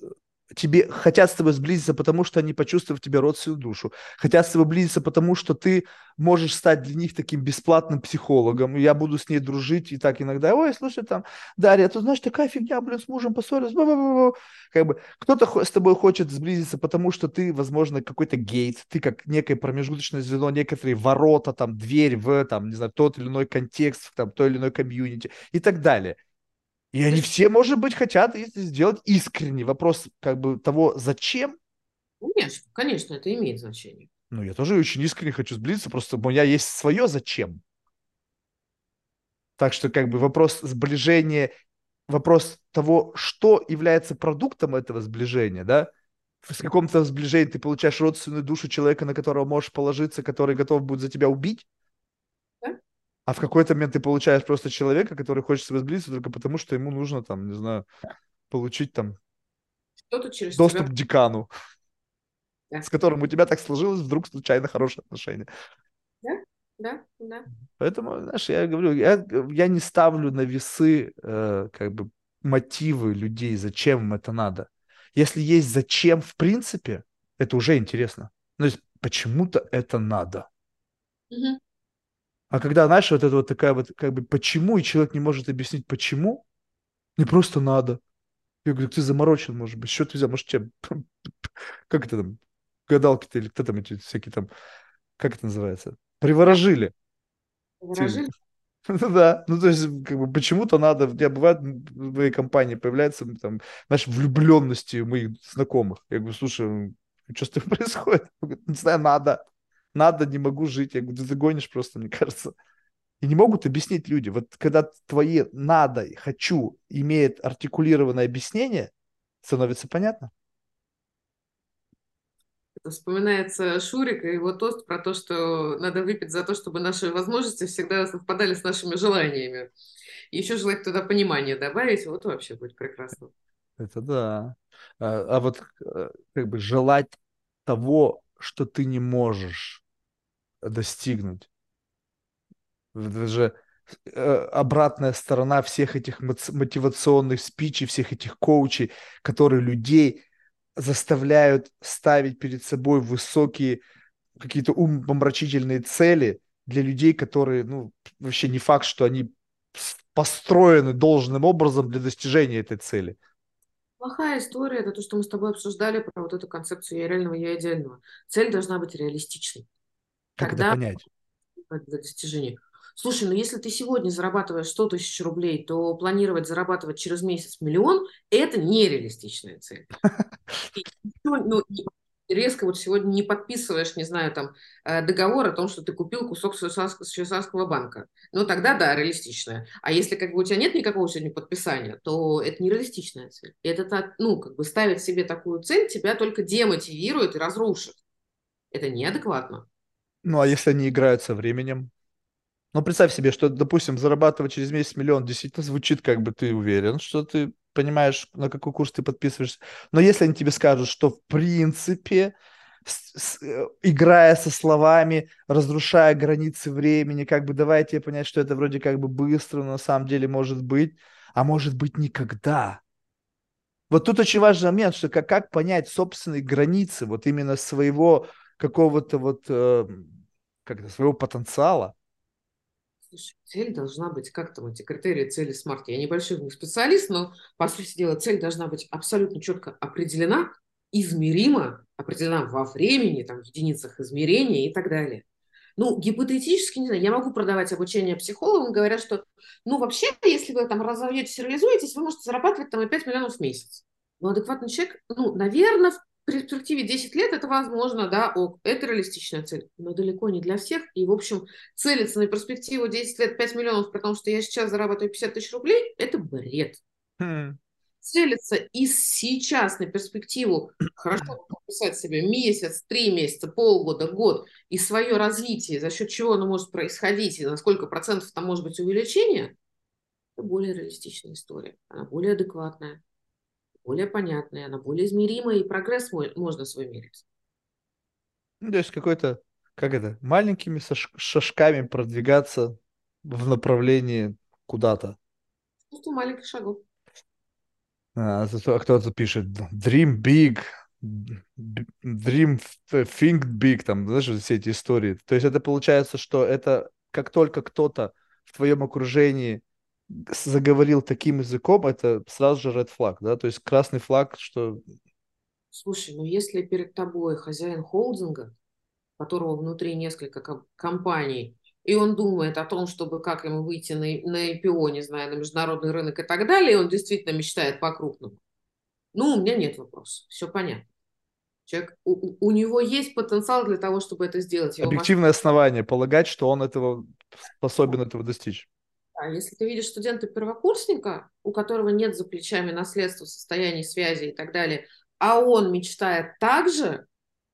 тебе хотят с тобой сблизиться, потому что они почувствуют в тебе родственную душу. Хотят с тобой близиться, потому что ты можешь стать для них таким бесплатным психологом. И я буду с ней дружить и так иногда. Ой, слушай, там, Дарья, ты знаешь, такая фигня, блин, с мужем поссорилась. Бу-бу-бу-бу». Как бы кто-то хо- с тобой хочет сблизиться, потому что ты, возможно, какой-то гейт, ты как некое промежуточное звено, некоторые ворота, там, дверь в, там, не знаю, тот или иной контекст, там, той или иной комьюнити и так далее. И они Слушай, все, может быть, хотят и- сделать искренний вопрос как бы того, зачем. конечно, конечно, это имеет значение. Ну, я тоже очень искренне хочу сблизиться, просто у меня есть свое зачем. Так что как бы вопрос сближения, вопрос того, что является продуктом этого сближения, да, в каком-то сближении ты получаешь родственную душу человека, на которого можешь положиться, который готов будет за тебя убить, Да? а в какой-то момент ты получаешь просто человека, который хочет с тобой сблизиться только потому, что ему нужно там, не знаю, получить там Что-то через доступ тебя. к декану, Да, с которым у тебя так сложилось вдруг случайно хорошие отношения. да, да, да. Поэтому, знаешь, я говорю, я, я не ставлю на весы э, как бы мотивы людей, зачем им это надо. Если есть зачем в принципе, это уже интересно. Ну, то есть почему-то это надо. Мгм. А когда, знаешь, вот это вот такая вот, как бы, почему, и человек не может объяснить, почему, не просто надо. Я говорю, ты заморочен, может быть, что ты взял, может, тебе, как это там, гадалки-то, или кто там эти всякие там, как это называется, Да, приворожили. Те- выражили. Ну да, ну то есть как бы почему-то надо, у тебя бывает в моей компании появляется м, там, знаешь, влюбленности у моих знакомых. Я говорю, слушай, м, что с тобой происходит? Он говорит, не знаю, надо, надо, не могу жить. Я говорю, ты загонишь просто, мне кажется. И не могут объяснить люди. Вот когда твои надо, и хочу имеет артикулированное объяснение, становится понятно. Это вспоминается Шурик и его тост про то, что надо выпить за то, чтобы наши возможности всегда совпадали с нашими желаниями. И еще желательно туда понимание добавить, вот вообще будет прекрасно. Это да. А, а вот э, как бы желать того, что ты не можешь достигнуть. Это же э, обратная сторона всех этих моц- мотивационных спичей, всех этих коучей, которые людей заставляют ставить перед собой высокие какие-то умопомрачительные цели для людей, которые, ну, вообще не факт, что они с- построены должным образом для достижения этой цели. Плохая история — это то, что мы с тобой обсуждали про вот эту концепцию «я реального, я идеального». Цель должна быть реалистичной. Как это Тогда понять? для достижения. Слушай, ну если ты сегодня зарабатываешь сто тысяч рублей, то планировать зарабатывать через месяц миллион — это нереалистичная цель. И ничего, ну, и резко вот сегодня не подписываешь, не знаю, там, э, договор о том, что ты купил кусок швейцарского, швейцарского банка. Ну, тогда да, реалистичная. А если как бы у тебя нет никакого сегодня подписания, то это нереалистичная цель. И это так, ну, как бы ставить себе такую цель тебя только демотивирует и разрушит. Это неадекватно. Ну, а если они играют со временем? Ну, представь себе, что, допустим, зарабатывать через месяц миллион действительно звучит, как бы ты уверен, что ты понимаешь, на какой курс ты подписываешься. Но если они тебе скажут, что в принципе, с- с- э, играя со словами, разрушая границы времени, как бы давая тебе понять, что это вроде как бы быстро, но на самом деле может быть, а может быть никогда. Вот тут очень важный момент, что как, как понять собственные границы, вот именно своего какого-то вот, э, как это, своего потенциала. Слушай, цель должна быть, как там эти критерии цели смарт? Я небольшой в них специалист, но, по сути дела, цель должна быть абсолютно четко определена, измерима, определена во времени, там, в единицах измерения и так далее. Ну, гипотетически, не знаю, я могу продавать обучение психологам, говорят, что, ну, вообще, если вы там разовьетесь, реализуетесь, вы можете зарабатывать там и пять миллионов в месяц. Но адекватный человек, ну, наверное, в перспективе десять лет это возможно, да, ок, это реалистичная цель, но далеко не для всех. И, в общем, целиться на перспективу десять лет пять миллионов, при том, что я сейчас зарабатываю пятьдесят тысяч рублей, это бред. Хм. Целиться и сейчас на перспективу хорошо прописать себе месяц, три месяца, полгода, год и свое развитие, за счет чего оно может происходить и на сколько процентов там может быть увеличение, это более реалистичная история. Она более адекватная, более понятная, она более измеримая, и прогресс мо- можно свой мерить. Ну, то есть какой-то, как это, маленькими саш- шажками продвигаться в направлении куда-то. Просто маленьких шагов. А, зато кто-то пишет dream big, b- dream think big, там, знаешь, вот все эти истории. То есть это получается, что это как только кто-то в твоем окружении с- заговорил таким языком, это сразу же red flag, да, то есть красный флаг, что... Слушай, ну если перед тобой хозяин холдинга, у которого внутри несколько ком- компаний, и он думает о том, чтобы как ему выйти на, на ай пи о, не знаю, на международный рынок и так далее, и он действительно мечтает по-крупному. Ну, у меня нет вопросов, все понятно. Человек, у, у- у него есть потенциал для того, чтобы это сделать. Его мозг... Объективное основание полагать, что он этого способен этого достичь. А если ты видишь студента-первокурсника, у которого нет за плечами наследства, состояний, связи и так далее, а он мечтает так же,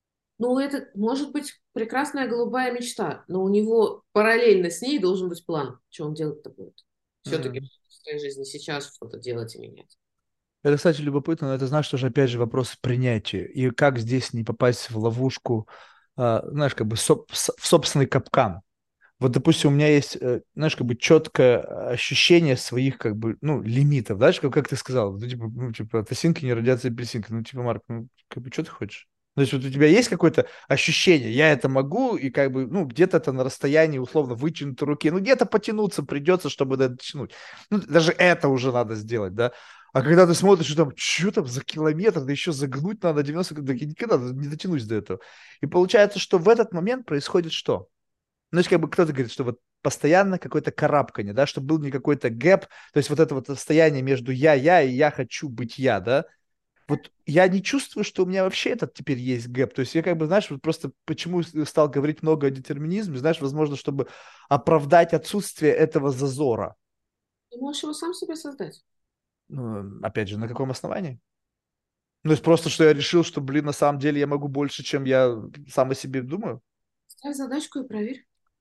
ну, это может быть прекрасная голубая мечта, но у него параллельно с ней должен быть план, что он делать-то будет. Все-таки Мгм. в своей жизни сейчас что-то делать и менять. Это, кстати, любопытно, но это, знаешь, тоже, опять же, вопрос принятия. И как здесь не попасть в ловушку, а, знаешь, как бы соб- с- в собственный капкан. Вот, допустим, у меня есть, э, знаешь, как бы четкое ощущение своих, как бы, ну, лимитов, знаешь, как, как ты сказал, ну, типа, ну, типа, от осинки не родятся апельсинки, ну, типа, Марк, ну, как бы, что ты хочешь? То есть вот у тебя есть какое-то ощущение, я это могу, и как бы, ну, где-то это на расстоянии, условно, вытянутой руки, ну, где-то потянуться придется, чтобы дотянуть. Ну, даже это уже надо сделать, да? А когда ты смотришь, что там, что там за километр, да еще загнуть надо девяносто, да я никогда не дотянусь до этого. И получается, что в этот момент происходит что? Ну, есть как бы кто-то говорит, что вот постоянно какое-то карабкание, да, чтобы был не какой-то гэп, то есть вот это вот состояние между я-я и я хочу быть я, да. Вот я не чувствую, что у меня вообще этот теперь есть гэп. То есть я как бы, знаешь, вот просто почему стал говорить много о детерминизме, знаешь, возможно, чтобы оправдать отсутствие этого зазора. Ты можешь его сам себе создать. Ну, опять же, на каком основании? Ну, то есть просто, что я решил, что, блин, на самом деле я могу больше, чем я сам о себе думаю. Ставь задачку и проверь.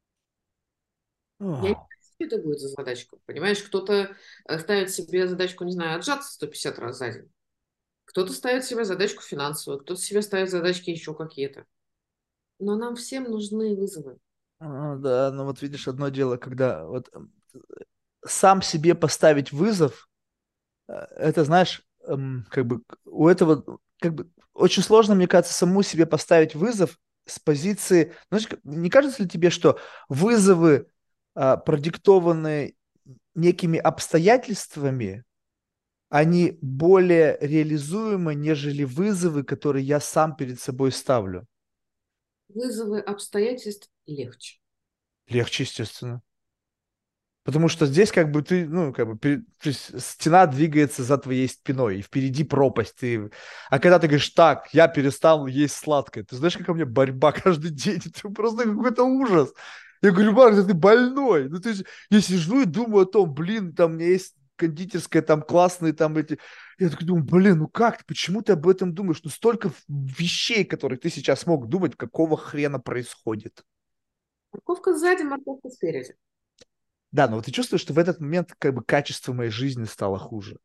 Я не Ох. знаю, что это будет за задачка. Понимаешь, кто-то э, ставит себе задачку, не знаю, отжаться сто пятьдесят раз за день. Кто-то ставит себе задачку финансовую, кто-то себе ставит задачки еще какие-то. Но нам всем нужны вызовы. А, да, но вот видишь, одно дело, когда вот м, сам себе поставить вызов, э, это, знаешь, эм, как бы у этого, как бы очень сложно, мне кажется, саму себе поставить вызов с позиции, знаешь, как- не кажется ли тебе, что вызовы, а, продиктованные некими обстоятельствами, они более реализуемы, нежели вызовы, которые я сам перед собой ставлю? Вызовы обстоятельств легче. Легче, естественно. Потому что здесь как бы ты, ну, как бы, пе- то есть стена двигается за твоей спиной, и впереди пропасть. Ты... А когда ты говоришь, так, я перестал есть сладкое, ты знаешь, какая у меня борьба каждый день? Это просто какой-то ужас. Я говорю, Марк, да ты больной. Ну, ты же... Я сижу и думаю о том, блин, там у меня есть кондитерская, там классные, там эти... Я такой думаю, блин, ну как ты, почему ты об этом думаешь? Ну, столько вещей, которых ты сейчас мог думать, какого хрена происходит. Морковка сзади, морковка спереди. Да, но вот ты чувствуешь, что в этот момент как бы качество моей жизни стало хуже.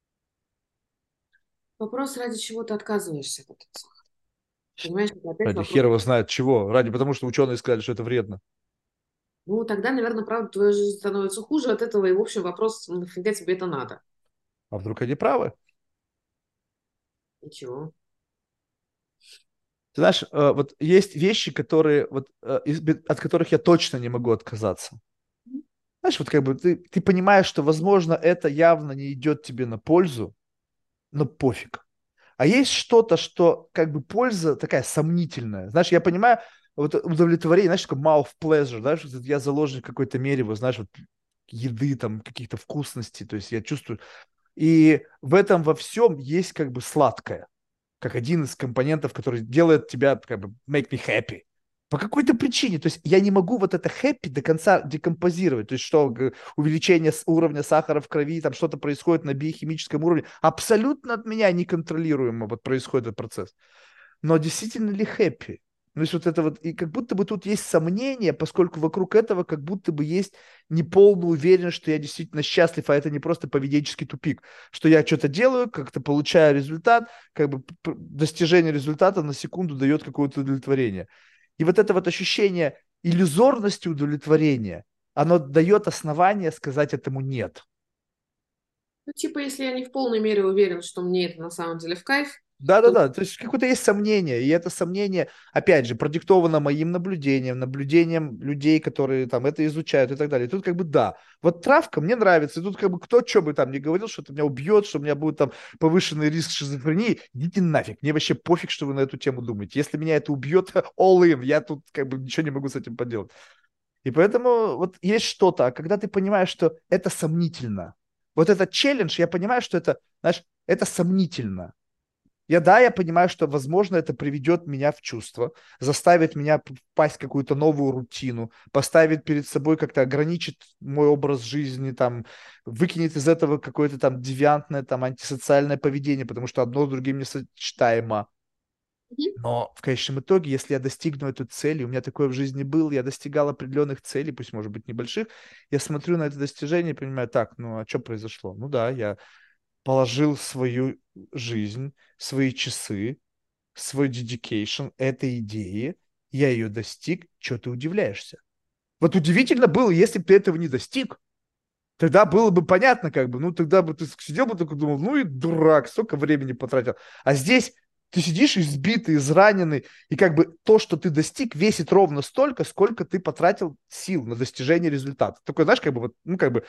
Вопрос, ради чего ты отказываешься от этого сахара. Понимаешь, это опять Ради вопрос. хера его знает чего. Ради потому, что ученые сказали, что это вредно. Ну, тогда, наверное, правда, твоя жизнь становится хуже от этого, и, в общем, вопрос, нафига тебе это надо? А вдруг они правы? Ничего. Ты знаешь, э, вот есть вещи, которые, вот, э, из- бе- от которых я точно не могу отказаться. Знаешь, вот как бы ты, ты понимаешь, что, возможно, это явно не идет тебе на пользу, но пофиг. А есть что-то, что как бы польза такая сомнительная. Знаешь, я понимаю, вот удовлетворение, знаешь, такое mouth pleasure, знаешь, вот я заложник в какой-то мере, вот, знаешь, вот еды, там, каких-то вкусностей, то есть я чувствую. И в этом во всем есть как бы сладкое, как один из компонентов, который делает тебя как бы make me happy. По какой-то причине. То есть я не могу вот это happy до конца декомпозировать. То есть что, г- увеличение с- уровня сахара в крови, там что-то происходит на биохимическом уровне. Абсолютно от меня неконтролируемо вот происходит этот процесс. Но действительно ли happy? То есть вот это вот, и как будто бы тут есть сомнение, поскольку вокруг этого как будто бы есть неполная уверенность, что я действительно счастлив, а это не просто поведенческий тупик, что я что-то делаю, как-то получаю результат, как бы п- достижение результата на секунду дает какое-то удовлетворение. И вот это вот ощущение иллюзорности удовлетворения, оно дает основание сказать этому нет. Ну, типа, если я не в полной мере уверен, что мне это на самом деле в кайф, то Да-да-да, то есть какое-то есть сомнение, и это сомнение, опять же, продиктовано моим наблюдением, наблюдением людей, которые там это изучают и так далее. И тут как бы да, вот травка мне нравится, и тут как бы кто что бы там ни говорил, что это меня убьет, что у меня будет там повышенный риск шизофрении, идите нафиг, мне вообще пофиг, что вы на эту тему думаете. Если меня это убьет, all in, я тут как бы ничего не могу с этим поделать. И поэтому вот есть что-то, а когда ты понимаешь, что это сомнительно, вот этот челлендж, я понимаю, что это, знаешь, это сомнительно. Я, да, я понимаю, что, возможно, это приведет меня в чувство, заставит меня впасть в какую-то новую рутину, поставит перед собой, как-то ограничит мой образ жизни, там, выкинет из этого какое-то там девиантное, там, антисоциальное поведение, потому что одно с другим не сочетаемо. Мгм. Но в конечном итоге, если я достигну эту цель, и у меня такое в жизни было, я достигал определенных целей, пусть, может быть, небольших, я смотрю на это достижение и понимаю, так, ну, а что произошло? Ну да, я положил свою жизнь, свои часы, свой dedication этой идеи, я ее достиг, что ты удивляешься? Вот удивительно было, если бы ты этого не достиг, тогда было бы понятно, как бы, ну тогда бы ты сидел бы такой, думал, ну и дурак, столько времени потратил. А здесь ты сидишь избитый, израненный, и как бы то, что ты достиг, весит ровно столько, сколько ты потратил сил на достижение результата. Такой, знаешь, как бы, вот, ну как бы,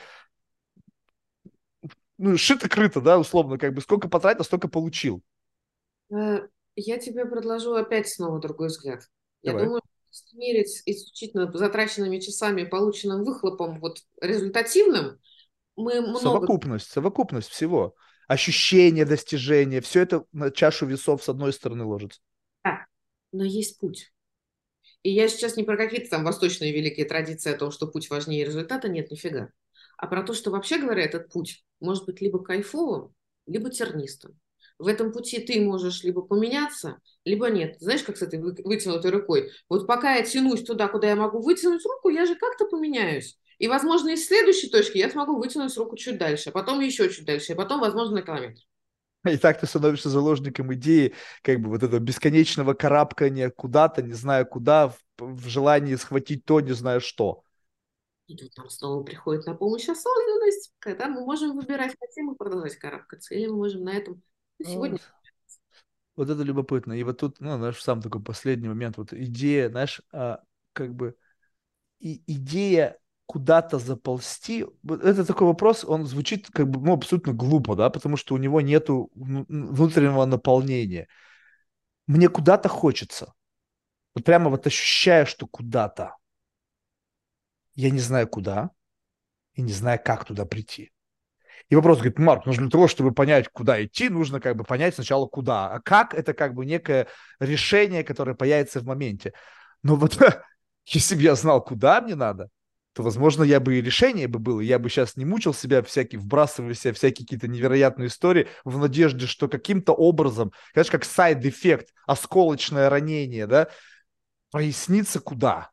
ну шито-крыто, да, условно, как бы, сколько потратил, столько получил. Э, я тебе предложу опять снова другой взгляд. Я Давай. думаю, если мерить исключительно затраченными часами и полученным выхлопом вот результативным, мы много... Совокупность, совокупность всего. Ощущение достижения, все это на чашу весов с одной стороны ложится. Да, но есть путь. И я сейчас не про какие-то там восточные великие традиции о том, что путь важнее результата, нет, нифига. А про то, что вообще говоря, этот путь может быть либо кайфовым, либо тернистым. В этом пути ты можешь либо поменяться, либо нет. Знаешь, как с этой вы- вытянутой рукой? Вот пока я тянусь туда, куда я могу вытянуть руку, я же как-то поменяюсь. И, возможно, из следующей точки я смогу вытянуть руку чуть дальше, а потом еще чуть дальше, и потом, возможно, на километр. И так ты становишься заложником идеи, как бы вот этого бесконечного карабкания куда-то, не знаю куда, в, в желании схватить то, не знаю что. И тут нам снова приходит на помощь осознанность, когда мы можем выбирать, хотим мы продолжать карабкаться, или мы можем на этом на Ну, сегодня. вот это любопытно. И вот тут, ну, знаешь, сам такой последний момент, вот идея, знаешь, а, как бы и идея куда-то заползти, вот это такой вопрос, он звучит как бы, ну, абсолютно глупо, да, потому что у него нету вну- внутреннего наполнения. Мне куда-то хочется. Вот прямо вот ощущаю, что куда-то. Я не знаю куда и не знаю, как туда прийти. И вопрос, говорит, Марк, нужно для того, чтобы понять, куда идти, нужно как бы понять сначала куда. А как это как бы некое решение, которое появится в моменте. Но вот если бы я знал, куда мне надо, то, возможно, я бы и решение бы было. Я бы сейчас не мучил себя всякие, вбрасывая в себя всякие какие-то невероятные истории в надежде, что каким-то образом, знаешь, как сайд-эффект, осколочное ранение, да, прояснится куда.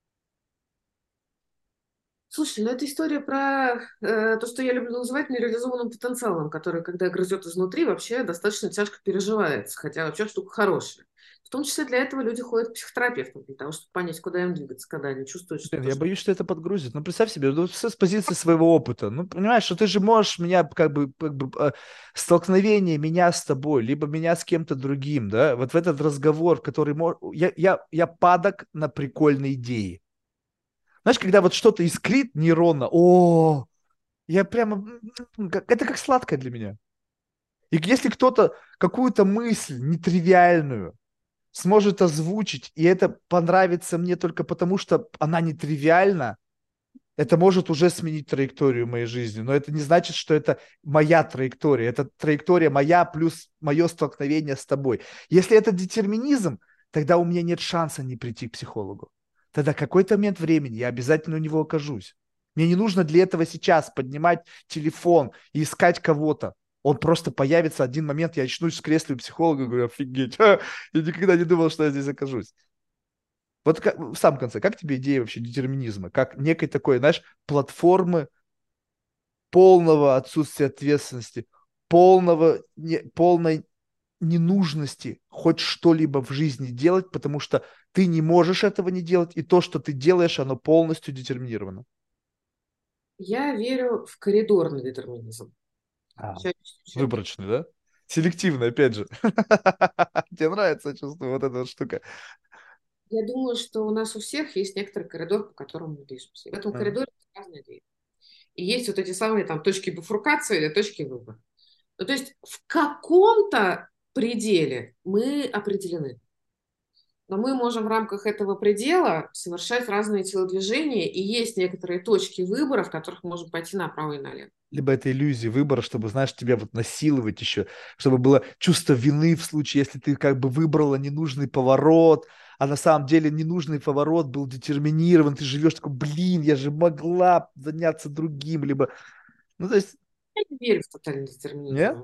Слушай, ну это история про э, то, что я люблю называть нереализованным потенциалом, который, когда грызет изнутри, вообще достаточно тяжко переживается, хотя вообще штука хорошая. В том числе для этого люди ходят к психотерапевтам, для того, чтобы понять, куда им двигаться, когда они чувствуют, что Блин, то, я что... боюсь, что это подгрузит. Ну, представь себе, ну, все с позиции своего опыта. Ну, понимаешь, что ты же можешь меня, как бы, как бы э, столкновение меня с тобой, либо меня с кем-то другим, да, вот в этот разговор, который... мож- Я, я, я падок на прикольные идеи. Знаешь, когда вот что-то искрит нейронно, о, я прямо... м, как- Это как сладкое для меня. И если кто-то какую-то мысль нетривиальную сможет озвучить, и это понравится мне только потому, что она нетривиальна, это может уже сменить траекторию моей жизни, но это не значит, что это моя траектория. Это траектория моя плюс мое столкновение с тобой. Если это детерминизм, тогда у меня нет шанса не прийти к психологу. Тогда какой-то момент времени я обязательно у него окажусь. Мне не нужно для этого сейчас поднимать телефон и искать кого-то. Он просто появится один момент, я очнусь в кресле у психолога и говорю, офигеть, я никогда не думал, что я здесь окажусь. Вот как, в самом конце, как тебе идея вообще детерминизма? Как некой такой, знаешь, платформы полного отсутствия ответственности, полного, не, полной ненужности хоть что-либо в жизни делать, потому что ты не можешь этого не делать, и то, что ты делаешь, оно полностью детерминировано. Я верю в коридорный детерминизм. А, человеческий бюджет. выборочный, да? Селективный, опять же. Тебе нравится, чувствую, вот эта вот штука. Я думаю, что у нас у всех есть некоторый коридор, по которому мы движемся. И в этом А. коридоре разные двери. И есть вот эти самые там точки бифуркации или точки выбора. Ну, то есть в каком-то пределе мы определены. Но мы можем в рамках этого предела совершать разные телодвижения, и есть некоторые точки выбора, в которых мы можем пойти направо и налево. Либо это иллюзия выбора, чтобы, знаешь, тебя вот насиловать еще, чтобы было чувство вины в случае, если ты как бы выбрала ненужный поворот, а на самом деле ненужный поворот был детерминирован, ты живешь такой, блин, я же могла заняться другим, либо, ну, то есть, Я не верю в тотальный нет? детерминизм.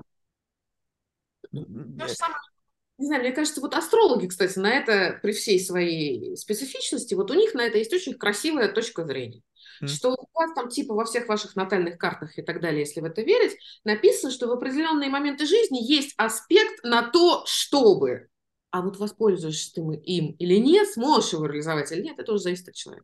То же Нет. самое, не знаю, мне кажется, вот астрологи, кстати, на это, при всей своей специфичности, вот у них на это есть очень красивая точка зрения. М. Что у вас там типа во всех ваших натальных картах и так далее, если в это верить, написано, что в определенные моменты жизни есть аспект на то, чтобы. А вот воспользуешься ты им или нет, сможешь его реализовать или нет, это уже зависит от человека.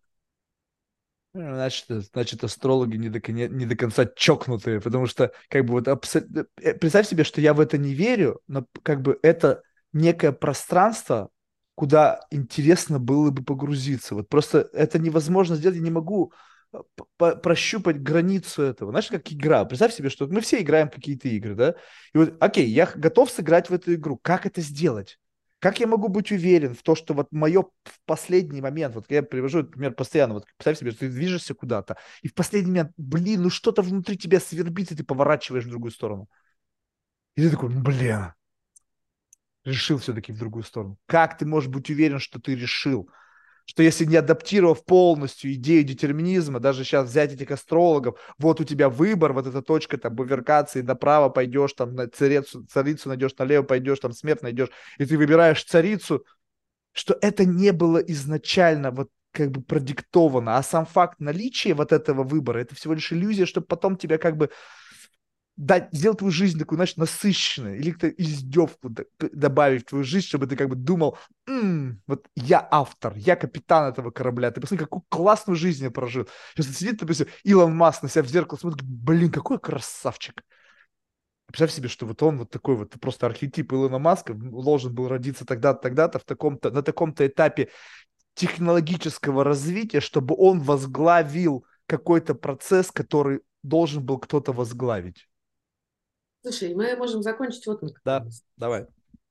Ну, Значит, э, значит, астрологи не до, коне- не до конца чокнутые, потому что, как бы, вот, абсо- э, представь себе, что я в это не верю, но, как бы, это некое пространство, куда интересно было бы погрузиться. Вот просто это невозможно сделать, я не могу э, п- по- прощупать границу этого. Знаешь, как игра. Представь себе, что мы все играем в какие-то игры, да? И вот, окей, я х- готов сыграть в эту игру. Как это сделать? Как я могу быть уверен в то, что вот мое в последний момент, вот я привожу этот пример постоянно, вот представь себе, что ты движешься куда-то, и в последний момент, блин, ну что-то внутри тебя свербит, и ты поворачиваешь в другую сторону. И ты такой, ну блин, решил все-таки в другую сторону. Как ты можешь быть уверен, что ты решил? Что если не адаптировав полностью идею детерминизма, даже сейчас взять этих астрологов, вот у тебя выбор, вот эта точка там бифуркации, направо пойдешь, там на царицу, царицу найдешь, налево пойдешь, там смерть найдешь, и ты выбираешь царицу, что это не было изначально вот как бы продиктовано, а сам факт наличия вот этого выбора, это всего лишь иллюзия, чтобы потом тебя как бы дать, сделать твою жизнь такую, знаешь, насыщенной, или как-то издевку д- добавить в твою жизнь, чтобы ты как бы думал, «М, вот я автор, я капитан этого корабля, ты посмотри, какую классную жизнь я прожил». Сейчас сидит, допустим, Илон Маск на себя в зеркало смотрит, блин, какой красавчик. Представь себе, что вот он вот такой вот просто архетип Илона Маска должен был родиться тогда-то, тогда-то, в таком-то, на таком-то этапе технологического развития, чтобы он возглавил какой-то процесс, который должен был кто-то возглавить. Слушай, мы можем закончить вот на какой Да, мысли. давай.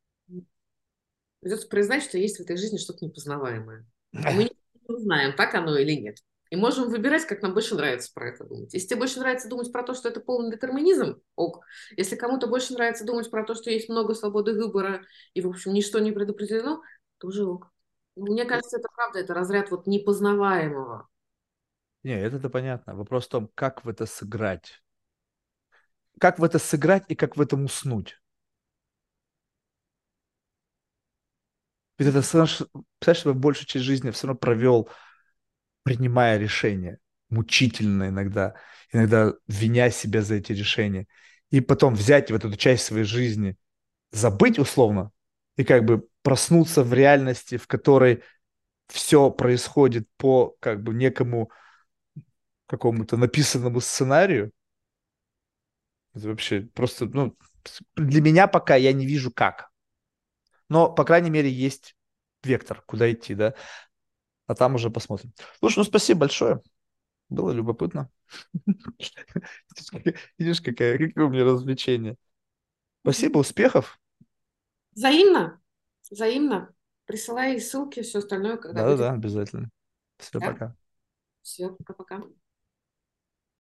Придется признать, что есть в этой жизни что-то непознаваемое. И мы не знаем, так оно или нет. И можем выбирать, как нам больше нравится про это думать. Если тебе больше нравится думать про то, что это полный детерминизм, ок. Если кому-то больше нравится думать про то, что есть много свободы выбора и, в общем, ничто не предопределено, тоже ок. Мне кажется, это правда, это разряд вот непознаваемого. Не, это-то понятно. Вопрос в том, как в это сыграть. Как в это сыграть и как в этом уснуть. Ведь это, знаешь, представляешь, что я большую часть жизни все равно провел, принимая решения. Мучительно иногда. Иногда виня себя за эти решения. И потом взять вот эту часть своей жизни, забыть условно, и как бы проснуться в реальности, в которой все происходит по как бы некому какому-то написанному сценарию. Это вообще просто, ну, для меня пока я не вижу как. Но, по крайней мере, есть вектор, куда идти, да. А там уже посмотрим. Слушай, ну спасибо большое. Было любопытно. Видишь, какая, какое у меня развлечение. Спасибо, успехов. Взаимно, взаимно. Присылай ссылки, все остальное, когда Да-да-да, будет. обязательно. Все, Да? пока. Все, пока-пока.